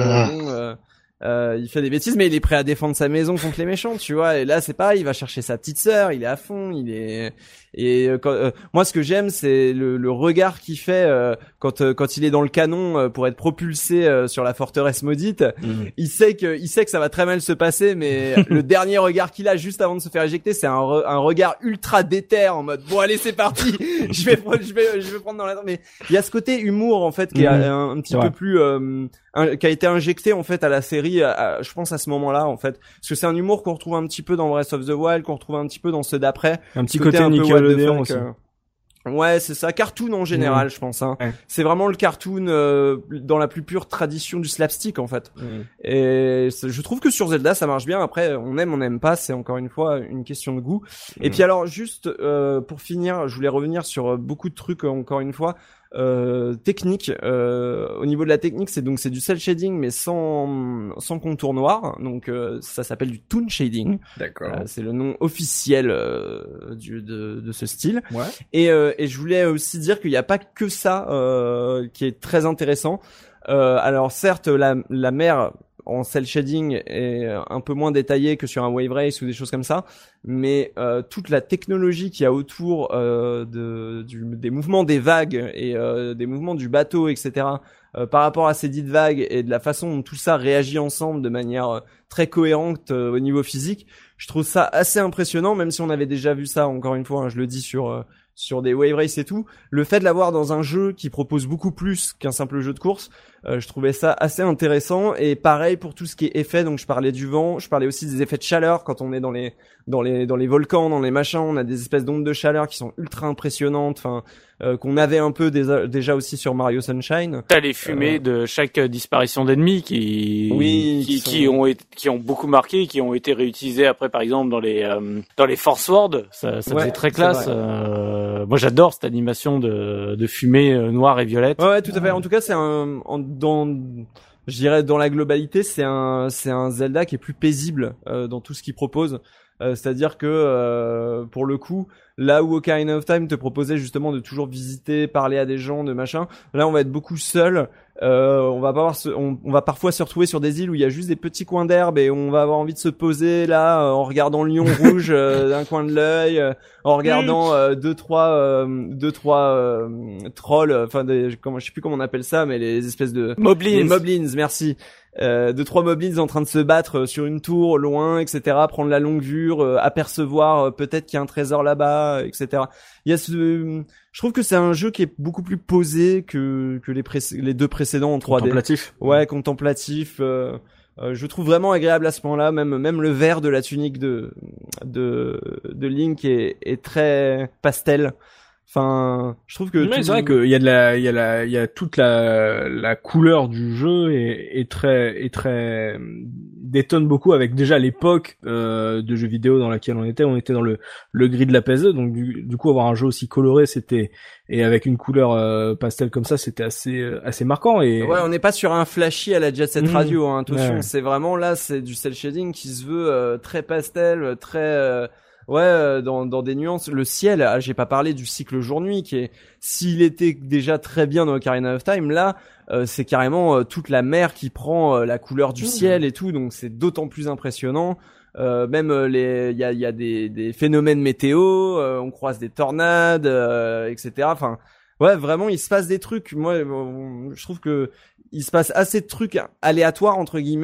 B: il fait des bêtises, mais il est prêt à défendre sa maison contre les méchants, tu vois. Et là, c'est pareil, il va chercher sa petite sœur, il est à fond, moi, ce que j'aime, c'est le regard qu'il fait quand il est dans le canon pour être propulsé sur la forteresse maudite. Il sait que ça va très mal se passer, mais le dernier regard qu'il a juste avant de se faire éjecter, c'est un regard ultra déter en mode bon allez c'est parti, je vais prendre dans la. Mais il y a ce côté humour en fait qui est un petit peu plus qui a été injecté en fait à la série, je pense à ce moment-là en fait, parce que c'est un humour qu'on retrouve un petit peu dans Breath of the Wild, qu'on retrouve un petit peu dans ceux d'après.
A: Un petit côté Nickelodeon aussi.
B: Ouais, c'est ça, cartoon en général, je pense. Hein. Ouais. C'est vraiment le cartoon dans la plus pure tradition du slapstick en fait. Et je trouve que sur Zelda ça marche bien. Après, on n'aime pas, c'est encore une fois une question de goût. Et puis alors juste pour finir, je voulais revenir sur beaucoup de trucs encore une fois. Technique, au niveau de la technique, c'est du cel shading mais sans contour noir, donc ça s'appelle du toon shading.
A: D'accord.
B: C'est le nom officiel de ce style.
A: Ouais.
B: Et je voulais aussi dire qu'il n'y a pas que ça qui est très intéressant. Alors certes la mer en cel shading est un peu moins détaillée que sur un Wave Race ou des choses comme ça, mais toute la technologie qu'il y a autour des mouvements des vagues et des mouvements du bateau, etc., par rapport à ces dites vagues et de la façon dont tout ça réagit ensemble de manière très cohérente au niveau physique, je trouve ça assez impressionnant, même si on avait déjà vu ça, encore une fois, hein, je le dis sur des Wave Race et tout, le fait de l'avoir dans un jeu qui propose beaucoup plus qu'un simple jeu de course, je trouvais ça assez intéressant. Et pareil pour tout ce qui est effet, donc je parlais du vent, je parlais aussi des effets de chaleur quand on est dans les volcans, dans les machins, on a des espèces d'ondes de chaleur qui sont ultra impressionnantes, enfin qu'on avait un peu déjà aussi sur Mario Sunshine.
E: T'as les fumées de chaque disparition d'ennemis qui ont beaucoup marqué, qui ont été réutilisées après par exemple dans les Force Wars, ça faisait très classe. Moi j'adore cette animation de fumée noire et violette.
B: Ouais, tout à fait. En tout cas, c'est je dirais dans la globalité, c'est un Zelda qui est plus paisible dans tout ce qu'il propose. C'est-à-dire que pour le coup, là où Ocarina of Time te proposait justement de toujours visiter, parler à des gens, de machin, là on va être beaucoup seul. On va parfois se retrouver sur des îles où il y a juste des petits coins d'herbe et on va avoir envie de se poser là en regardant le lion rouge d'un coin de l'œil, en regardant deux trois trolls, enfin je sais plus comment on appelle ça, mais les espèces de
E: moblins.
B: Les moblins, merci. 2-3 moblins en train de se battre sur une tour loin, etc., prendre la longue vue, apercevoir peut-être qu'il y a un trésor là-bas, etc. Il y a je trouve que c'est un jeu qui est beaucoup plus posé que les deux précédents en 3D.
A: Contemplatif.
B: Ouais, contemplatif. Je trouve vraiment agréable à ce moment-là, même le vert de la tunique de Link est très pastel. Enfin, je trouve que
A: c'est vrai qu'il y a toute la couleur du jeu est très détonne beaucoup avec déjà l'époque de jeux vidéo dans laquelle on était dans le gris de la PS2, donc du coup avoir un jeu aussi coloré et avec une couleur pastel comme ça, c'était assez marquant. Et
B: ouais, on n'est pas sur un flashy à la Jet Set Radio, hein, attention, c'est vraiment là, c'est du cel shading qui se veut très pastel, très dans des nuances. Le ciel, j'ai pas parlé du cycle jour-nuit qui est, s'il était déjà très bien dans Ocarina of Time, là c'est carrément toute la mer qui prend la couleur du ciel et tout, donc c'est d'autant plus impressionnant. Même il y a des phénomènes météo, on croise des tornades, etc. Enfin ouais, vraiment il se passe des trucs. Moi je trouve que il se passe assez de trucs aléatoires entre guillemets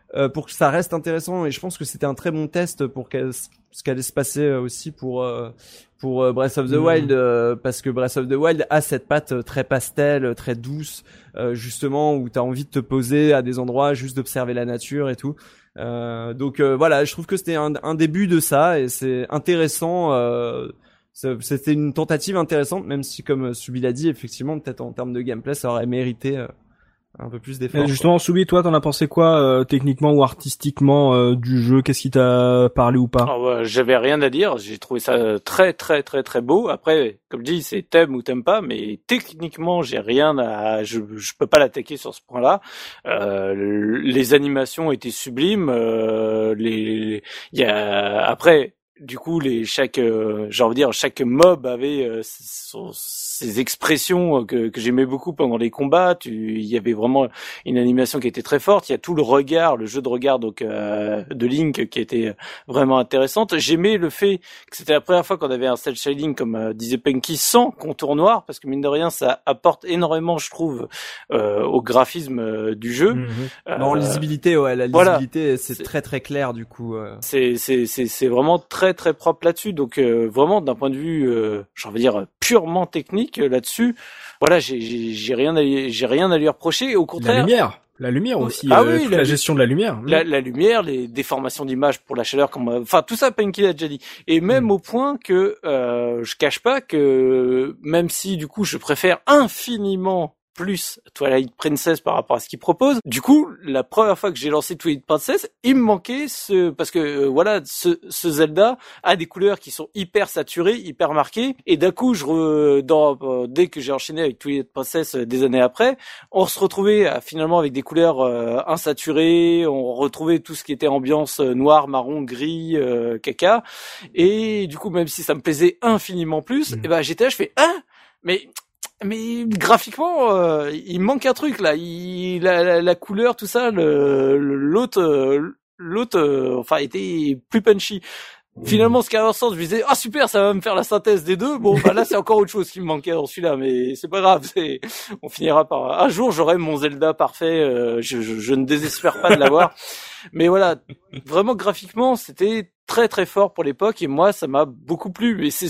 B: pour que ça reste intéressant, et je pense que c'était un très bon test pour ce qu'allait se passer aussi pour Breath of the Wild, parce que Breath of the Wild a cette patte très pastel, très douce, justement, où t'as envie de te poser à des endroits, juste d'observer la nature et tout. Donc voilà, je trouve que c'était un début de ça, et c'est intéressant. C'était une tentative intéressante, même si, comme Soubi l'a dit, effectivement, peut-être en termes de gameplay, ça aurait mérité un peu plus d'efforts.
A: Justement, Soubi, toi, t'en as pensé quoi, techniquement ou artistiquement, du jeu? Qu'est-ce qui t'a parlé ou pas?
E: J'avais rien à dire. J'ai trouvé ça très, très, très, très beau. Après, comme je dis, c'est t'aimes ou t'aimes pas, mais techniquement, j'ai rien à, je peux pas l'attaquer sur ce point-là. Les animations étaient sublimes. Après, du coup, chaque mob avait ses expressions que j'aimais beaucoup pendant les combats. Il y avait vraiment une animation qui était très forte. Il y a tout le jeu de regard de Link qui était vraiment intéressante. J'aimais le fait que c'était la première fois qu'on avait un cel shading, comme disait Penky, sans contour noir, parce que mine de rien, ça apporte énormément, je trouve, au graphisme du jeu.
B: En lisibilité, ouais, la lisibilité, c'est très très clair du coup.
E: C'est vraiment très très propre là-dessus. Donc vraiment d'un point de vue, j'ai envie de dire purement technique là-dessus. Voilà, j'ai rien à lui reprocher. Au contraire.
A: La lumière aussi,
E: oui,
A: la gestion de la lumière.
E: La lumière, les déformations d'image pour la chaleur, enfin tout ça, Penky l'a déjà dit. Et même au point que je cache pas que même si du coup je préfère infiniment plus Twilight Princess par rapport à ce qu'il propose. Du coup, la première fois que j'ai lancé Twilight Princess, il me manquait parce que voilà, ce Zelda a des couleurs qui sont hyper saturées, hyper marquées, et d'un coup, dès que j'ai enchaîné avec Twilight Princess des années après, on se retrouvait finalement avec des couleurs insaturées, on retrouvait tout ce qui était ambiance noir, marron, gris, caca, et du coup, même si ça me plaisait infiniment plus, et ben j'étais là, je fais mais graphiquement, il manque un truc là. La couleur, tout ça, l'autre, enfin, était plus punchy. Finalement, Skyward Sword, je me disais, super, ça va me faire la synthèse des deux. Bon, là, c'est encore autre chose qui me manquait dans celui-là, mais c'est pas grave. On finira par. Un jour, j'aurai mon Zelda parfait. Je ne désespère pas de l'avoir. Mais voilà, vraiment graphiquement, c'était très très fort pour l'époque, et moi ça m'a beaucoup plu. Et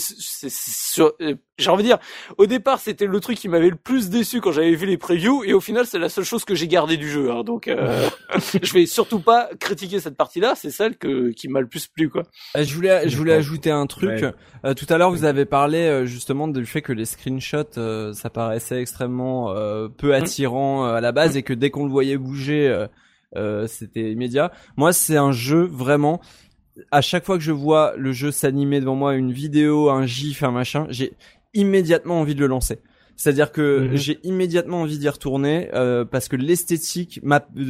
E: j'ai envie de dire, au départ c'était le truc qui m'avait le plus déçu quand j'avais vu les previews, et au final c'est la seule chose que j'ai gardée du jeu, hein. Donc je vais surtout pas critiquer cette partie-là, c'est celle qui m'a le plus plu, quoi.
B: Je voulais ajouter un truc. Ouais. Tout à l'heure vous avez parlé justement du fait que les screenshots ça paraissait extrêmement peu attirant à la base, et que dès qu'on le voyait bouger c'était immédiat. Moi c'est un jeu vraiment, à chaque fois que je vois le jeu s'animer devant moi, une vidéo, un gif, un machin, j'ai immédiatement envie de le lancer. C'est-à-dire que j'ai immédiatement envie d'y retourner parce que l'esthétique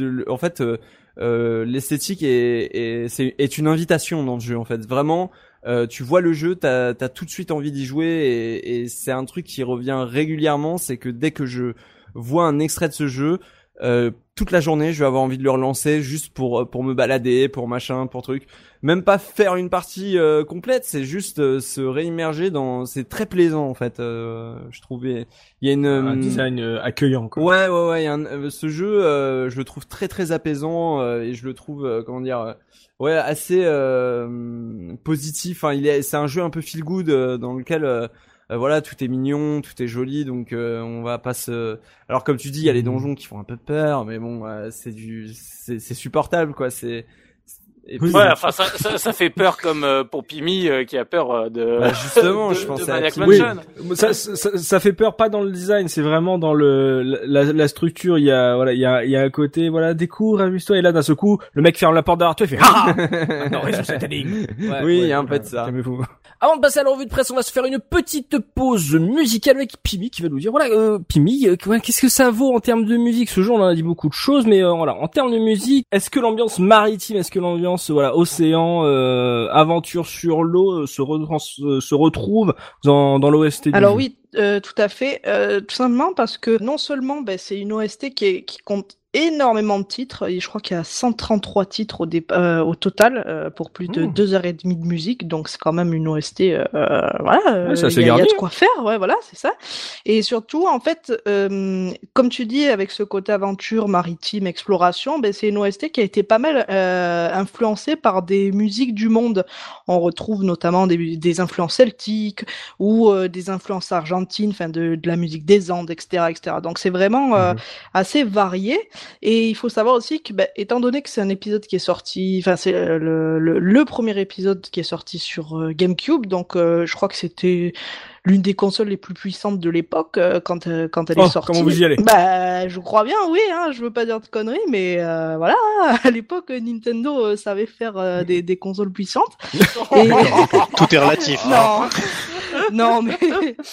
B: l'esthétique est une invitation dans le jeu en fait. Vraiment, tu vois le jeu, t'as tout de suite envie d'y jouer, et c'est un truc qui revient régulièrement, c'est que dès que je vois un extrait de ce jeu, toute la journée, je vais avoir envie de le relancer juste pour me balader, pour machin, pour truc. Même pas faire une partie complète, c'est juste se réimmerger dans. C'est très plaisant en fait. Je trouvais il y a
A: un design accueillant, quoi.
B: Ouais. Ce jeu, je le trouve très très apaisant, et je le trouve assez positif. Enfin, c'est un jeu un peu feel good dans lequel voilà, tout est mignon, tout est joli, donc on va pas se. Alors comme tu dis, il y a les donjons qui font un peu peur, mais bon, c'est supportable, quoi.
E: Enfin ça fait peur comme pour Pimi qui a peur de.
B: Bah justement, je pense à
E: Maniac
B: Mansion.
A: Oui, ça fait peur pas dans le design, c'est vraiment dans la structure. Il y a un côté, voilà, découvre, amuse-toi, et là d'un seul coup, le mec ferme la porte derrière toi et fait non, résout cette énigme.
B: Oui, il y a un peu de ça.
A: Calmez-vous. Avant de passer à la revue de presse, on va se faire une petite pause musicale avec Pimi qui va nous dire, voilà, Pimi, qu'est-ce que ça vaut en termes de musique? Ce jour, on en a dit beaucoup de choses, mais voilà, en termes de musique, est-ce que l'ambiance maritime, est-ce que l'ambiance, voilà, océan, aventure sur l'eau, se retrouve dans l'OST du
D: Alors
A: jeu?
D: oui, tout à fait, tout simplement parce que non seulement c'est une OST qui compte énormément de titres, et je crois qu'il y a 133 titres au total, pour plus de 2h30 de musique, donc c'est quand même une OST, voilà, il y a de quoi faire, ouais, voilà, c'est ça. Et surtout, en fait, comme tu dis, avec ce côté aventure, maritime, exploration, ben, c'est une OST qui a été pas mal influencée par des musiques du monde. On retrouve notamment des influences celtiques ou des influences argentines, enfin de la musique des Andes, etc., etc. Donc c'est vraiment assez varié. Et il faut savoir aussi que, étant donné que c'est un épisode qui est sorti, enfin c'est le premier épisode qui est sorti sur GameCube, donc je crois que c'était l'une des consoles les plus puissantes de l'époque quand elle est sortie.
A: Comment vous y allez?
D: Je crois bien, oui. Je veux pas dire de conneries, mais voilà. À l'époque, Nintendo savait faire des consoles puissantes.
C: Et... Tout est relatif.
D: Non, mais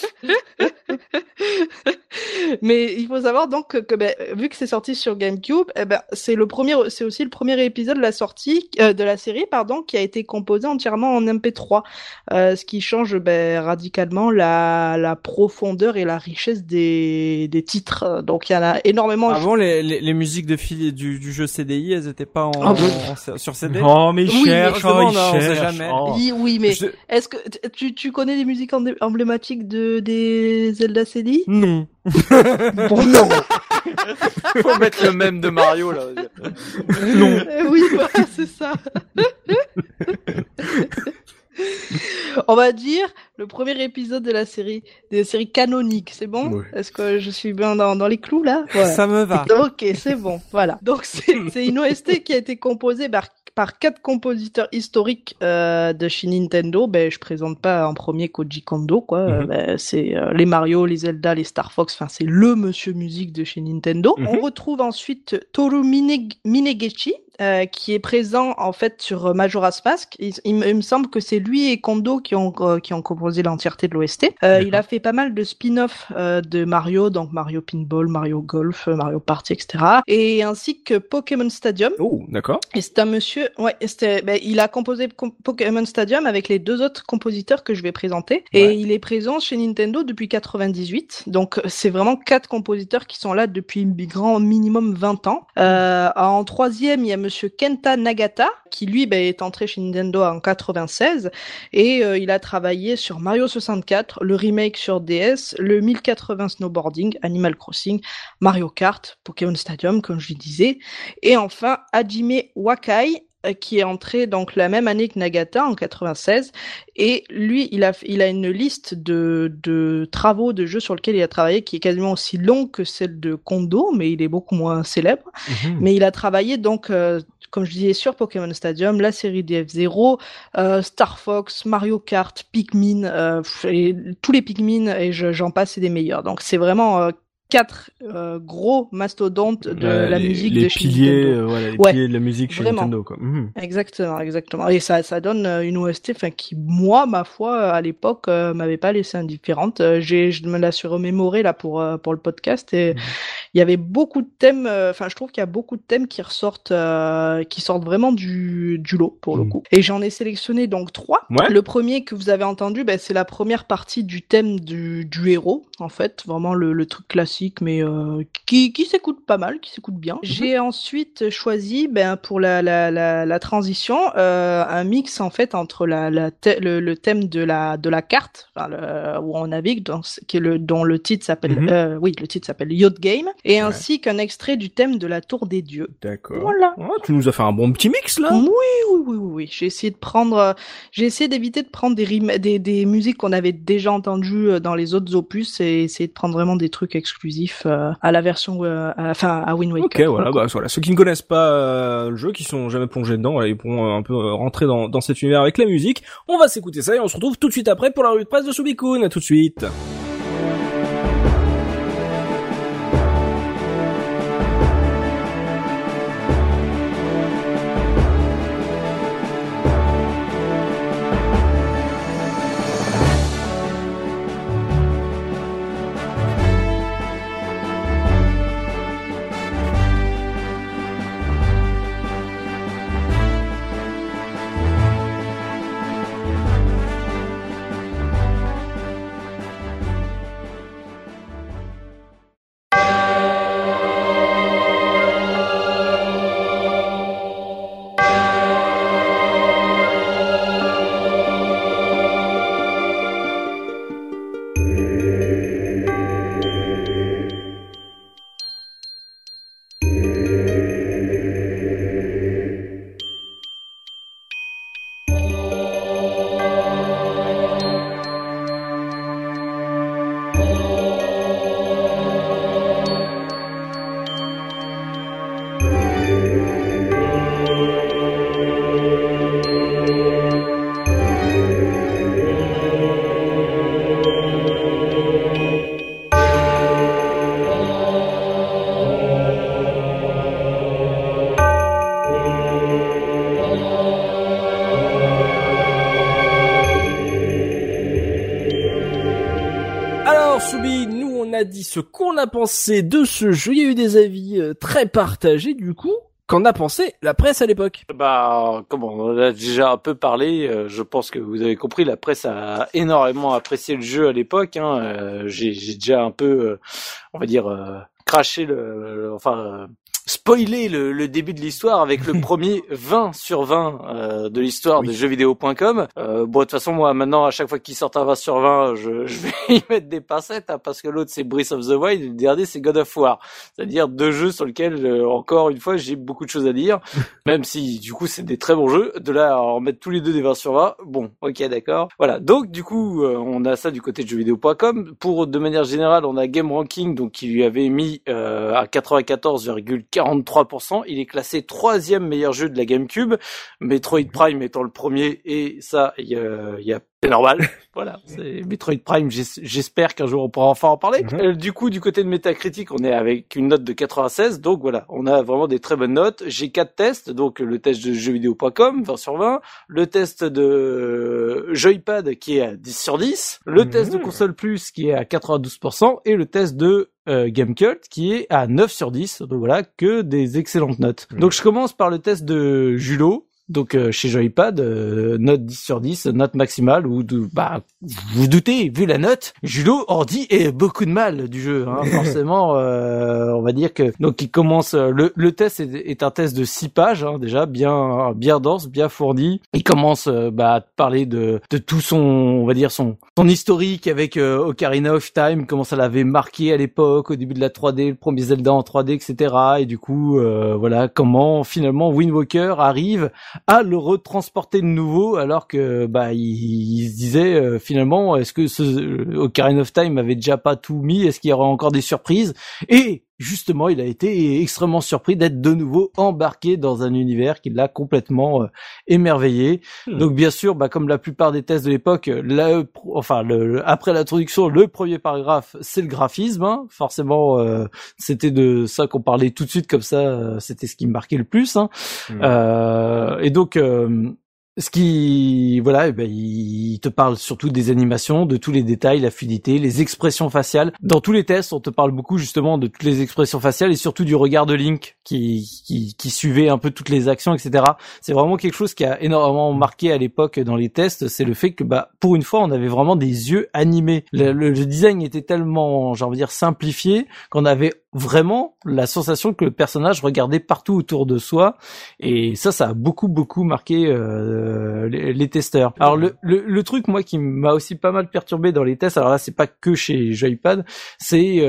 D: mais il faut savoir donc que vu que c'est sorti sur GameCube, c'est aussi le premier épisode de la sortie de la série, qui a été composé entièrement en MP3, ce qui change radicalement la profondeur et la richesse des titres. Donc il y en a énormément.
B: Avant les musiques du jeu CDI, elles étaient pas sur CD.
A: Oh mais cher,
B: on sait jamais.
D: Oui, mais est-ce que tu connais les musiques emblématiques des Zelda CDI?
B: Non.
D: Bon, non.
E: Faut mettre le même de Mario là.
A: Non.
D: Oui, c'est ça. On va dire le premier épisode de la série canonique, c'est bon? Oui. Est-ce que je suis bien dans les clous là?
B: Voilà. Ça me va.
D: Ok, c'est bon, voilà. Donc c'est une OST qui a été composée par 4 compositeurs historiques de chez Nintendo. Je présente pas en premier Koji Kondo, quoi. C'est les Mario, les Zelda, les Star Fox. Enfin, c'est le monsieur musique de chez Nintendo. On retrouve ensuite Toru Minegishi, qui est présent en fait sur Majora's Mask. Il me semble que c'est lui et Kondo qui ont composé l'entièreté de l'OST. Il a fait pas mal de spin-off de Mario, donc Mario Pinball, Mario Golf, Mario Party, etc. Et ainsi que Pokémon Stadium.
A: Oh, d'accord.
D: Et c'est un monsieur, il a composé Pokémon Stadium avec les 2 autres compositeurs que je vais présenter. Et il est présent chez Nintendo depuis 98. Donc c'est vraiment 4 compositeurs qui sont là depuis grand minimum 20 ans. En 3e, il y a monsieur Kenta Nagata, qui lui est entré chez Nintendo en 96 et il a travaillé sur Mario 64, le remake sur DS, le 1080 Snowboarding, Animal Crossing, Mario Kart, Pokémon Stadium comme je le disais, et enfin Hajime Wakai, qui est entré donc la même année que Nagata en 96, et lui il a une liste de travaux de jeux sur lesquels il a travaillé qui est quasiment aussi longue que celle de Kondo, mais il est beaucoup moins célèbre. Mais il a travaillé donc comme je disais sur Pokémon Stadium, la série DF0, Star Fox, Mario Kart, Pikmin, et tous les Pikmin, et j'en passe, c'est des meilleurs. Donc c'est vraiment 4 gros mastodontes de la musique de chez Nintendo.
A: Les piliers de la musique chez Nintendo, quoi.
D: Exactement. Et ça donne une OST, qui, moi, ma foi, à l'époque, m'avait pas laissé indifférente. Je me la suis remémorée, là, pour le podcast, et il y avait beaucoup de thèmes, je trouve qu'il y a beaucoup de thèmes qui sortent vraiment du lot, pour le coup. Et j'en ai sélectionné donc 3. Ouais. Le premier que vous avez entendu, c'est la première partie du thème du héros, en fait. Vraiment le truc classique, mais qui s'écoute pas mal, qui s'écoute bien. J'ai ensuite choisi pour la transition un mix en fait entre le thème de la carte, où on navigue, dont le titre s'appelle le titre s'appelle Yacht Game, et ainsi qu'un extrait du thème de la Tour des Dieux.
A: D'accord.
D: Voilà.
A: Oh, tu nous as fait un bon petit mix là.
D: Oui. J'ai essayé d'éviter de prendre des musiques qu'on avait déjà entendues dans les autres opus, et essayer de prendre vraiment des trucs exclusifs à la version à Wind Waker.
A: Ok, voilà. Ceux qui ne connaissent pas le jeu, qui sont jamais plongés dedans, ils pourront un peu rentrer dans cet univers avec la musique. On va s'écouter ça et on se retrouve tout de suite après pour la revue de presse de Subikun. À tout de suite. a dit ce qu'on a pensé de ce jeu. Il y a eu des avis très partagés du coup. Qu'en a pensé la presse à l'époque?
E: Bah, comme on en a déjà un peu parlé, je pense que vous avez compris, la presse a énormément apprécié le jeu à l'époque. J'ai déjà un peu, on va dire, craché spoiler le début de l'histoire avec le premier 20 sur 20 de l'histoire de jeuxvideo.com. Bon, de toute façon, moi, maintenant, à chaque fois qu'il sort un 20 sur 20, je vais y mettre des pincettes, parce que l'autre, c'est Breath of the Wild, et le dernier, c'est God of War. C'est-à-dire 2 jeux sur lesquels, encore une fois, j'ai beaucoup de choses à dire, même si, du coup, c'est des très bons jeux. De là à en mettre tous les deux des 20 sur 20, bon, ok, d'accord. Voilà. Donc, du coup, on a ça du côté de jeuxvideo.com. De manière générale, on a Game Ranking, donc, qui lui avait mis, à 94,43%. Il est classé 3e meilleur jeu de la GameCube, Metroid Prime étant le premier, et ça, c'est normal. Voilà, c'est Metroid Prime, j'espère qu'un jour on pourra enfin en parler. Du coup, du côté de Metacritic, on est avec une note de 96, donc voilà, on a vraiment des très bonnes notes. J'ai 4 tests, donc le test de jeuxvideo.com, 20 sur 20, le test de Joypad qui est à 10 sur 10, le test de Console Plus qui est à 92%, et le test de Gamecult qui est à 9 sur 10, donc voilà, que des excellentes notes. Donc je commence par le test de Julo. Donc chez Joypad, note 10 sur 10, note maximale, vous vous doutez, vu la note, Julo en dit beaucoup de mal du jeu, forcément. On va dire que donc il commence le test est un test de 6 pages, déjà bien dense, bien fourni. Il commence à parler de tout son, on va dire son historique avec Ocarina of Time, comment ça l'avait marqué à l'époque, au début de la 3D, le premier Zelda en 3D, etc. Et du coup, voilà comment finalement Wind Waker arrive à le retransporter de nouveau, alors que il se disait finalement, est-ce que ce Ocarina of Time avait déjà pas tout mis, est-ce qu'il y aura encore des surprises? Et justement, il a été extrêmement surpris d'être de nouveau embarqué dans un univers qui l'a complètement émerveillé. Donc bien sûr, comme la plupart des tests de l'époque, après l'introduction, le premier paragraphe, c'est le graphisme. Forcément, c'était de ça qu'on parlait tout de suite, comme ça, c'était ce qui me marquait le plus. Et donc ce qui, il te parle surtout des animations, de tous les détails, la fluidité, les expressions faciales. Dans tous les tests, on te parle beaucoup justement de toutes les expressions faciales et surtout du regard de Link qui suivait un peu toutes les actions, etc. C'est vraiment quelque chose qui a énormément marqué à l'époque dans les tests. C'est le fait que, pour une fois, on avait vraiment des yeux animés. Le design était tellement, simplifié qu'on avait vraiment la sensation que le personnage regardait partout autour de soi, et ça a beaucoup marqué les testeurs. Alors le truc moi qui m'a aussi pas mal perturbé dans les tests, alors là c'est pas que chez Joypad, c'est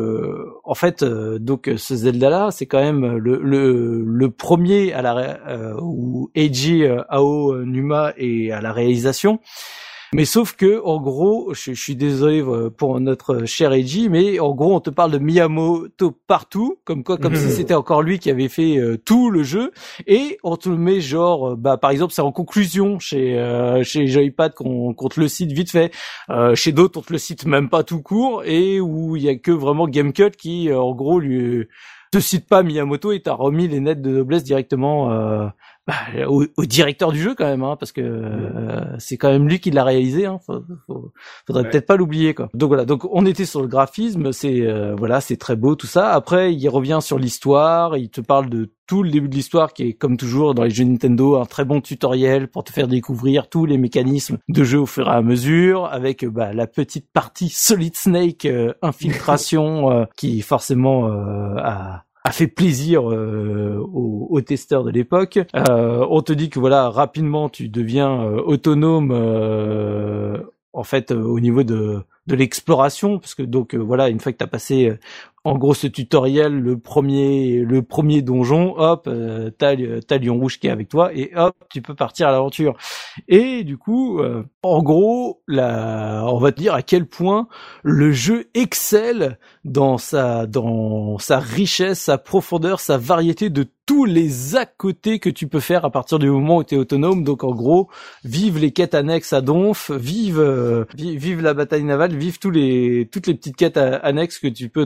E: donc ce Zelda là, c'est quand même le premier à où Eiji Aonuma est à la réalisation. Mais sauf que, en gros, je suis désolé pour notre cher Eiji, mais en gros, on te parle de Miyamoto partout, comme si c'était encore lui qui avait fait tout le jeu, et on te le met par exemple, c'est en conclusion chez Joypad qu'on te le cite vite fait, chez d'autres on te le cite même pas tout court, et où il y a que vraiment Gamecult qui, en gros, lui te cite pas Miyamoto et t'a remis les lettres de noblesse directement au directeur du jeu quand même, parce que c'est quand même lui qui l'a réalisé, faudrait peut-être pas l'oublier quoi. Donc voilà, donc on était sur le graphisme, c'est très beau tout ça. Après il revient sur l'histoire, il te parle de tout le début de l'histoire qui est comme toujours dans les jeux Nintendo un très bon tutoriel pour te faire découvrir tous les mécanismes de jeu au fur et à mesure, avec la petite partie Solid Snake infiltration qui forcément a fait plaisir aux testeurs de l'époque. On te dit que rapidement tu deviens autonome au niveau de l'exploration, parce que donc une fois que t'as passé en gros ce tutoriel, le premier donjon, hop, t'as Lion Rouge qui est avec toi et hop, tu peux partir à l'aventure. Et du coup, en gros, on va te dire à quel point le jeu excelle dans sa richesse, sa profondeur, sa variété de tous les à côté que tu peux faire à partir du moment où tu es autonome. Donc en gros, vive les quêtes annexes à Donf, vive la bataille navale, vive toutes les petites quêtes annexes que tu peux trouver partout.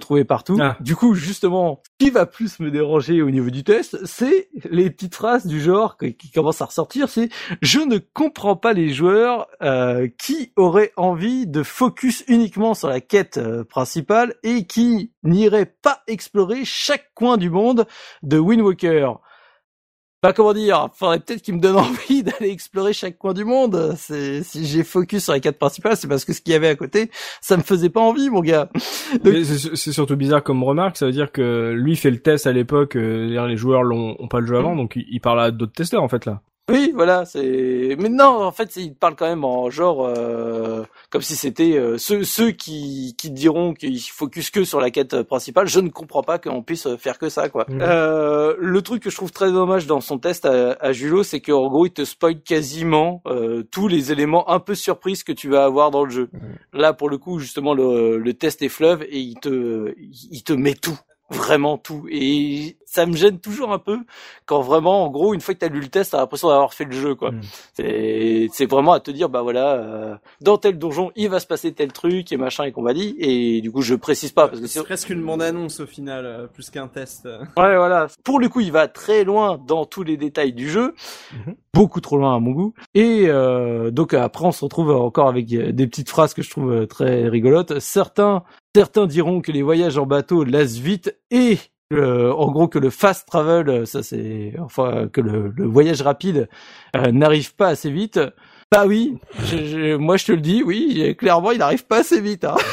E: tout. Du coup, justement, ce qui va plus me déranger au niveau du test, c'est les petites phrases du genre qui commencent à ressortir, c'est « Je ne comprends pas les joueurs qui auraient envie de focus uniquement sur la quête principale et qui n'iraient pas explorer chaque coin du monde de Wind Waker. » Bah, comment dire, faudrait peut-être qu'il me donne envie d'aller explorer chaque coin du monde. Si j'ai focus sur les quêtes principales, c'est parce que ce qu'il y avait à côté, ça me faisait pas envie, mon gars. Donc...
A: C'est surtout bizarre comme remarque, ça veut dire que lui fait le test à l'époque, les joueurs ont pas le jeu avant, donc il parle à d'autres testeurs, en fait, là.
E: Oui, voilà, mais non, en fait, il parle quand même en genre comme si c'était ceux qui diront qu'ils focus que sur la quête principale. Je ne comprends pas qu'on puisse faire que ça, quoi. Le truc que je trouve très dommage dans son test à Julot, c'est qu'en gros, il te spoil quasiment tous les éléments un peu surprises que tu vas avoir dans le jeu. Là, pour le coup, justement, le test est fleuve et il te met tout. Vraiment tout. Et ça me gêne toujours un peu quand vraiment, en gros, une fois que t'as lu le test, t'as l'impression d'avoir fait le jeu, quoi. C'est vraiment à te dire, bah voilà, dans tel donjon, il va se passer tel truc et machin et compagnie. Et du coup, je précise pas parce que
B: c'est presque une bande-annonce au final, plus qu'un test.
E: Ouais, voilà. Pour le coup, il va très loin dans tous les détails du jeu. Beaucoup trop loin à mon goût. Et donc après, on se retrouve encore avec des petites phrases que je trouve très rigolotes. Certains diront que les voyages en bateau lassent vite et en gros que le fast travel, ça c'est enfin que le voyage rapide n'arrive pas assez vite. Bah oui, moi je te le dis, oui, clairement il n'arrive pas assez vite. Hein.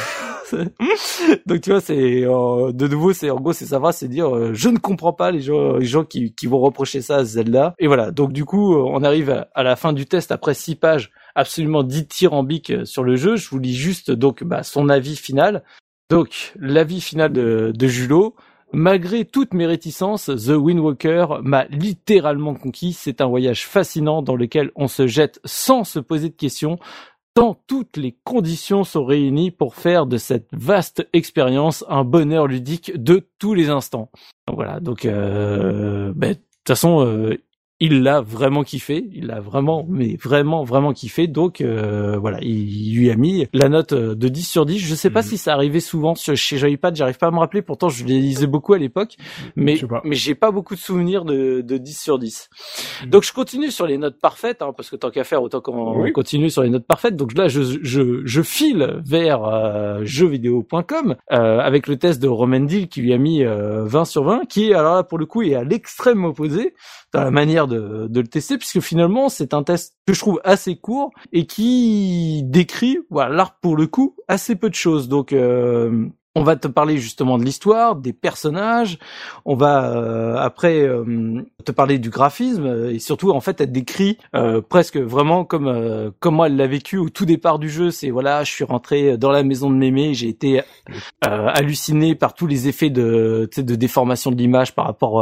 E: Donc tu vois, c'est de nouveau, c'est en gros c'est sa phrase, c'est dire je ne comprends pas les gens qui vont reprocher ça à Zelda. Et voilà, donc du coup on arrive à la fin du test après 6 pages absolument dithyrambiques sur le jeu. Je vous lis juste donc son avis final. Donc, l'avis final de Julot. Malgré toutes mes réticences, The Wind Waker m'a littéralement conquis. C'est un voyage fascinant dans lequel on se jette sans se poser de questions, tant toutes les conditions sont réunies pour faire de cette vaste expérience un bonheur ludique de tous les instants. Donc voilà, donc de toute façon... il l'a vraiment kiffé, il l'a vraiment kiffé, donc voilà, il lui a mis la note de 10 sur 10. Je sais pas si ça arrivait souvent chez Joypad, j'arrive pas à me rappeler, pourtant je les lisais beaucoup à l'époque, mais j'ai pas beaucoup de souvenirs de 10 sur 10. Donc je continue sur les notes parfaites, hein, parce que tant qu'à faire, autant qu'on continue sur les notes parfaites. Donc là, je file vers jeuxvideo.com avec le test de Romendil qui lui a mis 20 sur 20, qui alors là pour le coup est à l'extrême opposé dans la manière de le tester, puisque finalement c'est un test que je trouve assez court et qui décrit, voilà, là pour le coup, assez peu de choses. Donc on va te parler justement de l'histoire, des personnages, on va après te parler du graphisme et surtout en fait elle décrit presque vraiment comme moi elle l'a vécu au tout départ du jeu. C'est voilà, je suis rentré dans la maison de mémé, j'ai été halluciné par tous les effets de déformation de l'image par rapport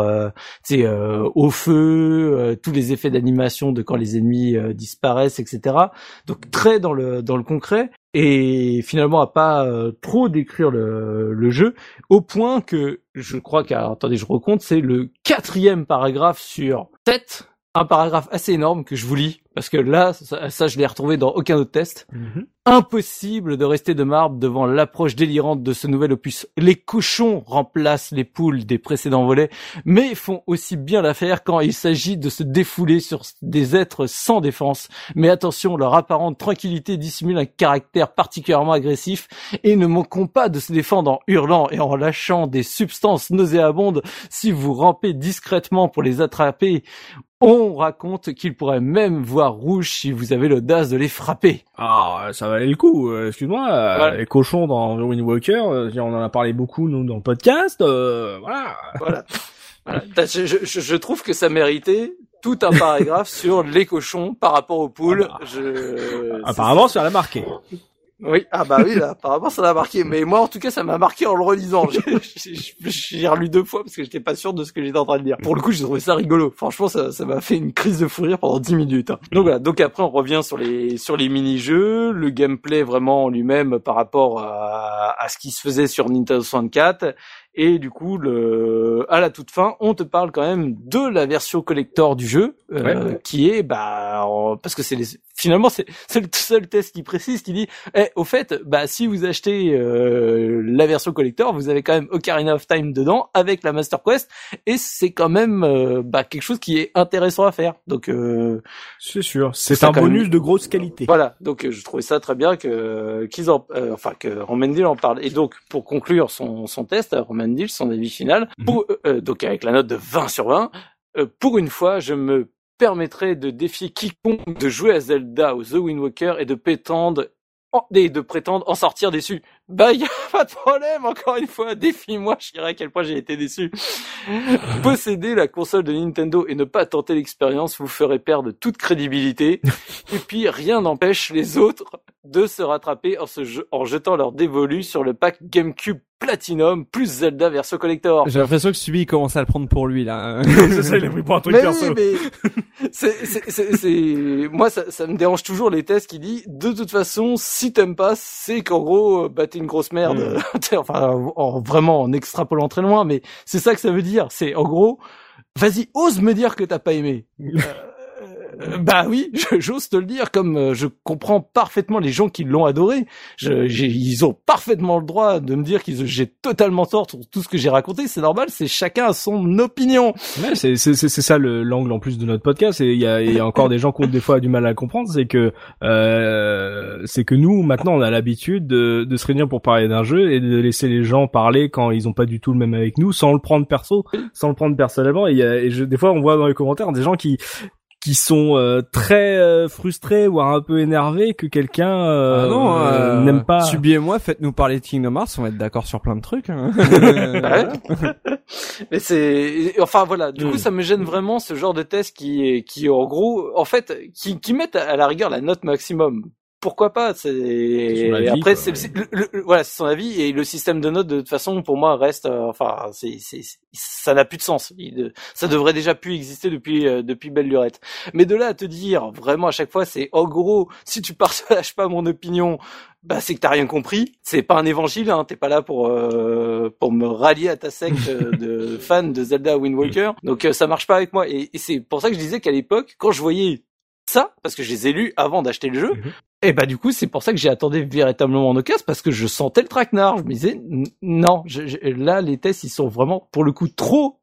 E: au feu, tous les effets d'animation de quand les ennemis disparaissent, etc. Donc très dans le concret. Et finalement à pas trop décrire le jeu, au point que je crois attendez, je recompte, c'est le 4e paragraphe sur 7, un paragraphe assez énorme que je vous lis, parce que là, ça je l'ai retrouvé dans aucun autre test. Impossible de rester de marbre devant l'approche délirante de ce nouvel opus. Les cochons remplacent les poules des précédents volets, mais font aussi bien l'affaire quand il s'agit de se défouler sur des êtres sans défense. Mais attention, leur apparente tranquillité dissimule un caractère particulièrement agressif et ne manquons pas de se défendre en hurlant et en lâchant des substances nauséabondes si vous rampez discrètement pour les attraper. On raconte qu'il pourrait même voir rouge si vous avez l'audace de les frapper.
A: Ah, ça valait le coup. Excuse-moi, voilà. Les cochons dans The Wind Waker, on en a parlé beaucoup nous dans le podcast. Voilà.
E: Je trouve que ça méritait tout un paragraphe sur les cochons par rapport aux poules.
A: Apparemment, ça l'a marqué.
E: Oui, là, apparemment ça l'a marqué, mais moi en tout cas ça m'a marqué en le relisant. J'ai relu 2 fois parce que j'étais pas sûr de ce que j'étais en train de dire. Pour le coup, j'ai trouvé ça rigolo. Franchement, ça m'a fait une crise de fou rire pendant 10 minutes. Hein. Donc voilà, donc après on revient sur les mini-jeux, le gameplay vraiment en lui-même par rapport à ce qui se faisait sur Nintendo 64. Et du coup, à la toute fin, on te parle quand même de la version collector du jeu, qui est, parce que finalement, c'est le seul test qui précise, qui dit, au fait, si vous achetez la version collector, vous avez quand même Ocarina of Time dedans avec la Master Quest, et c'est quand même quelque chose qui est intéressant à faire. Donc,
A: c'est sûr, c'est un bonus de grosse qualité.
E: Voilà, donc je trouvais ça très bien que Romendil en parle. Et donc, pour conclure son test, Romendil, son avis final, donc avec la note de 20 sur 20, pour une fois, je me permettrait de défier quiconque de jouer à Zelda ou The Wind Waker et de prétendre en sortir déçu. Y a pas de problème, encore une fois, défie-moi, je dirais à quel point j'ai été déçu. Posséder la console de Nintendo et ne pas tenter l'expérience vous ferait perdre toute crédibilité. Et puis, rien n'empêche les autres de se rattraper en jetant leur dévolu sur le pack GameCube Platinum plus Zelda version collector.
B: J'ai l'impression que Subi commence à le prendre pour lui, là.
A: C'est ça, il a pris pour un truc perso.
E: Mais moi, ça me dérange toujours les tests qui disent, de toute façon, si t'aimes pas, c'est qu'en gros, t'es une grosse merde. Vraiment, en extrapolant très loin, mais c'est ça que ça veut dire. C'est, en gros, vas-y, ose me dire que t'as pas aimé. Oui, j'ose te le dire, comme je comprends parfaitement les gens qui l'ont adoré. Ils ont parfaitement le droit de me dire j'ai totalement tort sur tout ce que j'ai raconté. C'est normal, c'est chacun a son opinion.
A: Ouais, c'est ça l'angle en plus de notre podcast. Et il y a encore des gens qui ont des fois du mal à comprendre, c'est que nous maintenant on a l'habitude de se réunir pour parler d'un jeu et de laisser les gens parler quand ils ont pas du tout le même avec nous, sans le prendre sans le prendre personnellement. Des fois on voit dans les commentaires des gens qui sont très frustrés ou un peu énervés que quelqu'un n'aime pas.
B: Subi et moi, faites-nous parler de Kingdom Hearts, on va être d'accord sur plein de trucs. Hein.
E: Mais du coup ça me gêne vraiment ce genre de test qui en gros en fait qui mettent à la rigueur la note maximum. Pourquoi pas, après c'est son avis et le système de notes de toute façon pour moi reste ça n'a plus de sens. Ça devrait déjà plus exister depuis belle lurette. Mais de là à te dire vraiment à chaque fois c'est en gros si tu partages pas mon opinion c'est que t'as rien compris. C'est pas un évangile, hein. T'es pas là pour me rallier à ta secte de fans de Zelda Wind Waker. Donc ça marche pas avec moi et c'est pour ça que je disais qu'à l'époque quand je voyais ça, parce que je les ai lus avant d'acheter le jeu, et du coup c'est pour ça que j'ai attendu véritablement en occasion, parce que je sentais le traquenard. Je me disais non, là les tests ils sont vraiment pour le coup trop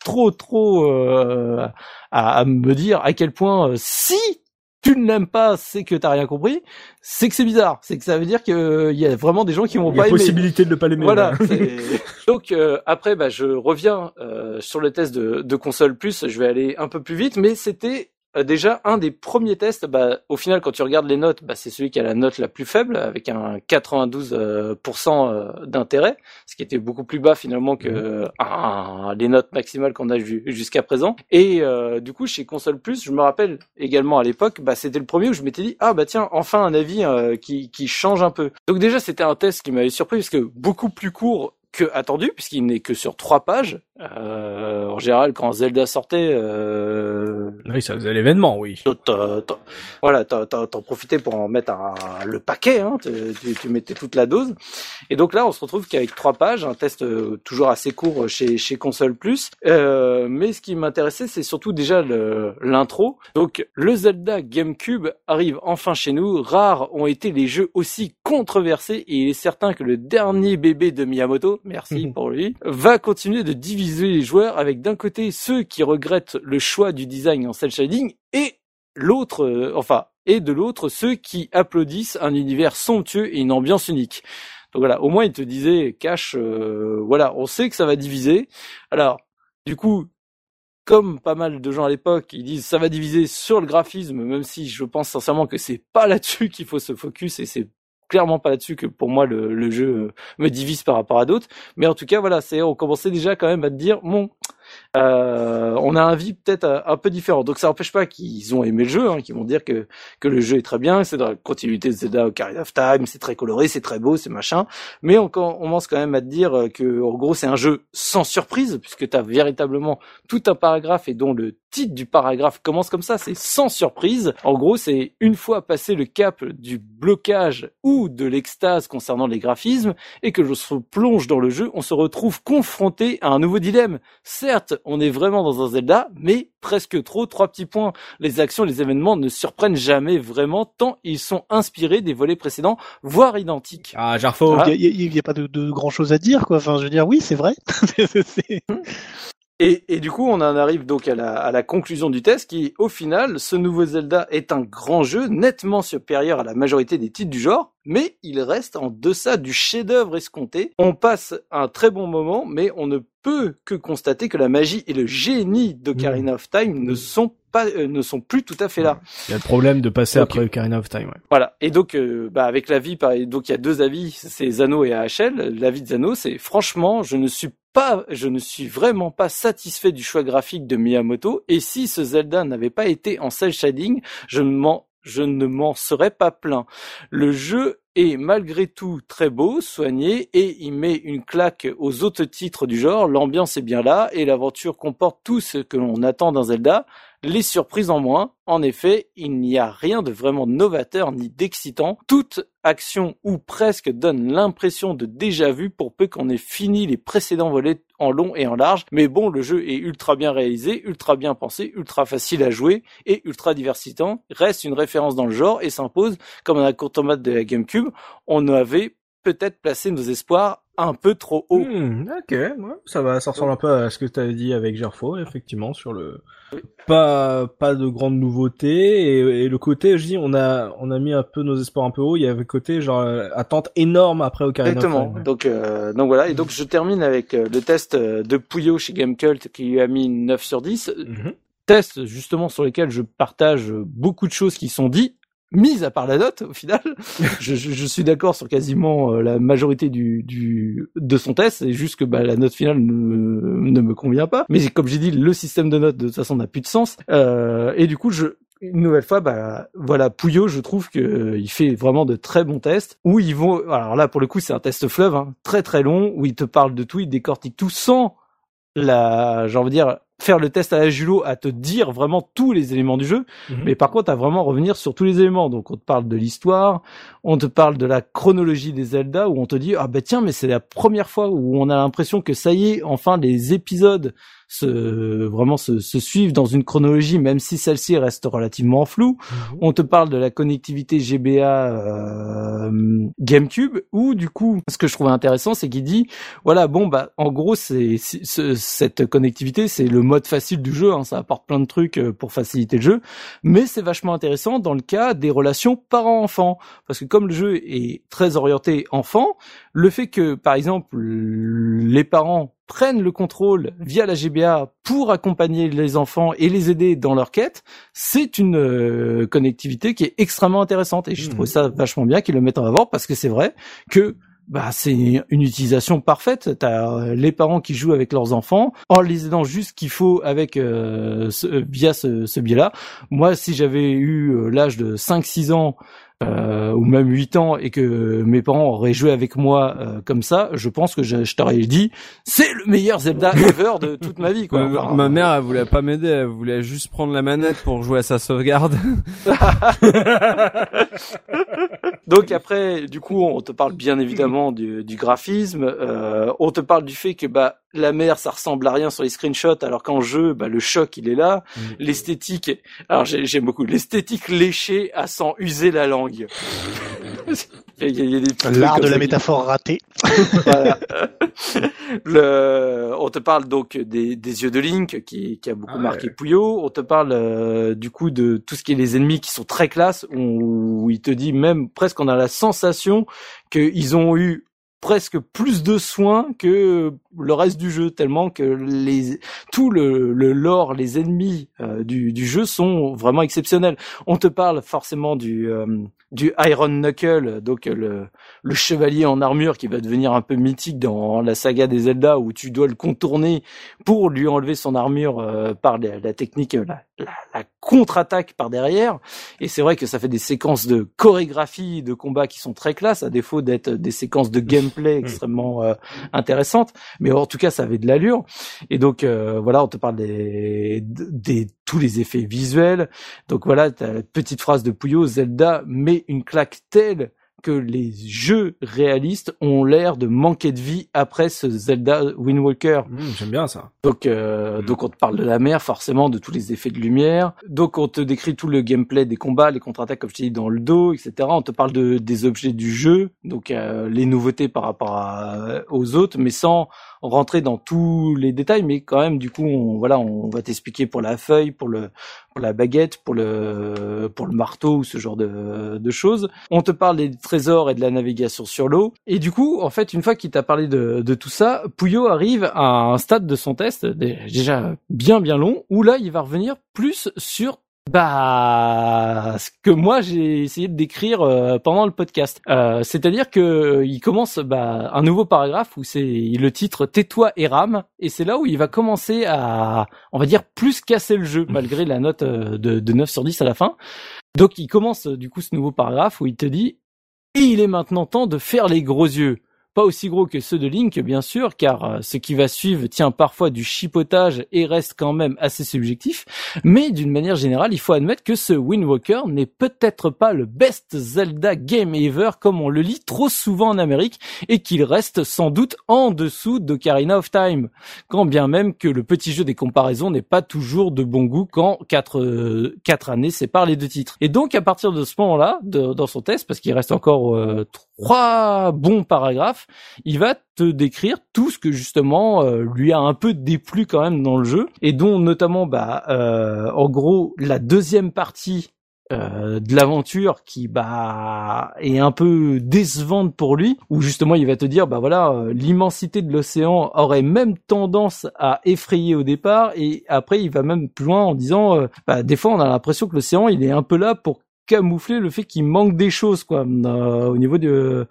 E: à me dire à quel point si tu ne l'aimes pas, c'est que t'as rien compris, c'est que c'est bizarre, c'est que ça veut dire que il y a vraiment des gens qui vont pas aimer. Il y a
A: possibilité de ne pas l'aimer.
E: Voilà. Donc après je reviens sur le test de console plus, je vais aller un peu plus vite, mais c'était déjà un des premiers tests, au final quand tu regardes les notes, c'est celui qui a la note la plus faible avec un 92% d'intérêt, ce qui était beaucoup plus bas finalement que les notes maximales qu'on a vues jusqu'à présent. Et du coup chez Console Plus, je me rappelle également à l'époque, c'était le premier où je m'étais dit tiens, enfin un avis qui change un peu. Donc déjà c'était un test qui m'avait surpris parce que beaucoup plus court que attendu, puisqu'il n'est que sur 3 pages. En général, quand Zelda sortait,
A: oui, ça faisait l'événement, oui.
E: T'en profitais pour en mettre le paquet, hein. Tu mettais toute la dose. Et donc là, on se retrouve qu'avec 3 pages, un test toujours assez court chez Console Plus. Mais ce qui m'intéressait, c'est surtout déjà l'intro. Donc, le Zelda GameCube arrive enfin chez nous. Rares ont été les jeux aussi controversés et il est certain que le dernier bébé de Miyamoto, merci pour lui, va continuer de diviser les joueurs avec d'un côté ceux qui regrettent le choix du design en cel shading et de l'autre ceux qui applaudissent un univers somptueux et une ambiance unique. Donc voilà, au moins il te disait Cash, on sait que ça va diviser. Alors, du coup, comme pas mal de gens à l'époque, ils disent ça va diviser sur le graphisme, même si je pense sincèrement que c'est pas là-dessus qu'il faut se focus et c'est clairement pas là-dessus que pour moi le jeu me divise par rapport à d'autres. Mais en tout cas, on commençait déjà quand même à te dire on a un avis peut-être un peu différent. Donc ça n'empêche pas qu'ils ont aimé le jeu, qu'ils vont dire que le jeu est très bien, c'est dans la continuité de Zelda Ocarina of Time, c'est très coloré, c'est très beau, c'est machin. Mais on commence quand même à te dire que en gros c'est un jeu sans surprise puisque t'as véritablement tout un paragraphe et dont le titre du paragraphe commence comme ça, c'est sans surprise. En gros, c'est une fois passé le cap du blocage ou de l'extase concernant les graphismes et que l'on se plonge dans le jeu, on se retrouve confronté à un nouveau dilemme. Certes, on est vraiment dans un Zelda, mais presque trop, 3 petits points. Les actions, les événements ne surprennent jamais vraiment tant ils sont inspirés des volets précédents, voire identiques.
A: Ah, Jarfo.
C: Il y a pas de grand chose à dire, quoi. Enfin, je veux dire, oui, c'est vrai.
E: Et du coup, on en arrive donc à la conclusion du test qui, au final, ce nouveau Zelda est un grand jeu nettement supérieur à la majorité des titres du genre, mais il reste en deçà du chef-d'œuvre escompté. On passe un très bon moment, mais on ne peut que constater que la magie et le génie d'Ocarina of Time ne sont plus tout à fait là.
A: Il y a le problème de passer après Ocarina of Time. Ouais.
E: Voilà. Et donc, avec l'avis, donc il y a 2 avis, c'est Zano et AHL. L'avis de Zano, c'est franchement, je ne suis vraiment pas satisfait du choix graphique de Miyamoto. Et si ce Zelda n'avait pas été en cel shading, je ne m'en serais pas plaint. Le jeu est malgré tout très beau, soigné, et il met une claque aux autres titres du genre. L'ambiance est bien là, et l'aventure comporte tout ce que l'on attend d'un Zelda. Les surprises en moins. En effet, il n'y a rien de vraiment novateur ni d'excitant. Toute action ou presque donne l'impression de déjà vu pour peu qu'on ait fini les précédents volets en long et en large. Mais bon, le jeu est ultra bien réalisé, ultra bien pensé, ultra facile à jouer et ultra diversifiant. Reste une référence dans le genre et s'impose comme un automate de la GameCube. On avait peut-être placé nos espoirs un peu trop haut.
A: Ok, ouais, ça ressemble un peu à ce que tu avais dit avec Gerfo, effectivement, sur le pas de grandes nouveautés et le côté, je dis, on a mis un peu nos espoirs un peu haut. Il y avait le côté genre attente énorme après Ocarina of Time.
E: Exactement. Donc voilà. Et donc je termine avec le test de Puyo chez Gamecult qui lui a mis 9 sur 10. Test justement sur lesquels je partage beaucoup de choses qui sont dites. Mise à part la note, au final, je suis d'accord sur quasiment la majorité de son test. C'est juste que la note finale ne me convient pas. Mais comme j'ai dit, le système de notes de toute façon n'a plus de sens. Et du coup, une nouvelle fois, voilà, Puyo, je trouve que il fait vraiment de très bons tests où ils vont. Alors là, pour le coup, c'est un test fleuve, hein, très très long où il te parle de tout, il décortique tout sans faire le test à la Julo, à te dire vraiment tous les éléments du jeu, mais par contre à vraiment revenir sur tous les éléments. Donc on te parle de l'histoire, on te parle de la chronologie des Zelda, où on te dit tiens, mais c'est la première fois où on a l'impression que ça y est, enfin les épisodes se suivent dans une chronologie, même si celle-ci reste relativement floue. On te parle de la connectivité GBA GameCube, où du coup, ce que je trouvais intéressant, c'est qu'il dit, voilà, en gros, cette connectivité, c'est le mode facile du jeu, hein, ça apporte plein de trucs pour faciliter le jeu, mais c'est vachement intéressant dans le cas des relations parents-enfants, parce que comme le jeu est très orienté enfant, le fait que, par exemple, les parents prennent le contrôle via la GBA pour accompagner les enfants et les aider dans leur quête, c'est une connectivité qui est extrêmement intéressante et je trouve ça vachement bien qu'ils le mettent en avant parce que c'est vrai que c'est une utilisation parfaite. T'as les parents qui jouent avec leurs enfants en les aidant juste ce qu'il faut avec via ce biais-là. Moi, si j'avais eu l'âge de 5-6 ans ou même 8 ans et que mes parents auraient joué avec moi comme ça, je pense que je t'aurais dit c'est le meilleur Zelda ever de toute ma vie, quoi.
B: Ma mère, elle voulait pas m'aider, elle voulait juste prendre la manette pour jouer à sa sauvegarde.
E: Donc après, du coup, on te parle bien évidemment du graphisme, on te parle du fait que la mer, ça ressemble à rien sur les screenshots, alors qu'en jeu, le choc, il est là. L'esthétique, alors j'aime beaucoup l'esthétique léchée à s'en user la langue. Il y a des petits
C: l'art de la métaphore ratée.
E: Voilà. On te parle donc des yeux de Link qui a beaucoup marqué Puyo. On te parle du coup de tout ce qui est les ennemis qui sont très classe, où il te dit même presque on a la sensation qu'ils ont eu presque plus de soins que le reste du jeu, tellement que tout le lore, les ennemis du jeu sont vraiment exceptionnels. On te parle forcément du Iron Knuckle, donc le chevalier en armure qui va devenir un peu mythique dans la saga des Zelda, où tu dois le contourner pour lui enlever son armure par la technique, la contre-attaque par derrière, et c'est vrai que ça fait des séquences de chorégraphie de combat qui sont très classe, à défaut d'être des séquences de gameplay extrêmement intéressantes, mais en tout cas ça avait de l'allure. Et donc voilà, on te parle des tous les effets visuels. Donc voilà, t'as la petite phrase de Puyo, Zelda met une claque telle que les jeux réalistes ont l'air de manquer de vie après ce Zelda Wind Waker.
A: J'aime bien ça.
E: Donc on te parle de la mer, forcément, de tous les effets de lumière. Donc on te décrit tout le gameplay des combats, les contre-attaques, comme je t'ai dit, dans le dos, etc. On te parle des objets du jeu, donc les nouveautés par rapport aux autres, mais sans rentrer dans tous les détails. Mais quand même, du coup, on va t'expliquer pour la feuille, pour la baguette, pour le marteau ou ce genre de choses. On te parle des trésors et de la navigation sur l'eau. Et du coup, en fait, une fois qu'il t'a parlé de tout ça, Puyo arrive à un stade de son test déjà bien long, où là, il va revenir plus sur ce que moi j'ai essayé de décrire pendant le podcast. C'est-à-dire que il commence un nouveau paragraphe où c'est le titre Tais-toi et rame, et c'est là où il va commencer à, on va dire, plus casser le jeu malgré la note de 9 sur 10 à la fin. Donc il commence du coup ce nouveau paragraphe où il te dit: et il est maintenant temps de faire les gros yeux. Pas aussi gros que ceux de Link, bien sûr, car ce qui va suivre tient parfois du chipotage et reste quand même assez subjectif. Mais d'une manière générale, il faut admettre que ce Wind Waker n'est peut-être pas le best Zelda game ever comme on le lit trop souvent en Amérique, et qu'il reste sans doute en dessous d'Ocarina of Time. Quand bien même que le petit jeu des comparaisons n'est pas toujours de bon goût quand 4 années séparent les deux titres. Et donc, à partir de ce moment-là, dans son test, parce qu'il reste encore 3 bons paragraphes, il va te décrire tout ce que justement lui a un peu déplu quand même dans le jeu, et dont notamment en gros la deuxième partie de l'aventure qui est un peu décevante pour lui, où justement il va te dire l'immensité de l'océan aurait même tendance à effrayer au départ, et après il va même plus loin en disant des fois on a l'impression que l'océan il est un peu là pour camoufler le fait qu'il manque des choses au niveau du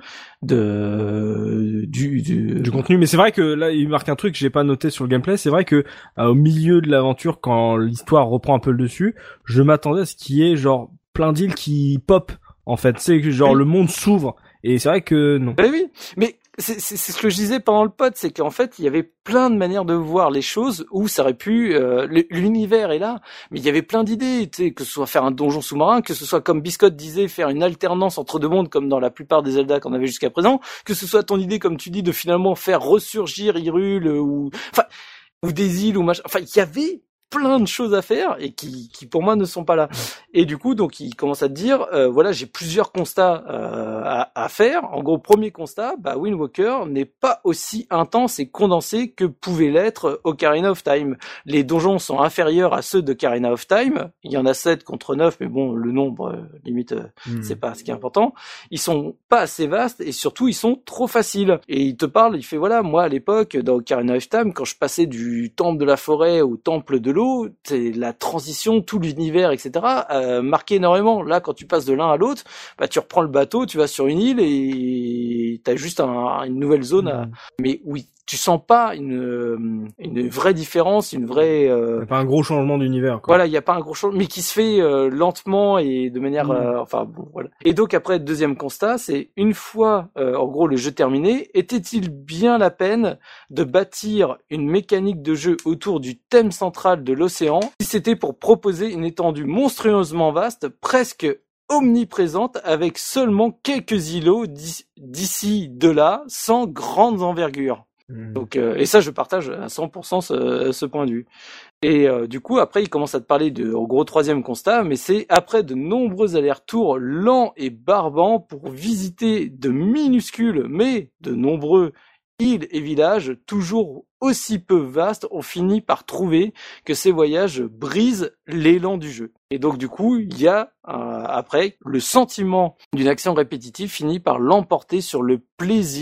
A: contenu. Mais c'est vrai que là il marque un truc que j'ai pas noté sur le gameplay. C'est vrai que au milieu de l'aventure, quand l'histoire reprend un peu le dessus, je m'attendais à ce qu'il y ait genre plein d'îles qui pop, en fait, c'est genre le monde s'ouvre, et c'est vrai que non.
E: Oui, mais c'est ce que je disais pendant le pod, c'est qu'en fait il y avait plein de manières de voir les choses où ça aurait pu l'univers est là, mais il y avait plein d'idées, tu sais, que ce soit faire un donjon sous-marin, que ce soit comme Biscotte disait faire une alternance entre deux mondes comme dans la plupart des Zelda qu'on avait jusqu'à présent, que ce soit ton idée comme tu dis de finalement faire ressurgir Hyrule ou des îles ou machin, il y avait plein de choses à faire et qui pour moi ne sont pas là. Et du coup, donc il commence à te dire j'ai plusieurs constats à faire. En gros, premier constat, Wind Waker n'est pas aussi intense et condensé que pouvait l'être Ocarina of Time. Les donjons sont inférieurs à ceux d'Ocarina of Time. Il y en a 7 contre 9, mais bon, le nombre limite c'est pas ce qui est important. Ils sont pas assez vastes et surtout ils sont trop faciles. Et il te parle, il fait moi à l'époque dans Ocarina of Time, quand je passais du temple de la forêt au temple de l'eau, c'est la transition, tout l'univers, etc. Marqué énormément. Là, quand tu passes de l'un à l'autre, tu reprends le bateau, tu vas sur une île et t'as juste une nouvelle zone. Mais oui, tu sens pas une vraie différence, une vraie.
A: Il y a pas un gros changement d'univers, quoi.
E: Voilà, il y a pas un gros changement, mais qui se fait lentement et de manière. Voilà. Et donc après, deuxième constat, c'est une fois en gros le jeu terminé, était-il bien la peine de bâtir une mécanique de jeu autour du thème central de l'océan, si c'était pour proposer une étendue monstrueusement vaste, presque omniprésente, avec seulement quelques îlots d'ici, de là, sans grandes envergures. Donc, et ça, je partage à 100% ce point de vue. Et du coup, après, il commence à te parler en gros, troisième constat, mais c'est après de nombreux allers-retours lents et barbants pour visiter de minuscules, mais de nombreux îles et villages, toujours aussi peu vastes, on finit par trouver que ces voyages brisent l'élan du jeu. Et donc du coup, il y a après le sentiment d'une action répétitive finit par l'emporter sur le plaisir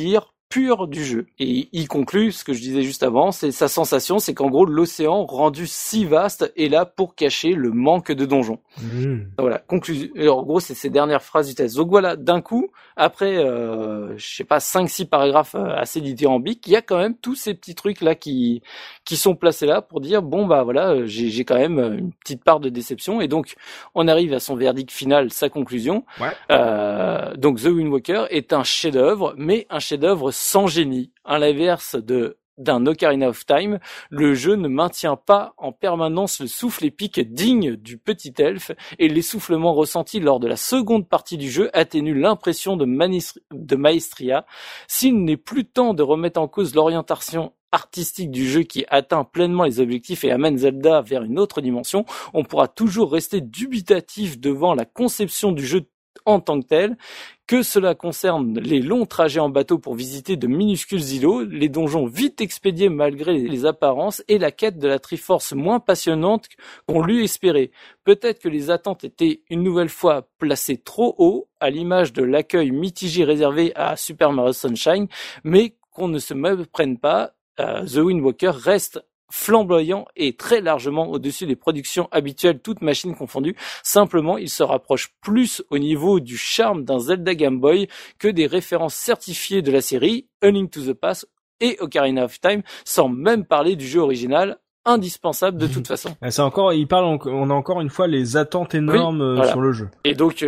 E: pure du jeu. Et il conclut ce que je disais juste avant, c'est sa sensation, c'est qu'en gros l'océan rendu si vaste est là pour cacher le manque de donjons. Voilà, conclusion. En gros, c'est ces dernières phrases du test. Donc voilà, d'un coup, après, je sais pas, 5-6 paragraphes assez dithyrambiques, il y a quand même tous ces petits trucs là qui sont placés là pour dire bon bah voilà, j'ai quand même une petite part de déception. Et donc on arrive à son verdict final, sa conclusion. Ouais. Donc The Wind Waker est un chef-d'œuvre, mais un chef-d'œuvre sans génie. À l'inverse d'un Ocarina of Time, le jeu ne maintient pas en permanence le souffle épique digne du petit elfe, et l'essoufflement ressenti lors de la seconde partie du jeu atténue l'impression de maestria. S'il n'est plus temps de remettre en cause l'orientation artistique du jeu qui atteint pleinement les objectifs et amène Zelda vers une autre dimension, on pourra toujours rester dubitatif devant la conception du jeu en tant que tel, que cela concerne les longs trajets en bateau pour visiter de minuscules îlots, les donjons vite expédiés malgré les apparences et la quête de la Triforce moins passionnante qu'on l'eût espéré. Peut-être que les attentes étaient une nouvelle fois placées trop haut, à l'image de l'accueil mitigé réservé à Super Mario Sunshine, mais qu'on ne se méprenne pas, The Wind Waker reste flamboyant et très largement au-dessus des productions habituelles, toutes machines confondues. Simplement, il se rapproche plus au niveau du charme d'un Zelda Game Boy que des références certifiées de la série A Link to the Past et Ocarina of Time, sans même parler du jeu original, indispensable de toute façon.
A: C'est encore, on a encore une fois les attentes énormes voilà. Sur le jeu.
E: Et donc,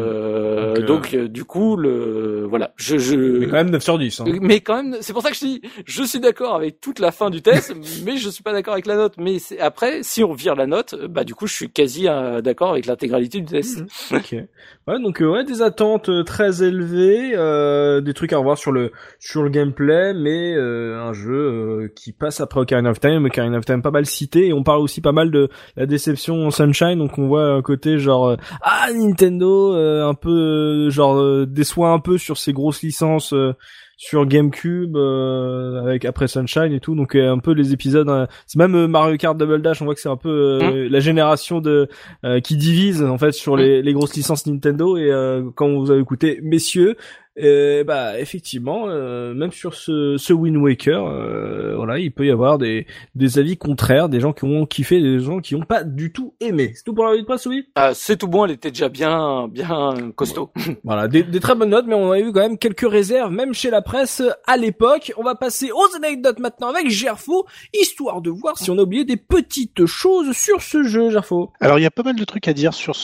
E: du coup, voilà,
A: mais quand même 9 sur 10. Hein.
E: Mais quand même, c'est pour ça que je dis, je suis d'accord avec toute la fin du test, mais je suis pas d'accord avec la note. Mais après, si on vire la note, bah du coup, je suis quasi d'accord avec l'intégralité du test.
A: Ok. Ouais, donc des attentes très élevées, des trucs à revoir sur le gameplay, mais un jeu qui passe après Ocarina of Time pas mal cité, et on parle aussi pas mal de la déception Sunshine, donc on voit un côté genre Nintendo un peu déçoit un peu sur ses grosses licences sur GameCube avec après Sunshine et tout, donc un peu les épisodes c'est même Mario Kart Double Dash, on voit que c'est un peu la génération qui divise en fait sur les grosses licences Nintendo, et quand vous avez écouté messieurs, bah effectivement même sur ce Wind Waker voilà, il peut y avoir des avis contraires, des gens qui ont kiffé, des gens qui ont pas du tout aimé. C'est tout pour la revue de presse, oui.
E: C'est tout bon, elle était déjà bien costaud.
A: Voilà, des très bonnes notes, mais on a eu quand même quelques réserves même chez la presse à l'époque. On va passer aux anecdotes maintenant avec Gerfo, histoire de voir si on a oublié des petites choses sur ce jeu, Gerfo.
C: Alors il y a pas mal de trucs à dire sur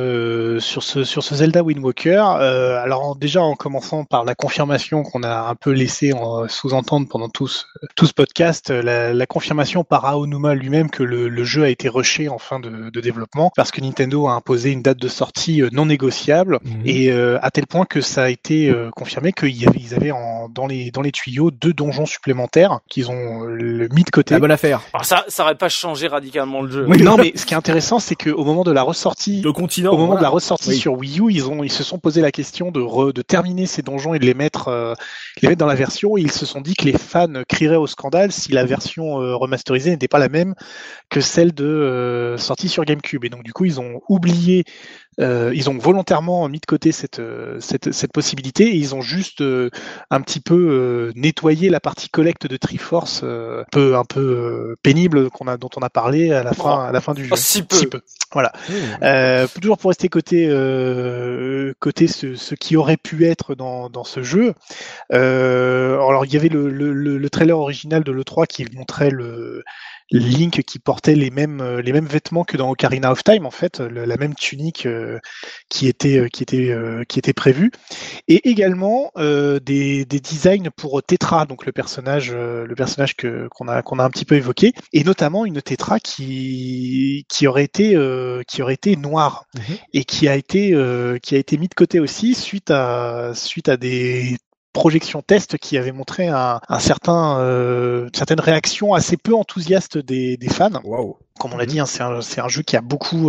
C: ce Zelda Wind Waker. Alors déjà en commençant par la confirmation qu'on a un peu laissé sous-entendre pendant tout ce podcast, la confirmation par Aonuma lui-même que le jeu a été rushé en fin de développement parce que Nintendo a imposé une date de sortie non négociable, et à tel point que ça a été confirmé qu'ils avaient dans les tuyaux 2 donjons supplémentaires qu'ils ont mis de côté.
A: La bonne affaire.
E: Alors ça aurait pas changé radicalement le jeu.
C: Oui, non, mais ce qui est intéressant, c'est qu'au moment de la ressortie,
A: de la
C: ressortie sur Wii U, ils se sont posé la question de terminer ces donjons et de les mettre dans la version, et ils se sont dit que les fans crieraient au scandale si la version remasterisée n'était pas la même que celle de sortie sur GameCube. Et donc du coup ils ont oublié, ils ont volontairement mis de côté cette possibilité, et ils ont juste un petit peu nettoyé la partie collecte de Triforce un peu pénible dont on a parlé à la fin du jeu.
E: Si peu.
C: Voilà. Toujours pour rester côté ce qui aurait pu être dans ce jeu. Alors il y avait le trailer original de l'E3 qui montrait Link qui portait les mêmes vêtements que dans Ocarina of Time, en fait, la même tunique qui était prévue, et également des designs pour Tetra, donc le personnage qu'on a un petit peu évoqué, et notamment une Tetra qui aurait été noire, et qui a été mis de côté aussi suite à des projection test qui avait montré certaines réactions assez peu enthousiastes des fans.
A: Wow.
C: Comme on l'a dit, hein, c'est un jeu qui a beaucoup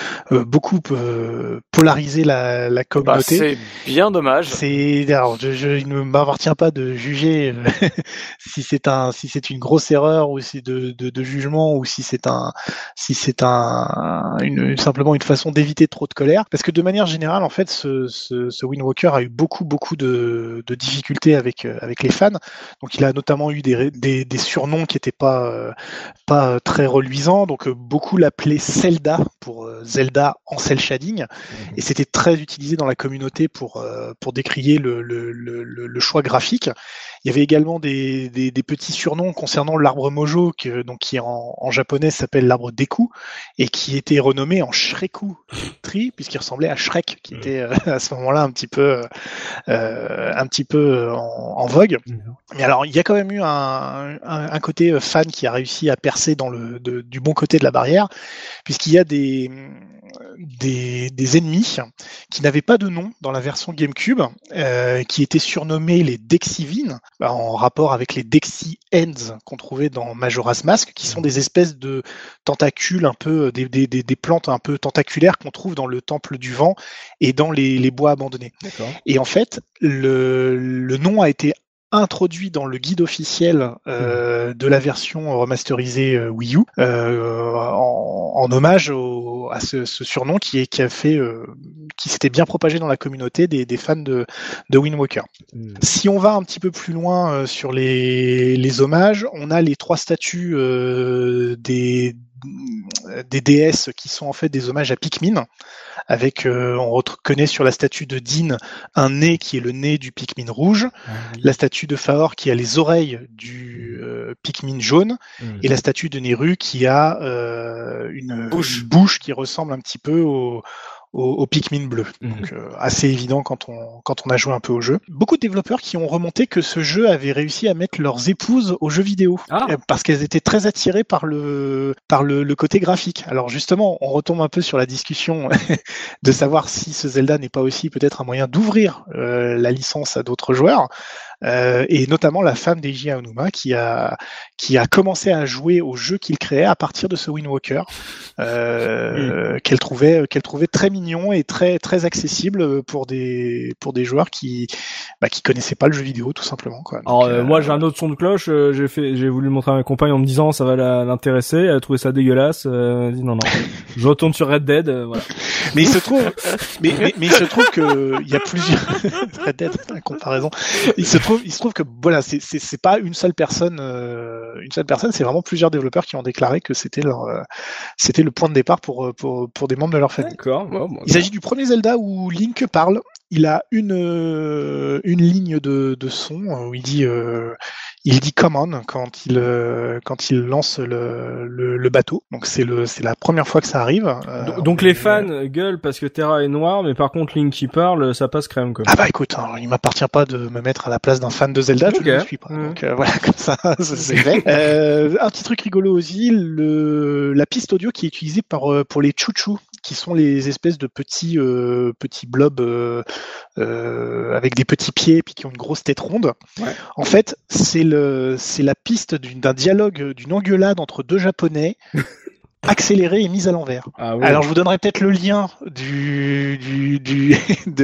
C: polarisé la communauté.
E: C'est bien dommage.
C: Alors, il ne m'appartient pas de juger si c'est une grosse erreur ou si de jugement ou si c'est simplement une façon d'éviter trop de colère. Parce que de manière générale, en fait, ce Wind Walker a eu beaucoup de difficultés avec les fans. Donc, il a notamment eu des surnoms qui étaient pas très reluisants. Donc beaucoup l'appelaient Zelda pour Zelda en cel shading, et c'était très utilisé dans la communauté pour décrier le choix graphique. Il y avait également des petits surnoms concernant l'arbre Mojo qui en japonais s'appelle l'arbre Deku et qui était renommé en Shreku Tree puisqu'il ressemblait à Shrek qui était à ce moment-là un petit peu en vogue. Mais alors il y a quand même eu un côté fan qui a réussi à percer du bon côté de la barrière, puisqu'il y a des ennemis qui n'avaient pas de nom dans la version GameCube, qui étaient surnommés les Dexivines, en rapport avec les Dexy Ends qu'on trouvait dans Majora's Mask, qui sont des espèces de tentacules un peu, des plantes un peu tentaculaires qu'on trouve dans le temple du vent et dans les bois abandonnés. D'accord. Et en fait, le nom a été introduit dans le guide officiel de la version remasterisée Wii U en hommage à ce surnom qui s'était bien propagé dans la communauté des fans de Wind Walker. Si on va un petit peu plus loin sur les hommages, on a les 3 statues des déesses qui sont en fait des hommages à Pikmin, avec on reconnaît sur la statue de Dean un nez qui est le nez du Pikmin rouge, la statue de Faor qui a les oreilles du Pikmin jaune, et la statue de Neru qui a une bouche qui ressemble un petit peu au Pikmin bleu. Donc assez évident quand on a joué un peu au jeu. Beaucoup de développeurs qui ont remonté que ce jeu avait réussi à mettre leurs épouses aux jeux vidéo parce qu'elles étaient très attirées par le côté graphique. Alors justement, on retombe un peu sur la discussion de savoir si ce Zelda n'est pas aussi peut-être un moyen d'ouvrir la licence à d'autres joueurs. Et notamment la femme d'Eiji Aonuma qui a commencé à jouer au jeu qu'il créait à partir de ce Wind Walker, qu'elle trouvait très mignon et très très accessible pour des joueurs qui connaissaient pas le jeu vidéo tout simplement, quoi. Donc,
A: alors moi j'ai un autre son de cloche, j'ai voulu le montrer à ma compagne en me disant ça va l'intéresser, elle a trouvé ça dégueulasse, elle a dit non, je retourne sur Red Dead, voilà.
C: Mais il se trouve que il y a plusieurs Red Dead, la comparaison. Il se trouve que voilà, c'est pas une seule personne, c'est vraiment plusieurs développeurs qui ont déclaré que c'était le point de départ pour des membres de leur famille.
A: D'accord.
C: Il s'agit du premier Zelda où Link parle. Il a une ligne de son où il dit come on quand il lance le bateau. Donc c'est la première fois que ça arrive.
A: Donc les fans gueulent parce que Terra est noire, mais par contre Link qui parle, ça passe crème, quoi.
C: Ah bah écoute, il m'appartient pas de me mettre à la place d'un fan de Zelda, je ne le suis pas. Donc voilà, comme ça c'est fait. Un petit truc rigolo aussi, la piste audio qui est utilisée pour les chouchous, qui sont les espèces de petits blobs avec des petits pieds et puis qui ont une grosse tête ronde. Ouais. En fait, c'est la piste d'un dialogue, d'une engueulade entre 2 Japonais accélérée et mise à l'envers. Ah oui. Alors je vous donnerai peut-être le lien de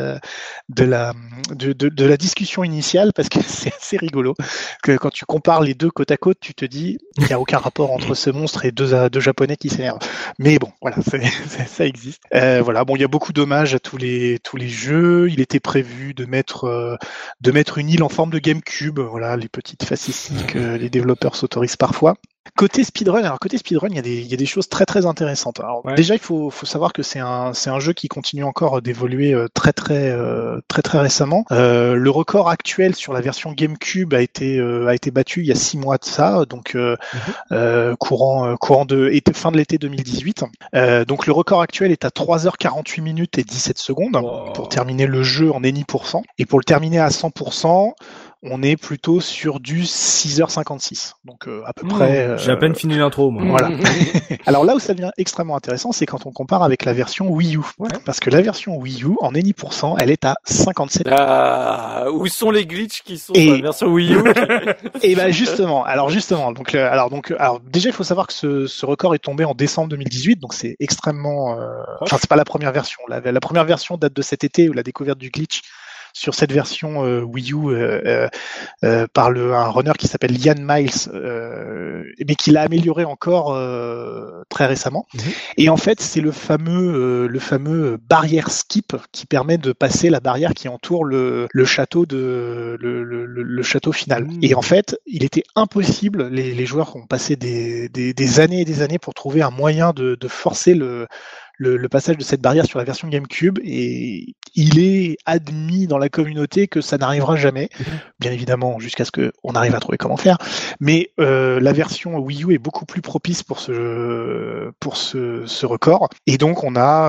C: la discussion initiale parce que c'est assez rigolo que quand tu compares les deux côte à côte, tu te dis il n'y a aucun rapport entre ce monstre et deux Japonais qui s'énervent. Mais bon, voilà, ça existe. Voilà, bon, il y a beaucoup d'hommages à tous les jeux. Il était prévu de mettre une île en forme de GameCube. Voilà, les petites facéties que les développeurs s'autorisent parfois. Côté speedrun, il y a des choses très très intéressantes. Alors déjà, il faut savoir que c'est un jeu qui continue encore d'évoluer très très récemment. Le record actuel sur la version GameCube a été battu il y a 6 mois de ça, donc courant fin de l'été 2018. Donc le record actuel est à 3h48 minutes et 17 secondes pour terminer le jeu en any %. Et pour le terminer à 100%, on est plutôt sur du 6h56. Donc à peu près.
A: J'ai à peine fini l'intro, moi.
C: Voilà. Alors là où ça devient extrêmement intéressant, c'est quand on compare avec la version Wii U.
A: Ouais.
C: Parce que la version Wii U, en any%, elle est à 57.
E: Où sont les glitches qui sont dans la version Wii U?
C: Et ben justement. Alors déjà il faut savoir que ce record est tombé en décembre 2018, donc c'est extrêmement. Enfin c'est pas la première version. La première version date de cet été où la découverte du glitch sur cette version Wii U par un runner qui s'appelle Ian Miles, mais qui l'a amélioré encore très récemment. Et en fait, c'est le fameux barrière skip qui permet de passer la barrière qui entoure le château le château final. Et en fait, il était impossible. Les joueurs ont passé des années et des années pour trouver un moyen de forcer le passage de cette barrière sur la version GameCube, et il est admis dans la communauté que ça n'arrivera jamais, bien évidemment, jusqu'à ce qu'on arrive à trouver comment faire. Mais la version Wii U est beaucoup plus propice pour ce record, et donc on a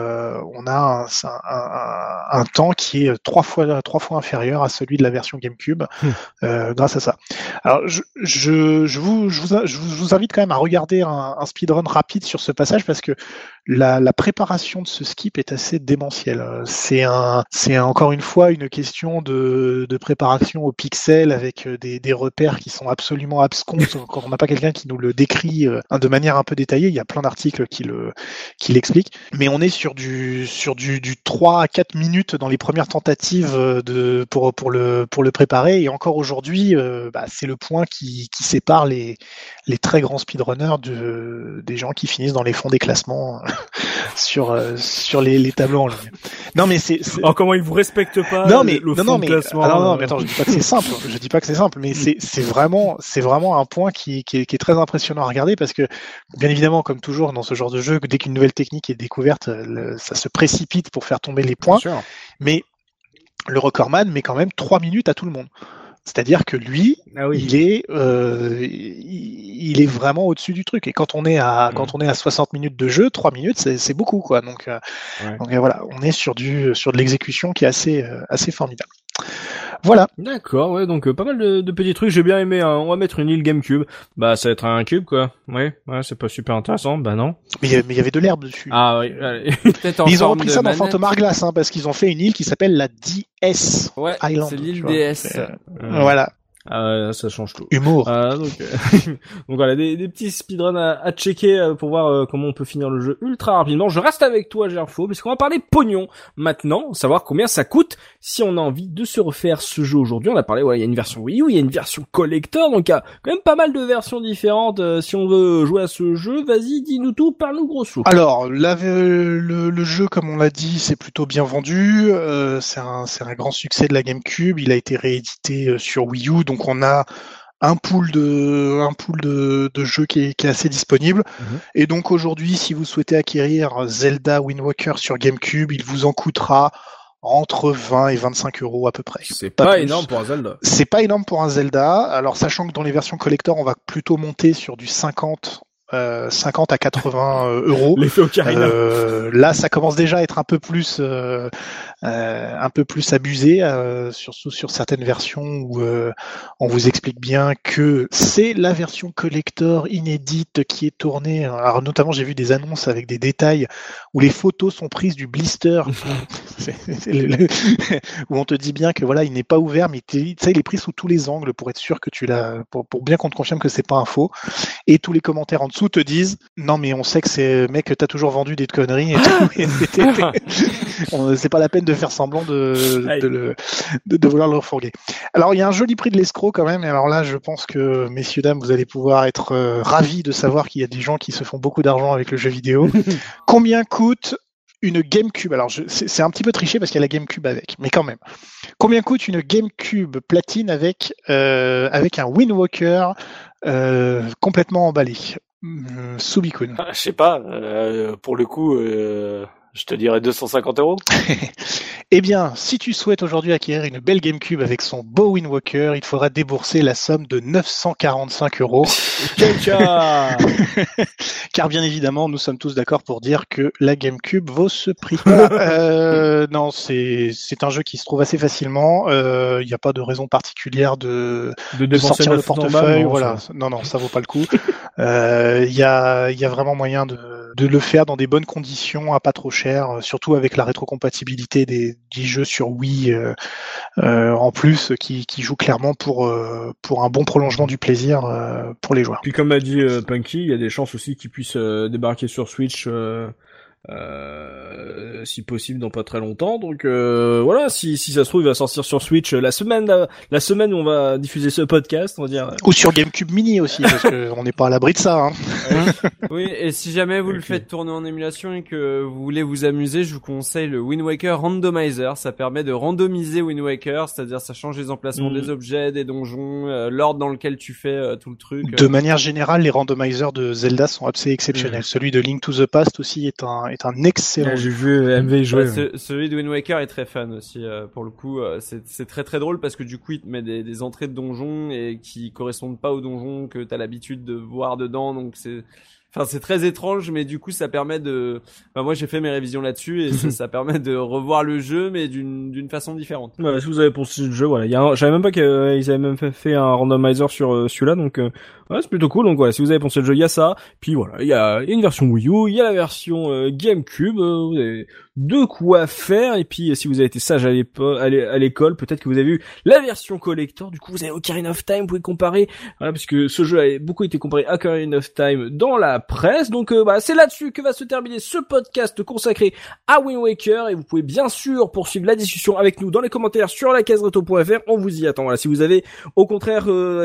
C: un temps qui est trois fois inférieur à celui de la version GameCube grâce à ça. Alors je vous invite quand même à regarder un speedrun rapide sur ce passage, parce que la préparation de ce skip est assez démentielle. C'est encore une fois une question de préparation au pixel avec des repères qui sont absolument abscons. Quand on n'a pas quelqu'un qui nous le décrit de manière un peu détaillée, il y a plein d'articles qui l'expliquent. Mais on est sur du 3 à 4 minutes dans les premières tentatives pour le préparer. Et encore aujourd'hui, c'est le point qui sépare les très grands speedrunners des gens qui finissent dans les fonds des classements sur les tableaux en ligne. Non mais c'est...
A: Oh, comment ils vous respectent pas?
C: Non mais
A: de classement.
C: Non mais attends, je dis pas que c'est simple. Je dis pas que c'est simple, mais c'est vraiment un point qui est très impressionnant à regarder, parce que bien évidemment, comme toujours dans ce genre de jeu, dès qu'une nouvelle technique est découverte, ça se précipite pour faire tomber les points. Mais le recordman met quand même 3 minutes à tout le monde. C'est-à-dire que lui, il est vraiment au-dessus du truc. Et quand on est à 60 minutes de jeu, 3 minutes, c'est beaucoup, quoi. Donc voilà, on est sur de l'exécution qui est assez formidable. Voilà.
A: D'accord, ouais, donc pas mal de petits trucs, j'ai bien aimé, hein. On va mettre une île GameCube. Bah, ça va être un cube, quoi. Ouais, c'est pas super intéressant, bah non.
C: Mais il y avait de l'herbe dessus.
A: Ah oui, allez.
B: Peut-être en
C: ils ont
B: forme
C: repris
B: de
C: ça dans
B: manette.
C: Phantom Hourglass, hein, parce qu'ils ont fait une île qui s'appelle la DS Island.
B: C'est l'île
C: tu vois.
B: DS.
C: Voilà.
A: Ça change tout.
C: Humour.
A: Donc voilà, des petits speedruns à checker pour voir comment on peut finir le jeu ultra rapidement. Je reste avec toi, Gerfo, parce qu'on va parler pognon maintenant, savoir combien ça coûte si on a envie de se refaire ce jeu aujourd'hui. On a parlé, il y a une version Wii U, il y a une version collector, donc il y a quand même pas mal de versions différentes. Si on veut jouer à ce jeu, vas-y, dis-nous tout, parle-nous gros sous.
C: Alors, le jeu, comme on l'a dit, c'est plutôt bien vendu. C'est un grand succès de la GameCube. Il a été réédité sur Wii U, donc on a un pool de jeux qui est assez disponible. Et donc aujourd'hui, si vous souhaitez acquérir Zelda Wind Waker sur GameCube, il vous en coûtera entre 20 et 25 euros à peu près.
A: C'est pas énorme pour un Zelda.
C: C'est pas énorme pour un Zelda. Alors sachant que dans les versions collector, on va plutôt monter sur du 50 à 80 euros.
A: L'effet Ocarina.
C: Là, ça commence déjà à être un peu plus abusé, surtout sur certaines versions où on vous explique bien que c'est la version collector inédite qui est tournée. Alors notamment, j'ai vu des annonces avec des détails où les photos sont prises du blister, où on te dit bien que voilà, il n'est pas ouvert, mais il est pris sous tous les angles pour être sûr que tu l'as, pour bien qu'on te confirme que c'est pas un faux. Et tous les commentaires en dessous te disent non mais on sait que mec, t'as toujours vendu des conneries et tout. C'est pas la peine de faire semblant de vouloir le refourguer. Alors il y a un joli prix de l'escroc quand même, et alors là je pense que messieurs dames vous allez pouvoir être ravis de savoir qu'il y a des gens qui se font beaucoup d'argent avec le jeu vidéo. Combien coûte une GameCube? Alors c'est un petit peu triché parce qu'il y a la GameCube avec, mais quand même. Combien coûte une GameCube platine avec un Wind Waker complètement emballé? Subikun.
E: Je sais pas, pour le coup, Je te dirais 250 €.
C: Eh bien, si tu souhaites aujourd'hui acquérir une belle GameCube avec son beau Wind Waker, il faudra débourser la somme de 945 €. Car bien évidemment, nous sommes tous d'accord pour dire que la GameCube vaut ce prix. Non, c'est un jeu qui se trouve assez facilement. Il n'y a pas de raison particulière de sortir le portefeuille. Voilà. Non, ça vaut pas le coup. Il y a vraiment moyen de le faire dans des bonnes conditions, à pas trop cher, surtout avec la rétrocompatibilité des jeux sur Wii en plus, qui joue clairement pour un bon prolongement du plaisir pour les joueurs.
A: Puis comme a dit Punky, il y a des chances aussi qu'ils puissent débarquer sur Switch si possible dans pas très longtemps. Donc voilà, si ça se trouve il va sortir sur Switch la semaine où on va diffuser ce podcast, on va dire.
C: Ou sur GameCube Mini aussi, parce que on n'est pas à l'abri de ça. Hein.
B: Oui, et si jamais vous le faites tourner en émulation et que vous voulez vous amuser, je vous conseille le Wind Waker Randomizer. Ça permet de randomiser Wind Waker, c'est-à-dire ça change les emplacements des objets, des donjons, l'ordre dans lequel tu fais tout le truc.
C: De manière générale, les randomizers de Zelda sont assez exceptionnels. Celui de Link to the Past aussi est un excellent.
A: J'ai vu MV jouer.
B: Celui de Wind Waker est très fan aussi. Pour le coup, c'est très très drôle parce que du coup, il te met des entrées de donjons et qui correspondent pas aux donjons que t'as l'habitude de voir dedans. Donc c'est très étrange, mais du coup, ça permet moi, j'ai fait mes révisions là-dessus et ça permet de revoir le jeu, mais d'une façon différente.
A: Ouais, si vous avez pensé le jeu, voilà. Je savais même pas qu'ils avaient même fait un randomizer sur celui-là, donc ouais, c'est plutôt cool. Donc voilà, si vous avez pensé le jeu, il y a ça. Puis voilà, il y a une version Wii U, il y a la version GameCube. Vous avez de quoi faire. Et puis si vous avez été sage à l'école, peut-être que vous avez vu la version collector. Du coup, vous avez Ocarina of Time, vous pouvez comparer. Voilà, puisque ce jeu a beaucoup été comparé à Ocarina of Time dans la presse. Donc c'est là-dessus que va se terminer ce podcast consacré à Wind Waker. Et vous pouvez bien sûr poursuivre la discussion avec nous dans les commentaires sur lacasereto.fr. On vous y attend. Voilà, si vous avez, au contraire,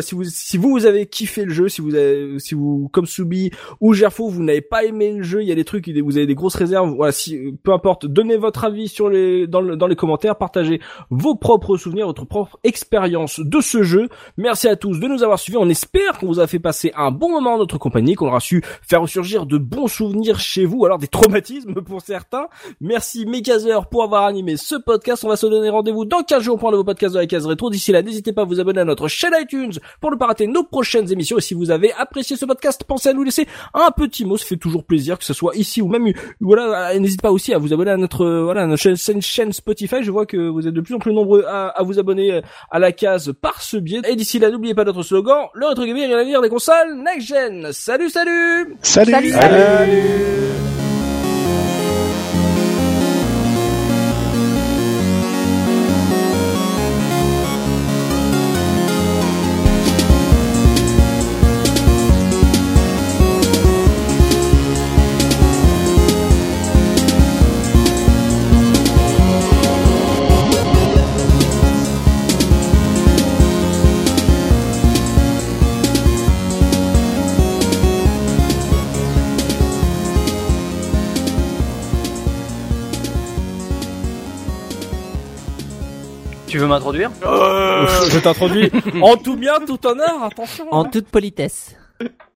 A: si vous avez kiffé le jeu, si vous comme Soubi ou Gerfo, vous n'avez pas aimé le jeu, il y a des trucs, vous avez des grosses réserves. Voilà, peu importe, donnez votre avis dans les commentaires, partagez vos propres souvenirs, votre propre expérience de ce jeu. Merci à tous de nous avoir suivis. On espère qu'on vous a fait passer un bon moment en notre compagnie, qu'on aura su faire ressurgir de bons souvenirs chez vous, alors des traumatismes pour certains. Merci Megazer pour avoir animé ce podcast. On va se donner rendez-vous dans 15 jours pour un nouveau podcast de la Case Rétro. D'ici là, n'hésitez pas à vous abonner à notre chaîne iTunes pour ne pas rater nos prochaines émissions. Et si vous avez apprécié ce podcast, pensez à nous laisser un petit mot. Ça fait toujours plaisir, que ce soit ici ou même, voilà, n'hésitez pas aussi à vous abonner à notre chaîne Spotify. Je vois que vous êtes de plus en plus nombreux à vous abonner à la case par ce biais. Et d'ici là, n'oubliez pas notre slogan, le rétro gaming et l'avenir des consoles next gen. Salut.
C: Salut.
F: Tu veux m'introduire?
A: Je t'introduis en tout bien, tout honneur, attention.
B: En toute politesse.